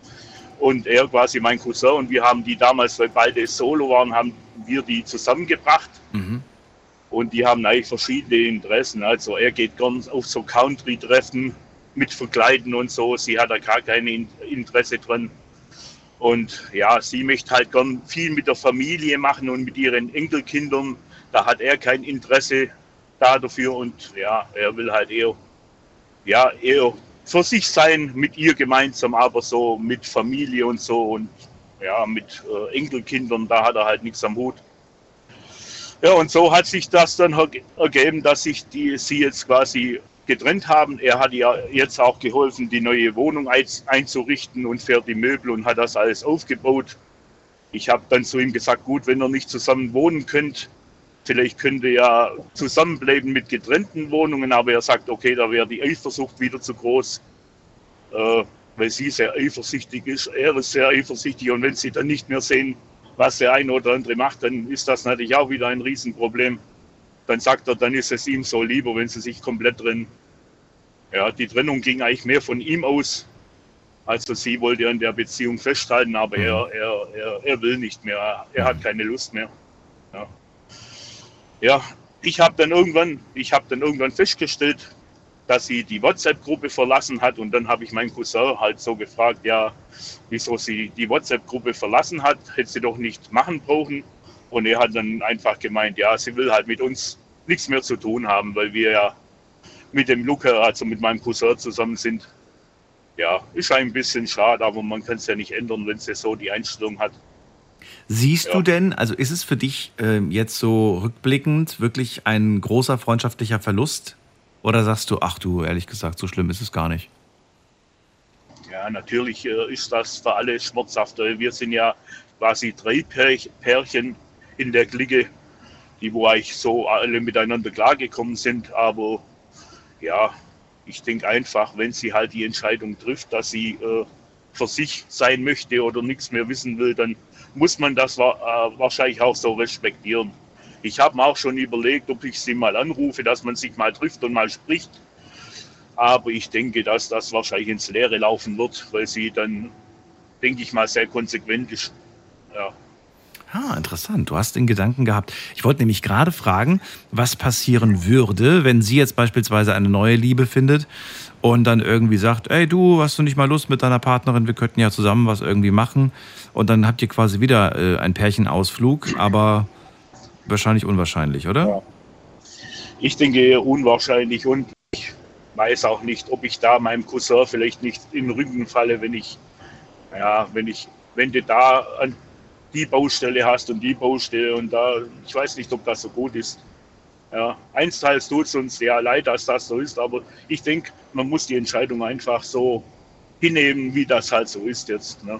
und er quasi mein Cousin. Und wir haben die damals, weil beide solo waren, haben wir die zusammengebracht. Mhm. Und die haben eigentlich verschiedene Interessen. Also er geht gern auf so Country-Treffen mit Verkleiden und so. Sie hat da gar kein In- Interesse dran. Und ja, sie möchte halt gern viel mit der Familie machen und mit ihren Enkelkindern. Da hat er kein Interesse da dafür. Und ja, er will halt eher, ja, eher für sich sein, mit ihr gemeinsam, aber so mit Familie und so. Und ja, mit äh, Enkelkindern, da hat er halt nichts am Hut. Ja, und so hat sich das dann erge- ergeben, dass sich die, sie jetzt quasi getrennt haben. Er hat ja jetzt auch geholfen, die neue Wohnung einz- einzurichten und fährt die Möbel und hat das alles aufgebaut. Ich habe dann zu ihm gesagt, gut, wenn ihr nicht zusammen wohnen könnt, vielleicht könnt ihr ja zusammenbleiben mit getrennten Wohnungen, aber er sagt, okay, da wäre die Eifersucht wieder zu groß, äh, weil sie sehr eifersüchtig ist. Er ist sehr eifersüchtig und wenn sie dann nicht mehr sehen, was der eine oder andere macht, dann ist das natürlich auch wieder ein Riesenproblem. Dann sagt er, dann ist es ihm so lieber, wenn sie sich komplett trennen. Ja, die Trennung ging eigentlich mehr von ihm aus. Also sie wollte an der Beziehung festhalten, aber er, er, er, er will nicht mehr. Er hat keine Lust mehr. Ja, ja ich habe dann irgendwann, ich habe dann irgendwann festgestellt, dass sie die WhatsApp-Gruppe verlassen hat und dann habe ich meinen Cousin halt so gefragt, ja, wieso sie die WhatsApp-Gruppe verlassen hat, hätte sie doch nicht machen brauchen. Und er hat dann einfach gemeint, ja, sie will halt mit uns nichts mehr zu tun haben, weil wir ja mit dem Luca, also mit meinem Cousin zusammen sind. Ja, ist ein bisschen schade, aber man kann es ja nicht ändern, wenn sie so die Einstellung hat. Siehst Ja. du denn, also ist es für dich äh, jetzt so rückblickend wirklich ein großer freundschaftlicher Verlust? Oder sagst du, ach du, ehrlich gesagt, so schlimm ist es gar nicht? Ja, natürlich äh, ist das für alle schmerzhaft. Wir sind ja quasi drei Pärch- Pärchen in der Clique, die wo eigentlich so alle miteinander klargekommen sind. Aber ja, ich denke einfach, wenn sie halt die Entscheidung trifft, dass sie äh, für sich sein möchte oder nichts mehr wissen will, dann muss man das wa- äh, wahrscheinlich auch so respektieren. Ich habe mir auch schon überlegt, ob ich sie mal anrufe, dass man sich mal trifft und mal spricht. Aber ich denke, dass das wahrscheinlich ins Leere laufen wird, weil sie dann, denke ich mal, sehr konsequent ist. Ja. Ah, interessant. Du hast den Gedanken gehabt. Ich wollte nämlich gerade fragen, was passieren würde, wenn sie jetzt beispielsweise eine neue Liebe findet und dann irgendwie sagt, ey du, hast du nicht mal Lust mit deiner Partnerin, wir könnten ja zusammen was irgendwie machen. Und dann habt ihr quasi wieder äh, ein Pärchenausflug, aber wahrscheinlich unwahrscheinlich, oder? Ja. Ich denke eher unwahrscheinlich und ich weiß auch nicht, ob ich da meinem Cousin vielleicht nicht in den Rücken falle, wenn ich, ja, wenn ich, wenn du da an die Baustelle hast und die Baustelle und da, ich weiß nicht, ob das so gut ist. Ja, einsteils tut es uns ja leid, dass das so ist, aber ich denke, man muss die Entscheidung einfach so hinnehmen, wie das halt so ist jetzt. Ne?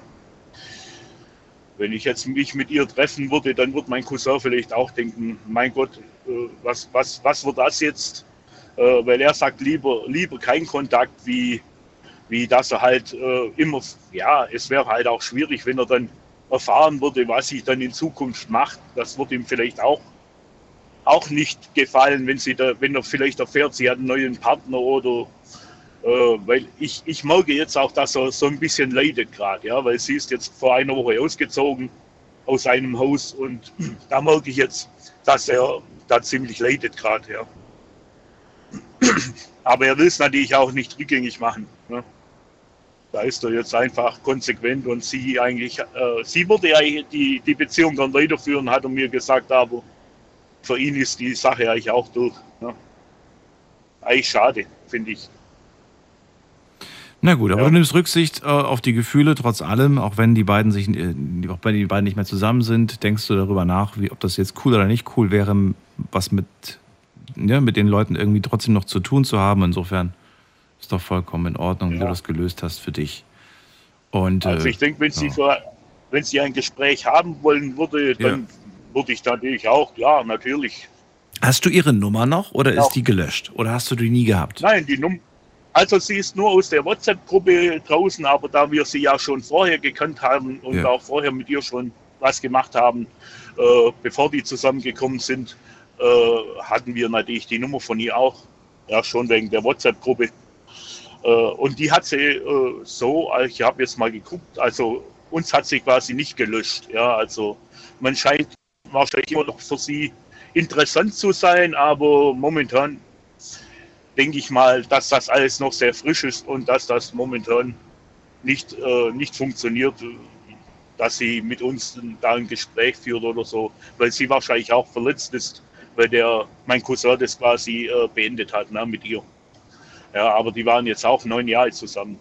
Wenn ich jetzt mich mit ihr treffen würde, dann wird mein Cousin vielleicht auch denken, mein Gott, äh, was, was, was wird das jetzt? Äh, weil er sagt lieber, lieber kein Kontakt, wie, wie dass er halt äh, immer, ja, es wäre halt auch schwierig, wenn er dann erfahren würde, was ich dann in Zukunft mache. Das wird ihm vielleicht auch, auch nicht gefallen, wenn, sie da, wenn er vielleicht erfährt, sie hat einen neuen Partner oder äh, weil ich, ich merke jetzt auch, dass er so ein bisschen leidet gerade, ja, weil sie ist jetzt vor einer Woche ausgezogen aus seinem Haus und da merke ich jetzt, dass er da ziemlich leidet gerade, ja. Aber er will es natürlich auch nicht rückgängig machen. Ne? Da ist er jetzt einfach konsequent und sie eigentlich, äh, sie würde ja die, die Beziehung dann weiterführen, hat er mir gesagt, aber für ihn ist die Sache eigentlich auch durch. Ne? Eigentlich schade, finde ich. Na gut, aber Ja. du nimmst Rücksicht äh, auf die Gefühle trotz allem, auch wenn die beiden sich, äh, auch wenn die beiden nicht mehr zusammen sind, denkst du darüber nach, wie, ob das jetzt cool oder nicht cool wäre, was mit, ja, mit den Leuten irgendwie trotzdem noch zu tun zu haben. Insofern ist doch vollkommen in Ordnung, wie Ja. du das gelöst hast für dich. Und, Also äh, ich denke, wenn Sie ja. für, wenn Sie ein Gespräch haben wollen würde, dann würde ich natürlich auch, ja, natürlich. Hast du ihre Nummer noch oder Ja. ist die gelöscht? Oder hast du die nie gehabt? Nein, die Nummer. Also sie ist nur aus der WhatsApp-Gruppe draußen, aber da wir sie ja schon vorher gekannt haben und Ja. auch vorher mit ihr schon was gemacht haben, äh, bevor die zusammengekommen sind, äh, hatten wir natürlich die Nummer von ihr auch, ja schon wegen der WhatsApp-Gruppe. Äh, und die hat sie äh, so, ich habe jetzt mal geguckt, also uns hat sie quasi nicht gelöscht. Ja, also man scheint wahrscheinlich immer noch für sie interessant zu sein, aber momentan denke ich mal, dass das alles noch sehr frisch ist und dass das momentan nicht, äh, nicht funktioniert, dass sie mit uns da ein Gespräch führt oder so, weil sie wahrscheinlich auch verletzt ist, weil der mein Cousin das quasi äh, beendet hat, ne, mit ihr. Ja, aber die waren jetzt auch neun Jahre zusammen.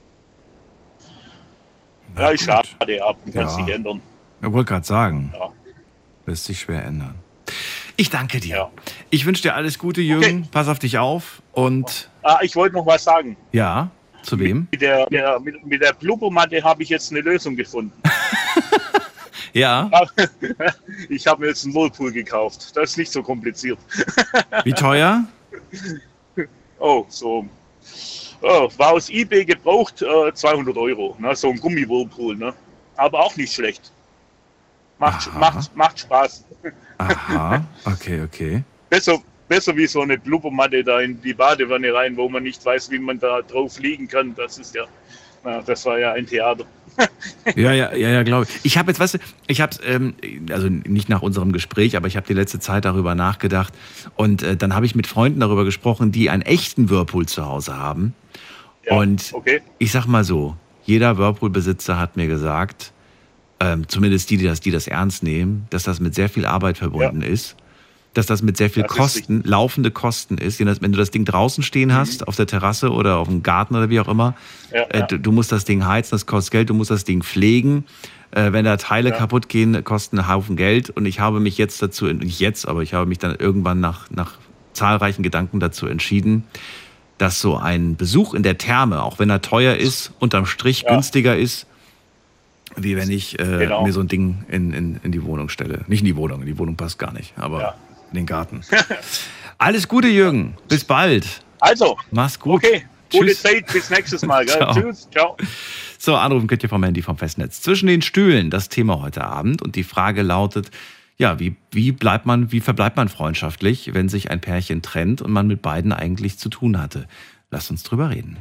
Na Ja, ist gut. schade, aber kann Ja. sich ändern. Ich wollte gerade sagen, Ja. lässt sich schwer ändern. Ich danke dir. Ja. Ich wünsche dir alles Gute, Jürgen. Okay. Pass auf dich auf. Und Ah, ich wollte noch was sagen. ja, zu wem? Mit der, der, mit, mit der Blubbermatte habe ich jetzt eine Lösung gefunden. Ja, Ich habe mir jetzt einen Whirlpool gekauft. Das ist nicht so kompliziert. wie teuer? Oh, so. Oh, war aus eBay gebraucht, äh, zweihundert Euro. Ne? So ein Gummi-Whirlpool. Ne? Aber auch nicht schlecht. Macht, Aha. macht, macht Spaß. Aha, okay, okay. Besser, besser wie so eine Blubbermatte da in die Badewanne rein, wo man nicht weiß, wie man da drauf liegen kann. Das ist ja, na, das war ja ein Theater. Ja, ja, ja, ja, glaube ich. Ich habe jetzt, weißt du, ich habe, ähm, also nicht nach unserem Gespräch, aber ich habe die letzte Zeit darüber nachgedacht und äh, dann habe ich mit Freunden darüber gesprochen, die einen echten Whirlpool zu Hause haben. Ja, Und okay. ich sag mal so, jeder Whirlpool-Besitzer hat mir gesagt, ähm, zumindest die, die das, die das ernst nehmen, dass das mit sehr viel Arbeit verbunden ist, dass das mit sehr viel Das ist Kosten, laufende Kosten ist. Je nach- Wenn du das Ding draußen stehen hast, auf der Terrasse oder auf dem Garten oder wie auch immer, Ja, äh, ja. du, du musst das Ding heizen, das kostet Geld, du musst das Ding pflegen. Äh, wenn da Teile Ja. kaputt gehen, kosten einen Haufen Geld. Und ich habe mich jetzt dazu, nicht jetzt, aber ich habe mich dann irgendwann nach, nach zahlreichen Gedanken dazu entschieden, dass so ein Besuch in der Therme, auch wenn er teuer ist, unterm Strich Ja. günstiger ist, wie wenn ich äh, Genau. mir so ein Ding in, in, in die Wohnung stelle. Nicht in die Wohnung, in die Wohnung passt gar nicht, aber Ja. in den Garten. Alles Gute, Jürgen. Bis bald. Also, Mach's gut. okay. Gute Tschüss. Zeit. Bis nächstes Mal. Gell? Ciao. Tschüss. Ciao. So, anrufen könnt ihr vom Handy vom Festnetz. Zwischen den Stühlen, das Thema heute Abend. Und die Frage lautet, ja, wie, wie bleibt man, wie verbleibt man freundschaftlich, wenn sich ein Pärchen trennt und man mit beiden eigentlich zu tun hatte? Lasst uns drüber reden.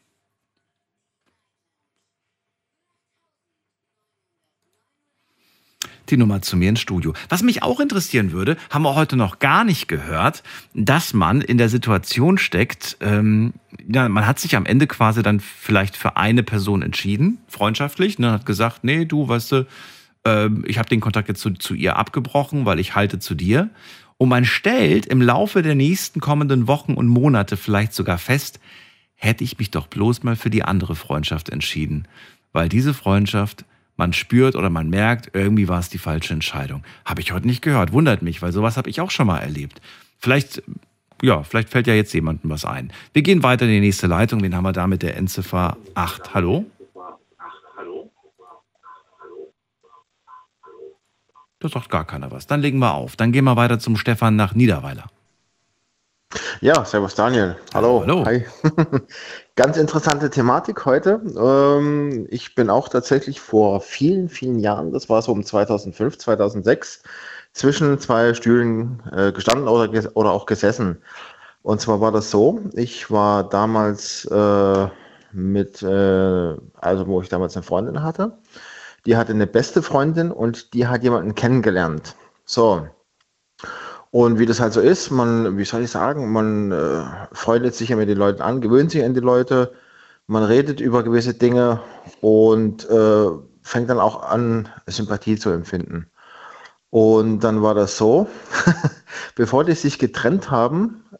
Die Nummer zu mir ins Studio. Was mich auch interessieren würde, haben wir heute noch gar nicht gehört, dass man in der Situation steckt, ähm, ja, man hat sich am Ende quasi dann vielleicht für eine Person entschieden, freundschaftlich, ne, hat gesagt, nee, du, weißt du, ähm, ich habe den Kontakt jetzt zu, zu ihr abgebrochen, weil ich halte zu dir. Und man stellt im Laufe der nächsten kommenden Wochen und Monate vielleicht sogar fest, hätte ich mich doch bloß mal für die andere Freundschaft entschieden. Weil diese Freundschaft, man spürt oder man merkt, irgendwie war es die falsche Entscheidung. Habe ich heute nicht gehört. Wundert mich, weil sowas habe ich auch schon mal erlebt. Vielleicht, ja, vielleicht fällt ja jetzt jemandem was ein. Wir gehen weiter in die nächste Leitung. Wen haben wir da mit der Endziffer acht? Hallo? Da sagt gar keiner was. Dann legen wir auf. Dann gehen wir weiter zum Stefan nach Niederweiler. Ja, servus Daniel. Hallo. Hallo. Hi. Ganz interessante Thematik heute. Ähm, ich bin auch tatsächlich vor vielen, vielen Jahren, das war so um zweitausendfünf, zweitausendsechs, zwischen zwei Stühlen äh, gestanden oder, ges- oder auch gesessen. Und zwar war das so, ich war damals äh, mit, äh, also wo ich damals eine Freundin hatte, die hatte eine beste Freundin und die hat jemanden kennengelernt. So. Und wie das halt so ist, man, wie soll ich sagen, man äh, freundet sich ja mit den Leuten an, gewöhnt sich an die Leute, man redet über gewisse Dinge und äh, fängt dann auch an, Sympathie zu empfinden. Und dann war das so, bevor die sich getrennt haben,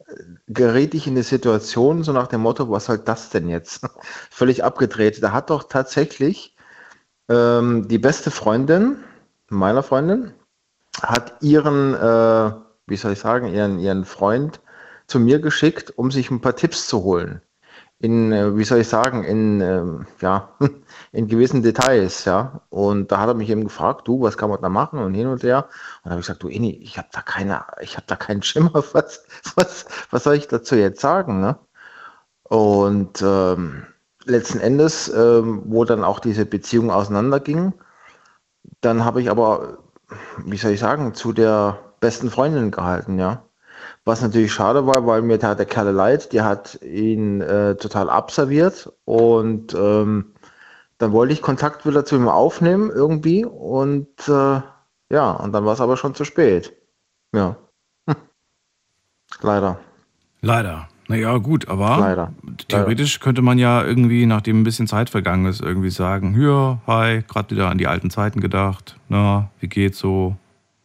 geriet ich in eine Situation, so nach dem Motto, was soll das denn jetzt? Völlig abgedreht. Da hat doch tatsächlich ähm, die beste Freundin meiner Freundin, hat ihren, äh, wie soll ich sagen, ihren, ihren Freund zu mir geschickt, um sich ein paar Tipps zu holen. In, äh, wie soll ich sagen, in, ähm, ja, in gewissen Details, ja. Und da hat er mich eben gefragt, du, was kann man da machen und hin und her. Und da habe ich gesagt, du Inni, ich habe da keine, ich habe da keinen Schimmer, was, was, was soll ich dazu jetzt sagen, ne? Und ähm, letzten Endes, ähm, wo dann auch diese Beziehung auseinanderging, dann habe ich aber, wie soll ich sagen, zu der besten Freundin gehalten, ja. Was natürlich schade war, weil mir tat der Kerl leid, die hat ihn äh, total abserviert und ähm, dann wollte ich Kontakt wieder zu ihm aufnehmen irgendwie und äh, ja, und dann war es aber schon zu spät. Ja. Hm. Leider. Leider. Naja, gut, aber Leider. theoretisch könnte man ja irgendwie, nachdem ein bisschen Zeit vergangen ist, irgendwie sagen, ja, hi, gerade wieder an die alten Zeiten gedacht, na, wie geht's so?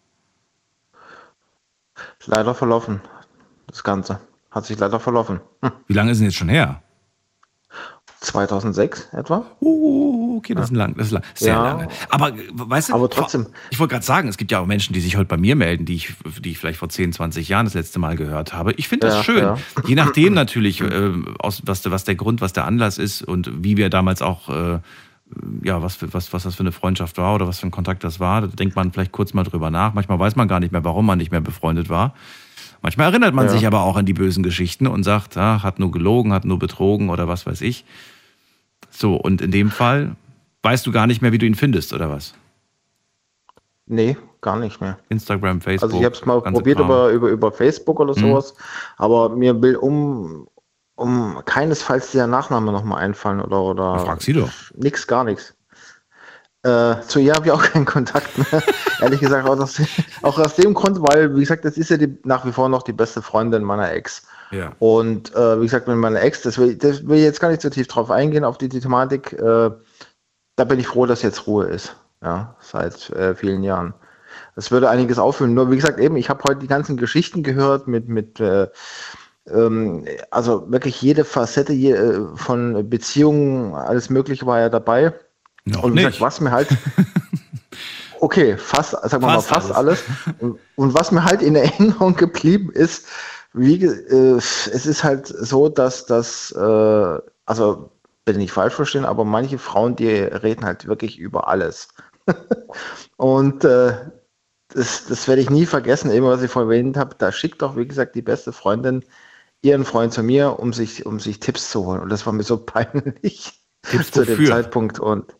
Leider verlaufen, das Ganze. Hat sich leider verlaufen. Hm. Wie lange ist denn jetzt schon her? zweitausendsechs etwa. Oh, okay, das ist lang, das ist lang, sehr Ja. lange. Aber weißt du, Aber trotzdem. ich wollte gerade sagen, es gibt ja auch Menschen, die sich heute bei mir melden, die ich, die ich vielleicht vor zehn, zwanzig Jahren das letzte Mal gehört habe. Ich finde das Ja, schön. ja. Je nachdem natürlich, äh, aus, was, was der Grund, was der Anlass ist und wie wir damals auch, äh, ja, was, für- was, was das für eine Freundschaft war oder was für ein Kontakt das war. Da denkt man vielleicht kurz mal drüber nach. Manchmal weiß man gar nicht mehr, warum man nicht mehr befreundet war. Manchmal erinnert man Ja. sich aber auch an die bösen Geschichten und sagt, ah, hat nur gelogen, hat nur betrogen oder was weiß ich. So, und in dem Fall weißt du gar nicht mehr, wie du ihn findest, oder was? Nee, gar nicht mehr. Instagram, Facebook. Also ich habe es mal ganze probiert Kram. über, über, über Facebook oder Mhm. sowas, aber mir will um, um keinesfalls der Nachname nochmal einfallen oder, oder Frag sie doch. nix, gar nichts. Äh, zu ihr habe ich auch keinen Kontakt mehr. Ehrlich gesagt, auch, das, auch aus dem Grund, weil, wie gesagt, das ist ja die, nach wie vor noch die beste Freundin meiner Ex. Ja. Und äh, wie gesagt, mit meiner Ex, das will, das will ich jetzt gar nicht so tief drauf eingehen, auf die, die Thematik, äh, da bin ich froh, dass jetzt Ruhe ist. Ja, seit äh, vielen Jahren. Das würde einiges auffüllen. Nur wie gesagt, eben, ich habe heute die ganzen Geschichten gehört mit, mit äh, ähm, also wirklich jede Facette je, äh, von Beziehungen, alles Mögliche war ja dabei. Noch Und wie gesagt, nicht. was mir halt, okay, fast, sagen wir Fast mal, fast alles. Und, und was mir halt in Erinnerung geblieben ist, wie, ge- äh, es ist halt so, dass das, äh, also bitte nicht falsch verstehen, aber manche Frauen, die reden halt wirklich über alles. Und äh, das, das werde ich nie vergessen, eben was ich vorhin erwähnt habe, da schickt doch, wie gesagt, die beste Freundin ihren Freund zu mir, um sich, um sich Tipps zu holen. Und das war mir so peinlich Tipps zu dem wofür? Zeitpunkt. Und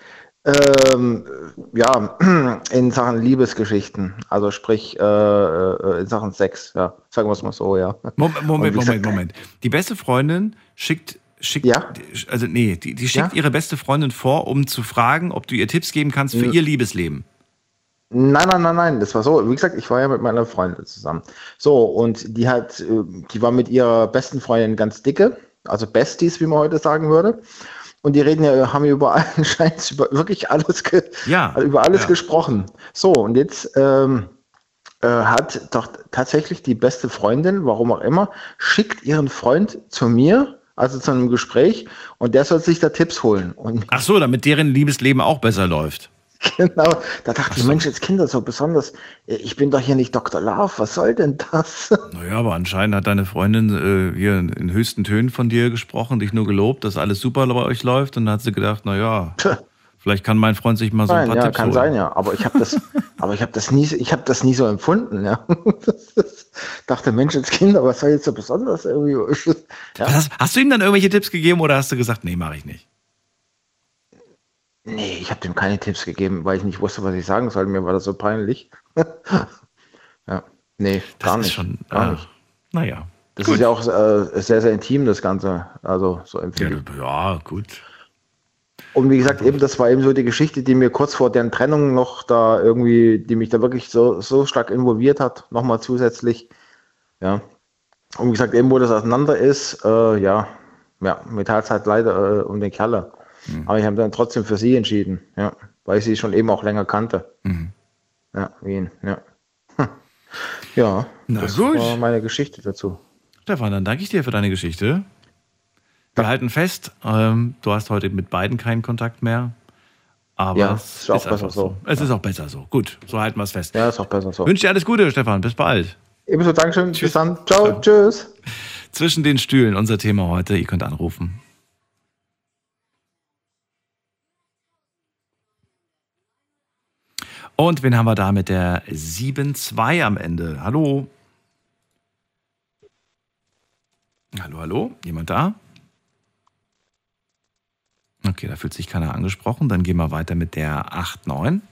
ähm, ja, in Sachen Liebesgeschichten, also sprich äh, äh, in Sachen Sex, ja, sagen wir es mal so, ja. Moment, Und Moment, wie Moment, gesagt, Moment. Die beste Freundin schickt, schickt, Ja? also nee, die, die schickt Ja? ihre beste Freundin vor, um zu fragen, ob du ihr Tipps geben kannst für Mhm. ihr Liebesleben. Nein, nein, nein, nein, das war so. Wie gesagt, ich war ja mit meiner Freundin zusammen. So, und die hat, äh, die war mit ihrer besten Freundin ganz dicke, also Besties, wie man heute sagen würde. Und die reden ja, haben ja über anscheinend über wirklich alles, ge Ja, über alles ja. gesprochen. So, und jetzt ähm, äh, hat doch tatsächlich die beste Freundin, warum auch immer, schickt ihren Freund zu mir, also zu einem Gespräch, und der soll sich da Tipps holen. Und Ach so, damit deren Liebesleben auch besser läuft. genau, da dachte ich, Mensch, jetzt Kinder, so besonders, ich bin doch hier nicht Doktor Love, was soll denn das? Naja, aber anscheinend hat deine Freundin äh, hier in höchsten Tönen von dir gesprochen, dich nur gelobt, dass alles super bei euch läuft. Und dann hat sie gedacht, naja, vielleicht kann mein Freund sich mal so ein Nein, paar ja, Tipps kann holen. sein, ja, aber ich habe das, aber ich habe das nie, ich habe das nie so empfunden, ja. Dachte, Mensch, jetzt Kinder, was soll jetzt so besonders irgendwie? Ja. Hast, hast du ihm dann irgendwelche Tipps gegeben oder hast du gesagt, nee, mache ich nicht? Nee, ich habe dem keine Tipps gegeben, weil ich nicht wusste, was ich sagen soll. Mir war das so peinlich. Ja, nee, Das gar ist nicht. schon, gar äh, nicht. Naja. Das Gut. ist ja auch äh, sehr, sehr intim, das Ganze. Also so Ja, empfinde ich. ja, gut. Und wie gesagt, eben, das war eben so die Geschichte, die mir kurz vor deren Trennung noch da irgendwie, die mich da wirklich so, so stark involviert hat, nochmal zusätzlich. Ja. Und wie gesagt, eben, wo das auseinander ist, äh, ja, ja, mir tat es halt leider äh, um den Kerle. Mhm. Aber ich habe dann trotzdem für sie entschieden, ja, weil ich sie schon eben auch länger kannte. Mhm. Ja, wie ihn, ja. Hm. Ja, Na das gut. war meine Geschichte dazu. Stefan, dann danke ich dir für deine Geschichte. Wir halten fest, ähm, du hast heute mit beiden keinen Kontakt mehr. Aber Ja, es ist auch ist besser einfach so. so. Es ist auch besser so. Gut, so halten wir es fest. Ja, ist auch besser so. Wünsche dir alles Gute, Stefan. Bis bald. Ebenso, Dankeschön. Bis dann. Ciao, tschüss. Zwischen den Stühlen, unser Thema heute. Ihr könnt anrufen. Und wen haben wir da mit der sieben zwei am Ende? Hallo? Hallo, hallo? Jemand da? Okay, da fühlt sich keiner angesprochen. Dann gehen wir weiter mit der acht neun.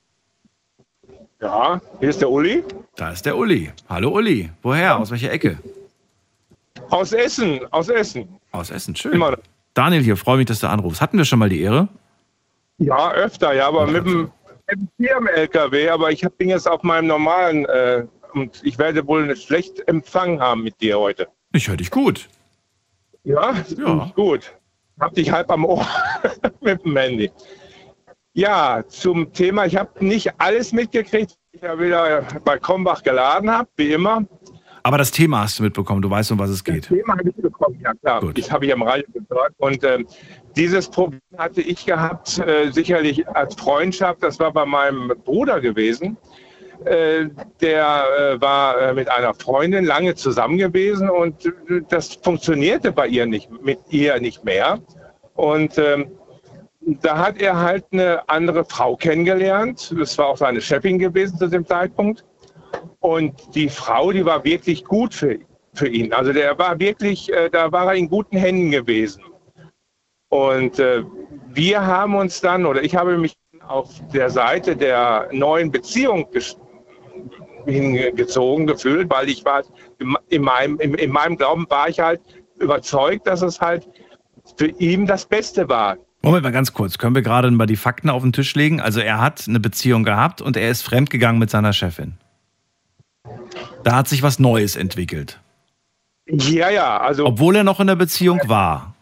Ja, hier ist der Uli. Da ist der Uli. Hallo Uli. Woher? Aus welcher Ecke? Aus Essen, aus Essen. Aus Essen, schön. Immer. Daniel hier, freue mich, dass du anrufst. Hatten wir schon mal die Ehre? Ja, öfter, ja, aber mit dem Firmen-L K W, aber ich bin jetzt auf meinem normalen äh, und ich werde wohl einen schlechten Empfang haben mit dir heute. Ich höre dich gut. Ja, Ja. Gut. Hab dich halb am Ohr mit dem Handy. Ja, zum Thema, ich habe nicht alles mitgekriegt, ich ja wieder bei Krombach geladen habe, wie immer. Aber das Thema hast du mitbekommen, du weißt, um was es geht. Das Thema habe ich bekommen, ja klar. Gut. Das habe ich am Radio gehört. Und ähm, dieses Problem hatte ich gehabt, äh, sicherlich als Freundschaft. Das war bei meinem Bruder gewesen. Äh, der äh, war äh, mit einer Freundin lange zusammen gewesen und äh, das funktionierte bei ihr nicht, mit ihr nicht mehr. Und ähm, da hat er halt eine andere Frau kennengelernt. Das war auch seine Chefin gewesen zu dem Zeitpunkt. Und die Frau, die war wirklich gut für, für ihn. Also der war wirklich, äh, da war er in guten Händen gewesen. Und äh, wir haben uns dann, oder ich habe mich auf der Seite der neuen Beziehung ges- hingezogen gefühlt, weil ich war, in meinem, in, in meinem Glauben war ich halt überzeugt, dass es halt für ihn das Beste war. Moment mal ganz kurz, können wir gerade mal die Fakten auf den Tisch legen? Also er hat eine Beziehung gehabt und er ist fremdgegangen mit seiner Chefin. Da hat sich was Neues entwickelt. Ja, ja, also... Obwohl er noch in der Beziehung war.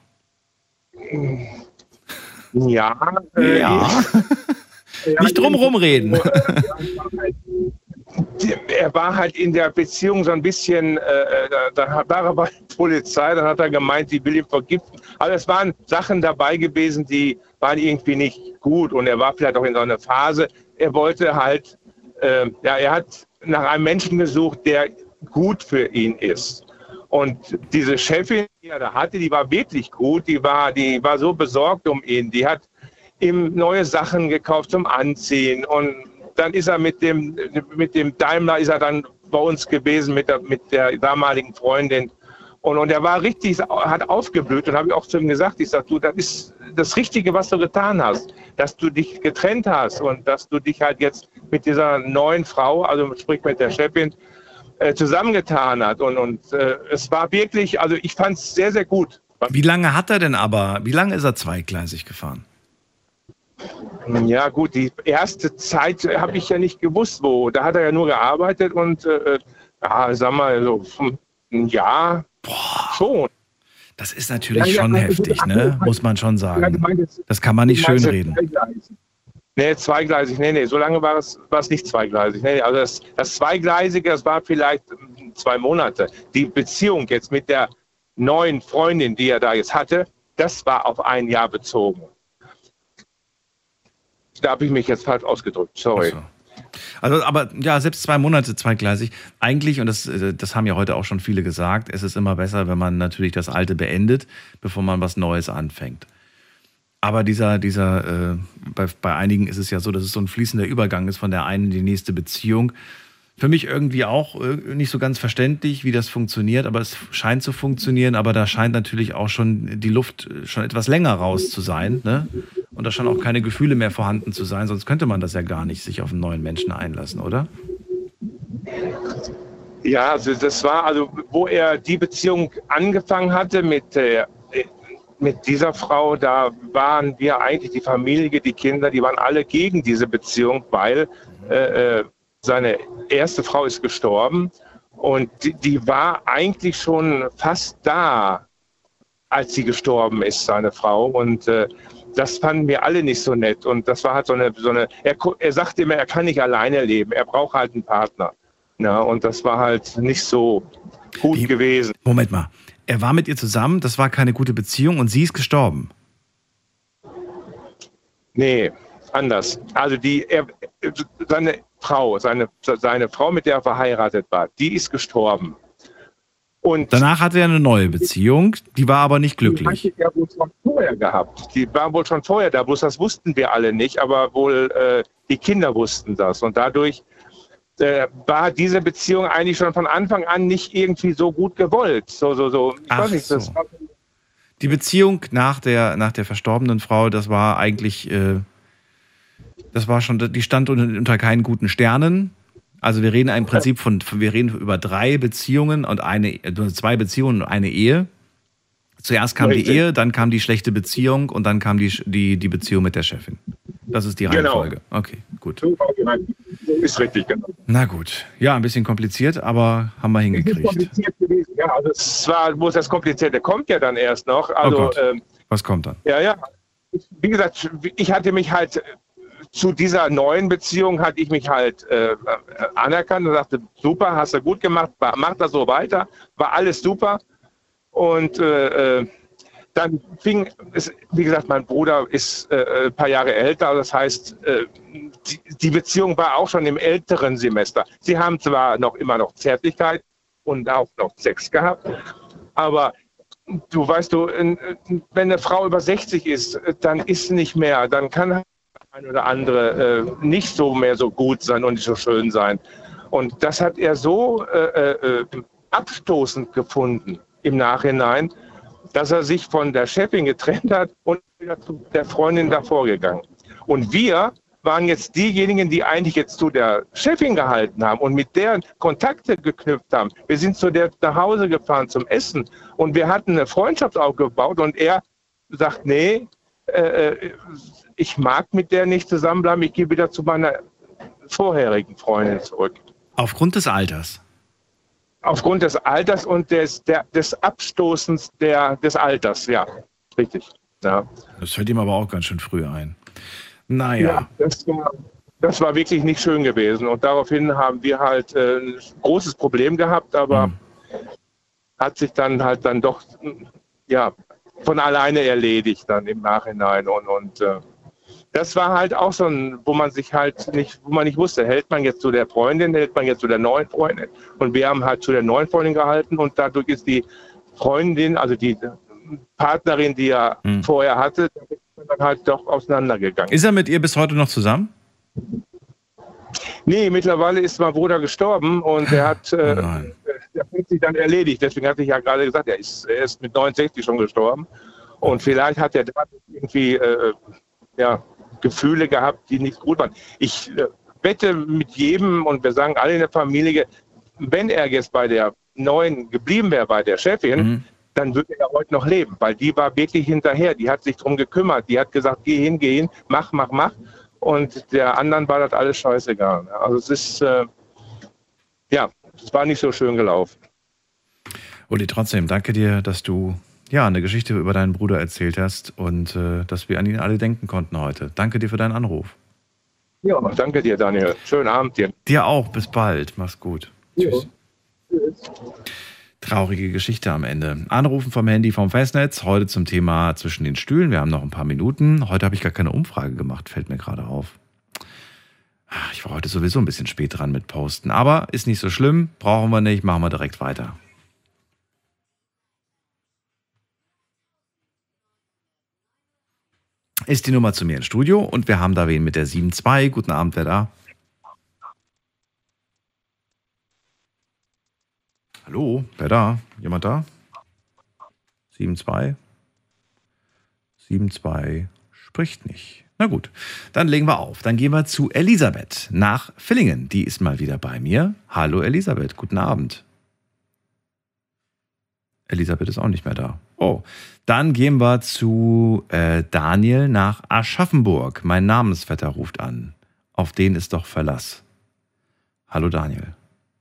Ja. Äh, ja. ja Nicht drumherum reden. Er war halt in der Beziehung so ein bisschen, äh, da, da war er bei der Polizei, dann hat er gemeint, sie will ihn vergiften. Aber es waren Sachen dabei gewesen, die waren irgendwie nicht gut. Und er war vielleicht auch in so einer Phase, er wollte halt, äh, ja, er hat nach einem Menschen gesucht, der gut für ihn ist. Und diese Chefin, die er da hatte, die war wirklich gut, die war, die war so besorgt um ihn. Die hat ihm neue Sachen gekauft zum Anziehen und dann ist er mit dem, mit dem Daimler ist er dann bei uns gewesen mit der, mit der damaligen Freundin. Und, und er war richtig, hat aufgeblüht und habe ich auch zu ihm gesagt, ich sage, du, das ist das Richtige, was du getan hast, dass du dich getrennt hast und dass du dich halt jetzt mit dieser neuen Frau, also sprich mit der Chefin, äh, zusammengetan hast. Und, und äh, es war wirklich, also ich fand es sehr, sehr gut. Wie lange hat er denn aber, wie lange ist er zweigleisig gefahren? Ja gut, die erste Zeit habe ich ja nicht gewusst, wo. Da hat er ja nur gearbeitet und, äh, ja, sag mal, so ein Jahr schon. Das ist natürlich Ja, ja, schon also, heftig, also, ne? also, Muss man schon Ja, sagen. du meintest- Das kann man nicht du meinst schönreden. zweigleisig. Nee, zweigleisig, nee, nee, so lange war es, war es nicht zweigleisig. Nee, also das, das Zweigleisige, das war vielleicht ähm, zwei Monate. Die Beziehung jetzt mit der neuen Freundin, die er da jetzt hatte, das war auf ein Jahr bezogen. Da habe ich mich jetzt falsch ausgedrückt, sorry. Also, aber ja, selbst zwei Monate zweigleisig. Eigentlich, und das, äh, das haben ja heute auch schon viele gesagt, es ist immer besser, wenn man natürlich das Alte beendet, bevor man was Neues anfängt. Aber dieser, dieser, äh, bei, bei einigen ist es ja so, dass es so ein fließender Übergang ist von der einen in die nächste Beziehung. Für mich irgendwie auch äh, nicht so ganz verständlich, wie das funktioniert, aber es scheint zu funktionieren, aber da scheint natürlich auch schon die Luft schon etwas länger raus zu sein, ne? Und da schon auch keine Gefühle mehr vorhanden zu sein, sonst könnte man das ja gar nicht sich auf einen neuen Menschen einlassen, oder? Ja, also das war, also wo er die Beziehung angefangen hatte mit, äh, mit dieser Frau, da waren wir eigentlich, die Familie, die Kinder, die waren alle gegen diese Beziehung, weil äh, seine erste Frau ist gestorben und die, die war eigentlich schon fast da, als sie gestorben ist, seine Frau. Und äh, das fanden wir alle nicht so nett. Und das war halt so eine, so eine er, er sagte immer, er kann nicht alleine leben, er braucht halt einen Partner. Ja, und das war halt nicht so gut Wie? gewesen. Moment mal. Er war mit ihr zusammen, das war keine gute Beziehung und sie ist gestorben. Nee, anders. Also die, er, seine Frau, seine, seine Frau, mit der er verheiratet war, die ist gestorben. Und danach hatte er eine neue Beziehung, die war aber nicht glücklich. Die hatte er wohl schon vorher gehabt. Die war wohl schon vorher da, bloß das wussten wir alle nicht, aber wohl äh, die Kinder wussten das. Und dadurch äh, war diese Beziehung eigentlich schon von Anfang an nicht irgendwie so gut gewollt. So, so, so. Ich Ach weiß nicht, das so. war, Die Beziehung nach der, nach der verstorbenen Frau, das war eigentlich, äh, das war schon, die stand unter, unter keinen guten Sternen. Also wir reden im Prinzip von, wir reden über drei Beziehungen und eine, zwei Beziehungen und eine Ehe. Zuerst kam Richtig. die Ehe, dann kam die schlechte Beziehung und dann kam die, die, die Beziehung mit der Chefin. Das ist die Genau. Reihenfolge. Okay, gut. so ist richtig, genau. Na gut. Ja, ein bisschen kompliziert, aber haben wir Es ist hingekriegt. kompliziert gewesen. Ja, also es war, wo das Komplizierte kommt ja dann erst noch. Oh Also, Gott. ähm, Was kommt dann? ja, ja. Wie gesagt, ich hatte mich halt zu dieser neuen Beziehung hatte ich mich halt äh, anerkannt und sagte, super, hast du gut gemacht, mach das so weiter, war alles super. Und äh, dann fing es, wie gesagt, mein Bruder ist äh, ein paar Jahre älter, das heißt, äh, die, die Beziehung war auch schon im älteren Semester. Sie haben zwar noch immer noch Zärtlichkeit und auch noch Sex gehabt, aber du weißt du, wenn eine Frau über sechzig ist, dann ist nicht mehr, dann kann ein oder andere äh, nicht so mehr so gut sein und nicht so schön sein. Und das hat er so äh, äh, abstoßend gefunden im Nachhinein, dass er sich von der Chefin getrennt hat und wieder zu der Freundin davor gegangen. Und wir waren jetzt diejenigen, die eigentlich jetzt zu der Chefin gehalten haben und mit der Kontakte geknüpft haben. Wir sind zu der nach Hause gefahren zum Essen und wir hatten eine Freundschaft aufgebaut und er sagt, nee, äh, ich mag mit der nicht zusammenbleiben, ich gehe wieder zu meiner vorherigen Freundin zurück. Aufgrund des Alters? Aufgrund des Alters und des, der, des Abstoßens der, des Alters, ja, richtig. Ja. Das fällt ihm aber auch ganz schön früh ein. Naja. Ja, das war, das war wirklich nicht schön gewesen. Und daraufhin haben wir halt äh, ein großes Problem gehabt, aber Hm. hat sich dann halt dann doch ja, von alleine erledigt dann im Nachhinein. Und, und äh, das war halt auch so ein, wo man sich halt nicht, wo man nicht wusste, hält man jetzt zu der Freundin, hält man jetzt zu der neuen Freundin. Und wir haben halt zu der neuen Freundin gehalten und dadurch ist die Freundin, also die Partnerin, die er Hm. vorher hatte, dann halt doch auseinandergegangen. Ist er mit ihr bis heute noch zusammen? Nee, mittlerweile ist mein Bruder gestorben und er hat, äh, nein. der hat sich dann erledigt. Deswegen hatte ich ja gerade gesagt, er ist, er ist mit neunundsechzig schon gestorben. Und vielleicht hat er da irgendwie äh, ja, Gefühle gehabt, die nicht gut waren. Ich äh, wette mit jedem und wir sagen alle in der Familie, wenn er jetzt bei der neuen geblieben wäre, bei der Chefin, Mhm. dann würde er heute noch leben, weil die war wirklich hinterher. Die hat sich drum gekümmert. Die hat gesagt, geh hin, geh hin, mach, mach, mach. Und der anderen war das alles scheißegal. Also es ist, äh, ja, es war nicht so schön gelaufen. Uli, trotzdem, danke dir, dass du ja eine Geschichte über deinen Bruder erzählt hast und äh, dass wir an ihn alle denken konnten heute. Danke dir für deinen Anruf. Ja, danke dir, Daniel. Schönen Abend dir. Dir auch, bis bald. Mach's gut. Tschüss. Traurige Geschichte am Ende. Anrufen vom Handy vom Festnetz. Heute zum Thema zwischen den Stühlen. Wir haben noch ein paar Minuten. Heute habe ich gar keine Umfrage gemacht, fällt mir gerade auf. Ich war heute sowieso ein bisschen spät dran mit Posten. Aber ist nicht so schlimm. Brauchen wir nicht. Machen wir direkt weiter. Ist die Nummer zu mir ins Studio und wir haben da wen mit der sieben zwei. Guten Abend, wer da? Hallo, wer da? Jemand da? sieben zwei? sieben zwei spricht nicht. Na gut, dann legen wir auf. Dann gehen wir zu Elisabeth nach Villingen. Die ist mal wieder bei mir. Hallo Elisabeth, guten Abend. Elisabeth ist auch nicht mehr da. Oh, dann gehen wir zu äh, Daniel nach Aschaffenburg. Mein Namensvetter ruft an. Auf den ist doch Verlass. Hallo Daniel.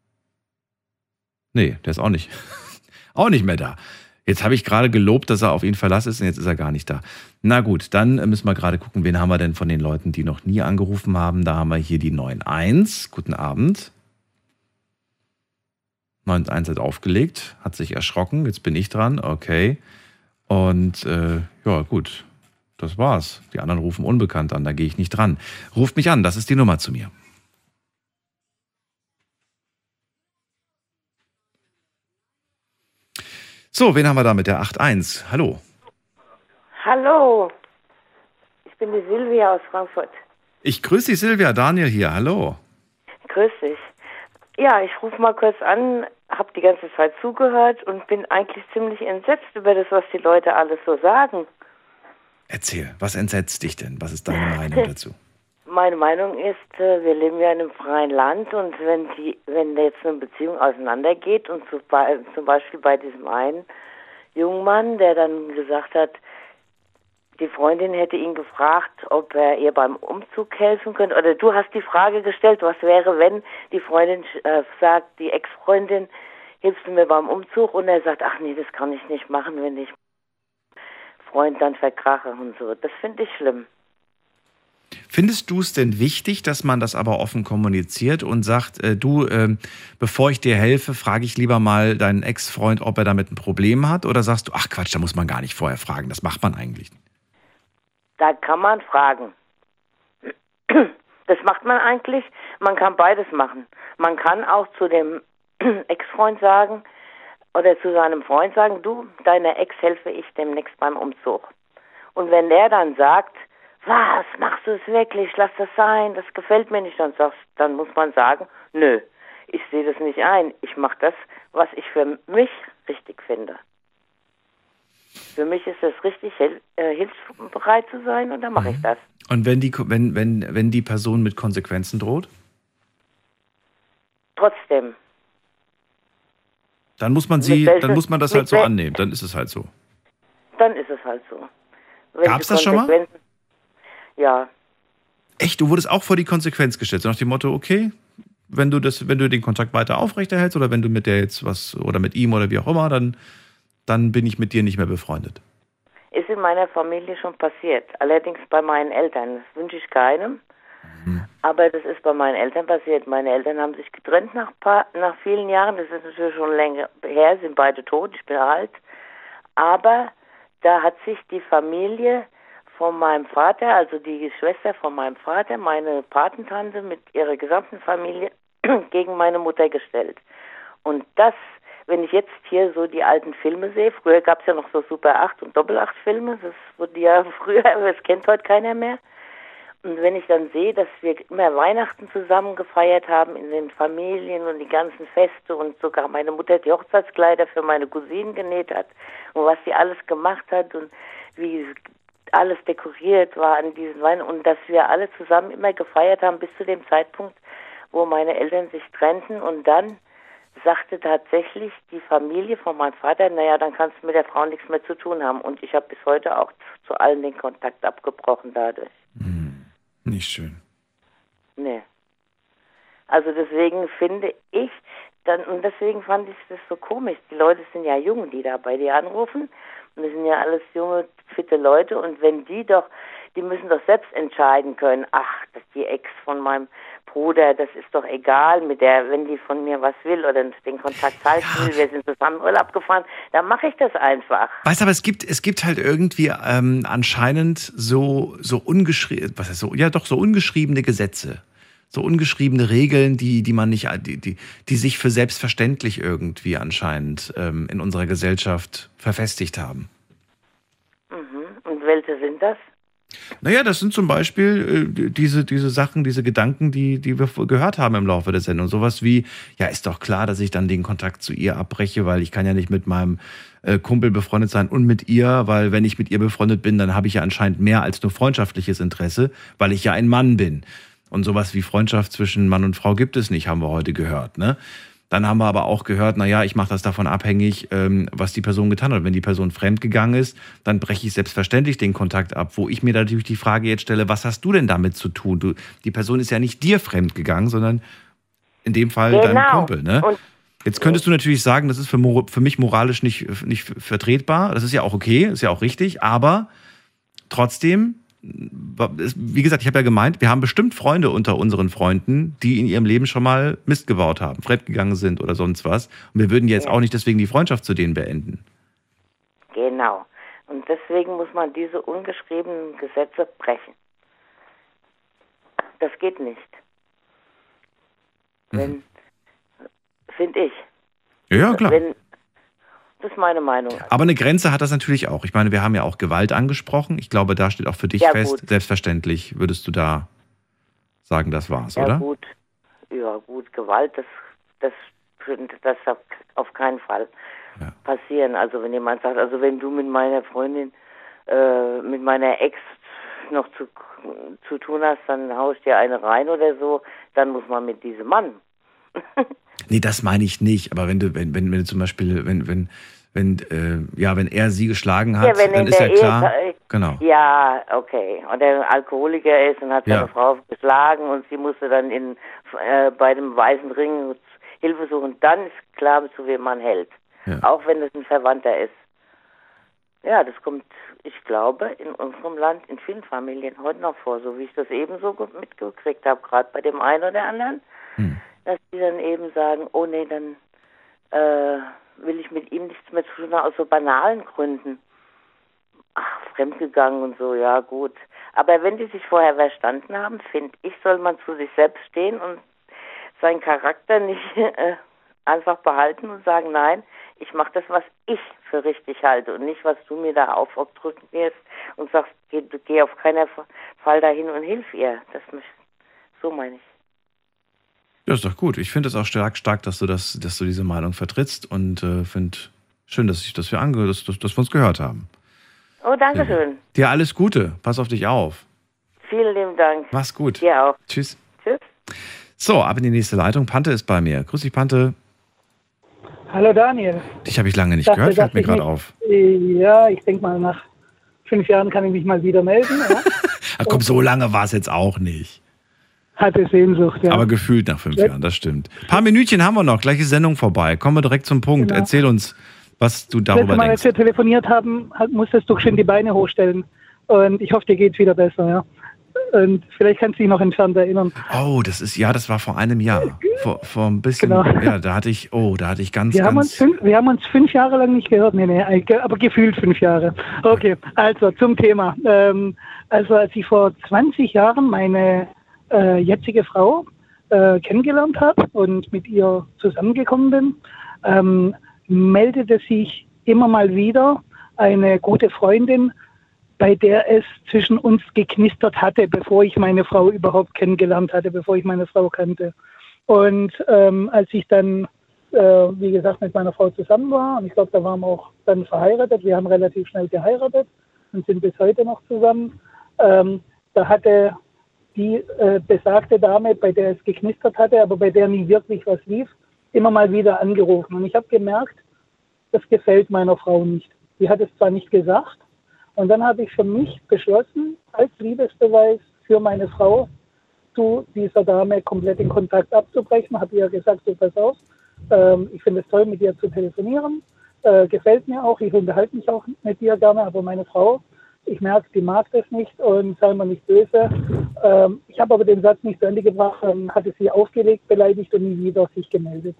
Nee, der ist auch nicht, auch nicht mehr da. Jetzt habe ich gerade gelobt, dass er auf ihn Verlass ist und jetzt ist er gar nicht da. Na gut, dann müssen wir gerade gucken, wen haben wir denn von den Leuten, die noch nie angerufen haben. Da haben wir hier die neun eins. Guten Abend. neun eins hat aufgelegt, hat sich erschrocken, jetzt bin ich dran, okay. Und äh, ja, gut, das war's. Die anderen rufen unbekannt an, da gehe ich nicht dran. Ruft mich an, das ist die Nummer zu mir. So, wen haben wir da mit der acht eins? Hallo. Hallo, ich bin die Silvia aus Frankfurt. Ich grüße dich, Silvia. Daniel hier, hallo. Grüß dich. Ja, ich rufe mal kurz an, habe die ganze Zeit zugehört und bin eigentlich ziemlich entsetzt über das, was die Leute alles so sagen. Erzähl, was entsetzt dich denn? Was ist deine Meinung dazu? Meine Meinung ist, wir leben ja in einem freien Land und wenn die, wenn jetzt eine Beziehung auseinandergeht und zum Beispiel bei diesem einen jungen Mann, der dann gesagt hat, die Freundin hätte ihn gefragt, ob er ihr beim Umzug helfen könnte. Oder du hast die Frage gestellt, was wäre, wenn die Freundin äh, sagt, die Ex-Freundin, hilfst du mir beim Umzug? Und er sagt, ach nee, das kann ich nicht machen, wenn ich Freund dann verkrache und so. Das finde ich schlimm. Findest du es denn wichtig, dass man das aber offen kommuniziert und sagt, äh, du, äh, bevor ich dir helfe, frage ich lieber mal deinen Ex-Freund, ob er damit ein Problem hat? Oder sagst du, ach Quatsch, da muss man gar nicht vorher fragen, das macht man eigentlich nicht? Da kann man fragen. Das macht man eigentlich. Man kann beides machen. Man kann auch zu dem Ex-Freund sagen oder zu seinem Freund sagen, du, deiner Ex helfe ich demnächst beim Umzug. Und wenn der dann sagt, was, machst du es wirklich, lass das sein, das gefällt mir nicht, dann, sagst, dann muss man sagen, nö, ich sehe das nicht ein. Ich mache das, was ich für mich richtig finde. Für mich ist es richtig, äh, hilfsbereit zu sein und dann mache ich das. Und wenn die, wenn, wenn, wenn die Person mit Konsequenzen droht? Trotzdem. Dann muss man sie, welchen, dann muss man das halt so annehmen, dann ist es halt so. Dann ist es halt so. Gab's das schon mal? Ja. Echt, du wurdest auch vor die Konsequenz gestellt, so nach dem Motto, okay, wenn du das, wenn du den Kontakt weiter aufrechterhältst oder wenn du mit der jetzt was, oder mit ihm oder wie auch immer, dann dann bin ich mit dir nicht mehr befreundet. Ist in meiner Familie schon passiert. Allerdings bei meinen Eltern. Das wünsche ich keinem. Mhm. Aber das ist bei meinen Eltern passiert. Meine Eltern haben sich getrennt nach, paar, nach vielen Jahren. Das ist natürlich schon länger her, sind beide tot. Ich bin alt. Aber da hat sich die Familie von meinem Vater, also die Schwester von meinem Vater, meine Patentante mit ihrer gesamten Familie gegen meine Mutter gestellt. Und das, wenn ich jetzt hier so die alten Filme sehe, früher gab es ja noch so Super acht und Doppel acht Filme, das wurde ja früher, aber das kennt heute keiner mehr. Und wenn ich dann sehe, dass wir immer Weihnachten zusammen gefeiert haben in den Familien und die ganzen Feste und sogar meine Mutter die Hochzeitskleider für meine Cousinen genäht hat und was sie alles gemacht hat und wie alles dekoriert war an diesen Weihnachten und dass wir alle zusammen immer gefeiert haben bis zu dem Zeitpunkt, wo meine Eltern sich trennten und dann sagte tatsächlich die Familie von meinem Vater, naja, dann kannst du mit der Frau nichts mehr zu tun haben. Und ich habe bis heute auch zu allen den Kontakt abgebrochen dadurch. Hm, nicht schön. Nee. Also deswegen finde ich, dann und deswegen fand ich das so komisch. Die Leute sind ja jung, die da bei dir anrufen. Und das sind ja alles junge, fitte Leute. Und wenn die doch, die müssen doch selbst entscheiden können, ach, das ist die Ex von meinem Bruder, das ist doch egal, mit der, wenn die von mir was will oder den Kontakt halten will, wir sind zusammen in Urlaub gefahren, dann mache ich das einfach. Weißt du, aber es gibt, es gibt halt irgendwie ähm, anscheinend so, so ungeschriebene, was ist so, ja doch so ungeschriebene Gesetze, so ungeschriebene Regeln, die, die man nicht, die, die, die sich für selbstverständlich irgendwie anscheinend ähm, in unserer Gesellschaft verfestigt haben. Mhm. Und welche sind das? Naja, das sind zum Beispiel äh, diese, diese Sachen, diese Gedanken, die, die wir gehört haben im Laufe der Sendung. Sowas wie, ja, ist doch klar, dass ich dann den Kontakt zu ihr abbreche, weil ich kann ja nicht mit meinem äh, Kumpel befreundet sein und mit ihr, weil wenn ich mit ihr befreundet bin, dann habe ich ja anscheinend mehr als nur freundschaftliches Interesse, weil ich ja ein Mann bin. Und sowas wie Freundschaft zwischen Mann und Frau gibt es nicht, haben wir heute gehört, ne? Dann haben wir aber auch gehört, naja, ich mache das davon abhängig, ähm, was die Person getan hat. Wenn die Person fremdgegangen ist, dann breche ich selbstverständlich den Kontakt ab. Wo ich mir natürlich die Frage jetzt stelle, was hast du denn damit zu tun? Du, die Person ist ja nicht dir fremdgegangen, sondern in dem Fall genau. deinem Kumpel. Ne? Und jetzt könntest du natürlich sagen, das ist für, für mich moralisch nicht, nicht vertretbar. Das ist ja auch okay, ist ja auch richtig. Aber trotzdem wie gesagt, ich habe ja gemeint, wir haben bestimmt Freunde unter unseren Freunden, die in ihrem Leben schon mal Mist gebaut haben, fremdgegangen sind oder sonst was. Und wir würden jetzt Ja. auch nicht deswegen die Freundschaft zu denen beenden. Genau. Und deswegen muss man diese ungeschriebenen Gesetze brechen. Das geht nicht. Wenn, finde ich. Ja, klar. Wenn, das ist meine Meinung. Aber eine Grenze hat das natürlich auch. Ich meine, wir haben ja auch Gewalt angesprochen. Ich glaube, da steht auch für dich Ja, fest, gut. selbstverständlich würdest du da sagen, das war's, Ja oder? gut, ja gut, Gewalt, das, das, das darf auf keinen Fall passieren. Also wenn jemand sagt, also wenn du mit meiner Freundin, äh, mit meiner Ex noch zu, zu tun hast, dann haust dir eine rein oder so, dann muss man mit diesem Mann. Nee, das meine ich nicht. Aber wenn du, wenn, wenn, wenn du zum Beispiel, wenn, wenn, wenn, äh, ja, wenn er sie geschlagen hat, Ja, wenn dann in ist ja der klar. Ehe, Genau. Ja, okay. Und er ein Alkoholiker ist und hat seine Ja. Frau geschlagen und sie musste dann in, äh, bei dem Weißen Ring Hilfe suchen. Dann ist klar, zu wem man hält. Ja. Auch wenn es ein Verwandter ist. Ja, das kommt, ich glaube, in unserem Land, in vielen Familien heute noch vor, so wie ich das eben so ge- mitgekriegt habe, gerade bei dem einen oder anderen, dass die dann eben sagen, oh nee, dann äh, will ich mit ihm nichts mehr zu tun haben, aus so banalen Gründen. Ach, fremdgegangen und so, ja gut. Aber wenn die sich vorher verstanden haben, finde ich, soll man zu sich selbst stehen und seinen Charakter nicht äh, einfach behalten und sagen, nein, ich mache das, was ich für richtig halte und nicht, was du mir da aufdrücken wirst und sagst, geh, geh auf keinen Fall dahin und hilf ihr. Das mich, so meine ich. Ja, ist doch gut. Ich finde es auch stark, stark, dass du das, dass du diese Meinung vertrittst und äh, finde schön, dass ich, dass wir ange, dass, dass, dass wir uns gehört haben. Oh, danke schön. Dir alles Gute. Pass auf dich auf. Vielen lieben Dank. Mach's gut. Dir auch. Tschüss. Tschüss. So, ab in die nächste Leitung. Pante ist bei mir. Grüß dich, Pante. Hallo Daniel. Dich habe ich lange nicht Dachte, gehört, fällt dass mir ich gerade mich- auf. Ja, ich denke mal, nach fünf Jahren kann ich mich mal wieder melden. Ja. Ach komm, so lange war es jetzt auch nicht. Hatte Sehnsucht, ja. Aber gefühlt nach fünf Ja. Jahren, das stimmt. Ein paar Minütchen haben wir noch, gleiche Sendung vorbei. Kommen wir direkt zum Punkt. Genau. Erzähl uns, was du Das darüber letzte Mal, denkst. als wir telefoniert haben, hat- musstest du schon die Beine hochstellen. Und ich hoffe, dir geht's wieder besser, ja. Und vielleicht kannst du dich noch entfernt erinnern. Oh, das ist, ja, das war vor einem Jahr. Vor, vor ein bisschen, Genau. ja, da hatte ich, oh, da hatte ich ganz, Wir haben, uns ganz, fünf, wir haben uns fünf Jahre lang nicht gehört, nee, nee, aber gefühlt fünf Jahre. Okay, also zum Thema. Ähm, also als ich vor zwanzig Jahren meine äh, jetzige Frau äh, kennengelernt habe und mit ihr zusammengekommen bin, ähm, meldete sich immer mal wieder eine gute Freundin, bei der es zwischen uns geknistert hatte, bevor ich meine Frau überhaupt kennengelernt hatte, bevor ich meine Frau kannte. Und ähm, als ich dann, äh, wie gesagt, mit meiner Frau zusammen war, und ich glaube, da waren wir auch dann verheiratet, wir haben relativ schnell geheiratet und sind bis heute noch zusammen, ähm, da hatte die äh, besagte Dame, bei der es geknistert hatte, aber bei der nie wirklich was lief, immer mal wieder angerufen. Und ich habe gemerkt, das gefällt meiner Frau nicht. Sie hat es zwar nicht gesagt, und dann habe ich für mich beschlossen, als Liebesbeweis für meine Frau, zu dieser Dame komplett den Kontakt abzubrechen. Habe ihr gesagt, so pass auf, ähm, ich finde es toll, mit dir zu telefonieren, äh, gefällt mir auch, ich unterhalte mich auch mit dir gerne, aber meine Frau, ich merke, die mag das nicht und sei mir nicht böse. Ähm, ich habe aber den Satz nicht zu Ende gebracht, dann hatte sie aufgelegt, beleidigt und nie wieder sich gemeldet.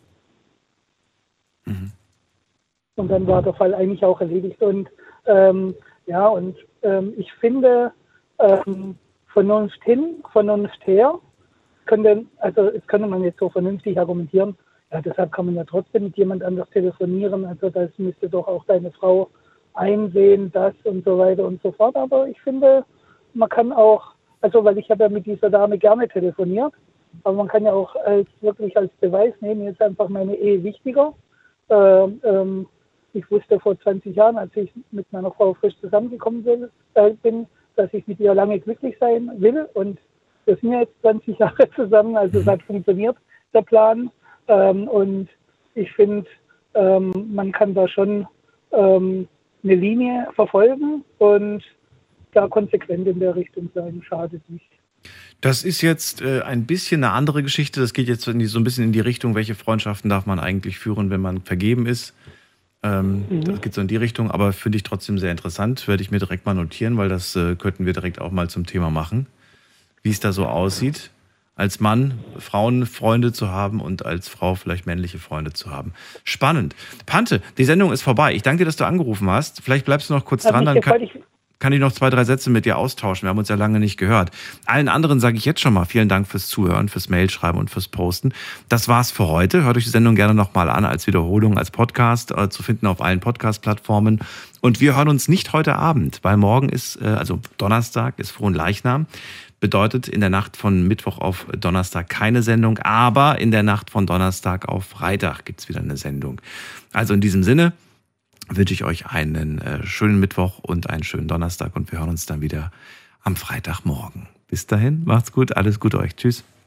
Mhm. Und dann war der Fall eigentlich auch erledigt. Und ähm, ja, und ähm, ich finde, ähm, Vernunft hin, Vernunft her, könnte, also es könnte man jetzt so vernünftig argumentieren, ja, deshalb kann man ja trotzdem mit jemand anders telefonieren, also das müsste doch auch deine Frau einsehen, das und so weiter und so fort. Aber ich finde, man kann auch, also weil ich habe ja mit dieser Dame gerne telefoniert, aber man kann ja auch als wirklich als Beweis nehmen, jetzt einfach meine Ehe wichtiger. Ähm, ähm, ich wusste vor zwanzig Jahren, als ich mit meiner Frau frisch zusammengekommen will, äh, bin, dass ich mit ihr lange glücklich sein will. Und wir sind ja jetzt zwanzig Jahre zusammen, also es hat funktioniert, der Plan. Ähm, und ich finde, ähm, man kann da schon ähm, eine Linie verfolgen und da konsequent in der Richtung sein, schadet nicht. Das ist jetzt äh, ein bisschen eine andere Geschichte. Das geht jetzt in die, so ein bisschen in die Richtung, welche Freundschaften darf man eigentlich führen, wenn man vergeben ist. Ähm, Mhm. Das geht so in die Richtung, aber finde ich trotzdem sehr interessant. Werde ich mir direkt mal notieren, weil das äh, könnten wir direkt auch mal zum Thema machen, wie es da so aussieht, als Mann Frauenfreunde zu haben und als Frau vielleicht männliche Freunde zu haben. Spannend. Pante, die Sendung ist vorbei. Ich danke dir, dass du angerufen hast. Vielleicht bleibst du noch kurz Hat dran, mich dann kann, gefreut. Ich- kann ich noch zwei, drei Sätze mit dir austauschen. Wir haben uns ja lange nicht gehört. Allen anderen sage ich jetzt schon mal vielen Dank fürs Zuhören, fürs Mailschreiben und fürs Posten. Das war's für heute. Hört euch die Sendung gerne nochmal an als Wiederholung, als Podcast, äh, zu finden auf allen Podcast-Plattformen. Und wir hören uns nicht heute Abend, weil morgen ist, äh, also Donnerstag, ist Fronleichnam. Bedeutet in der Nacht von Mittwoch auf Donnerstag keine Sendung, aber in der Nacht von Donnerstag auf Freitag gibt's wieder eine Sendung. Also in diesem Sinne wünsche ich euch einen äh, schönen Mittwoch und einen schönen Donnerstag und wir hören uns dann wieder am Freitagmorgen. Bis dahin, macht's gut, alles Gute euch. Tschüss.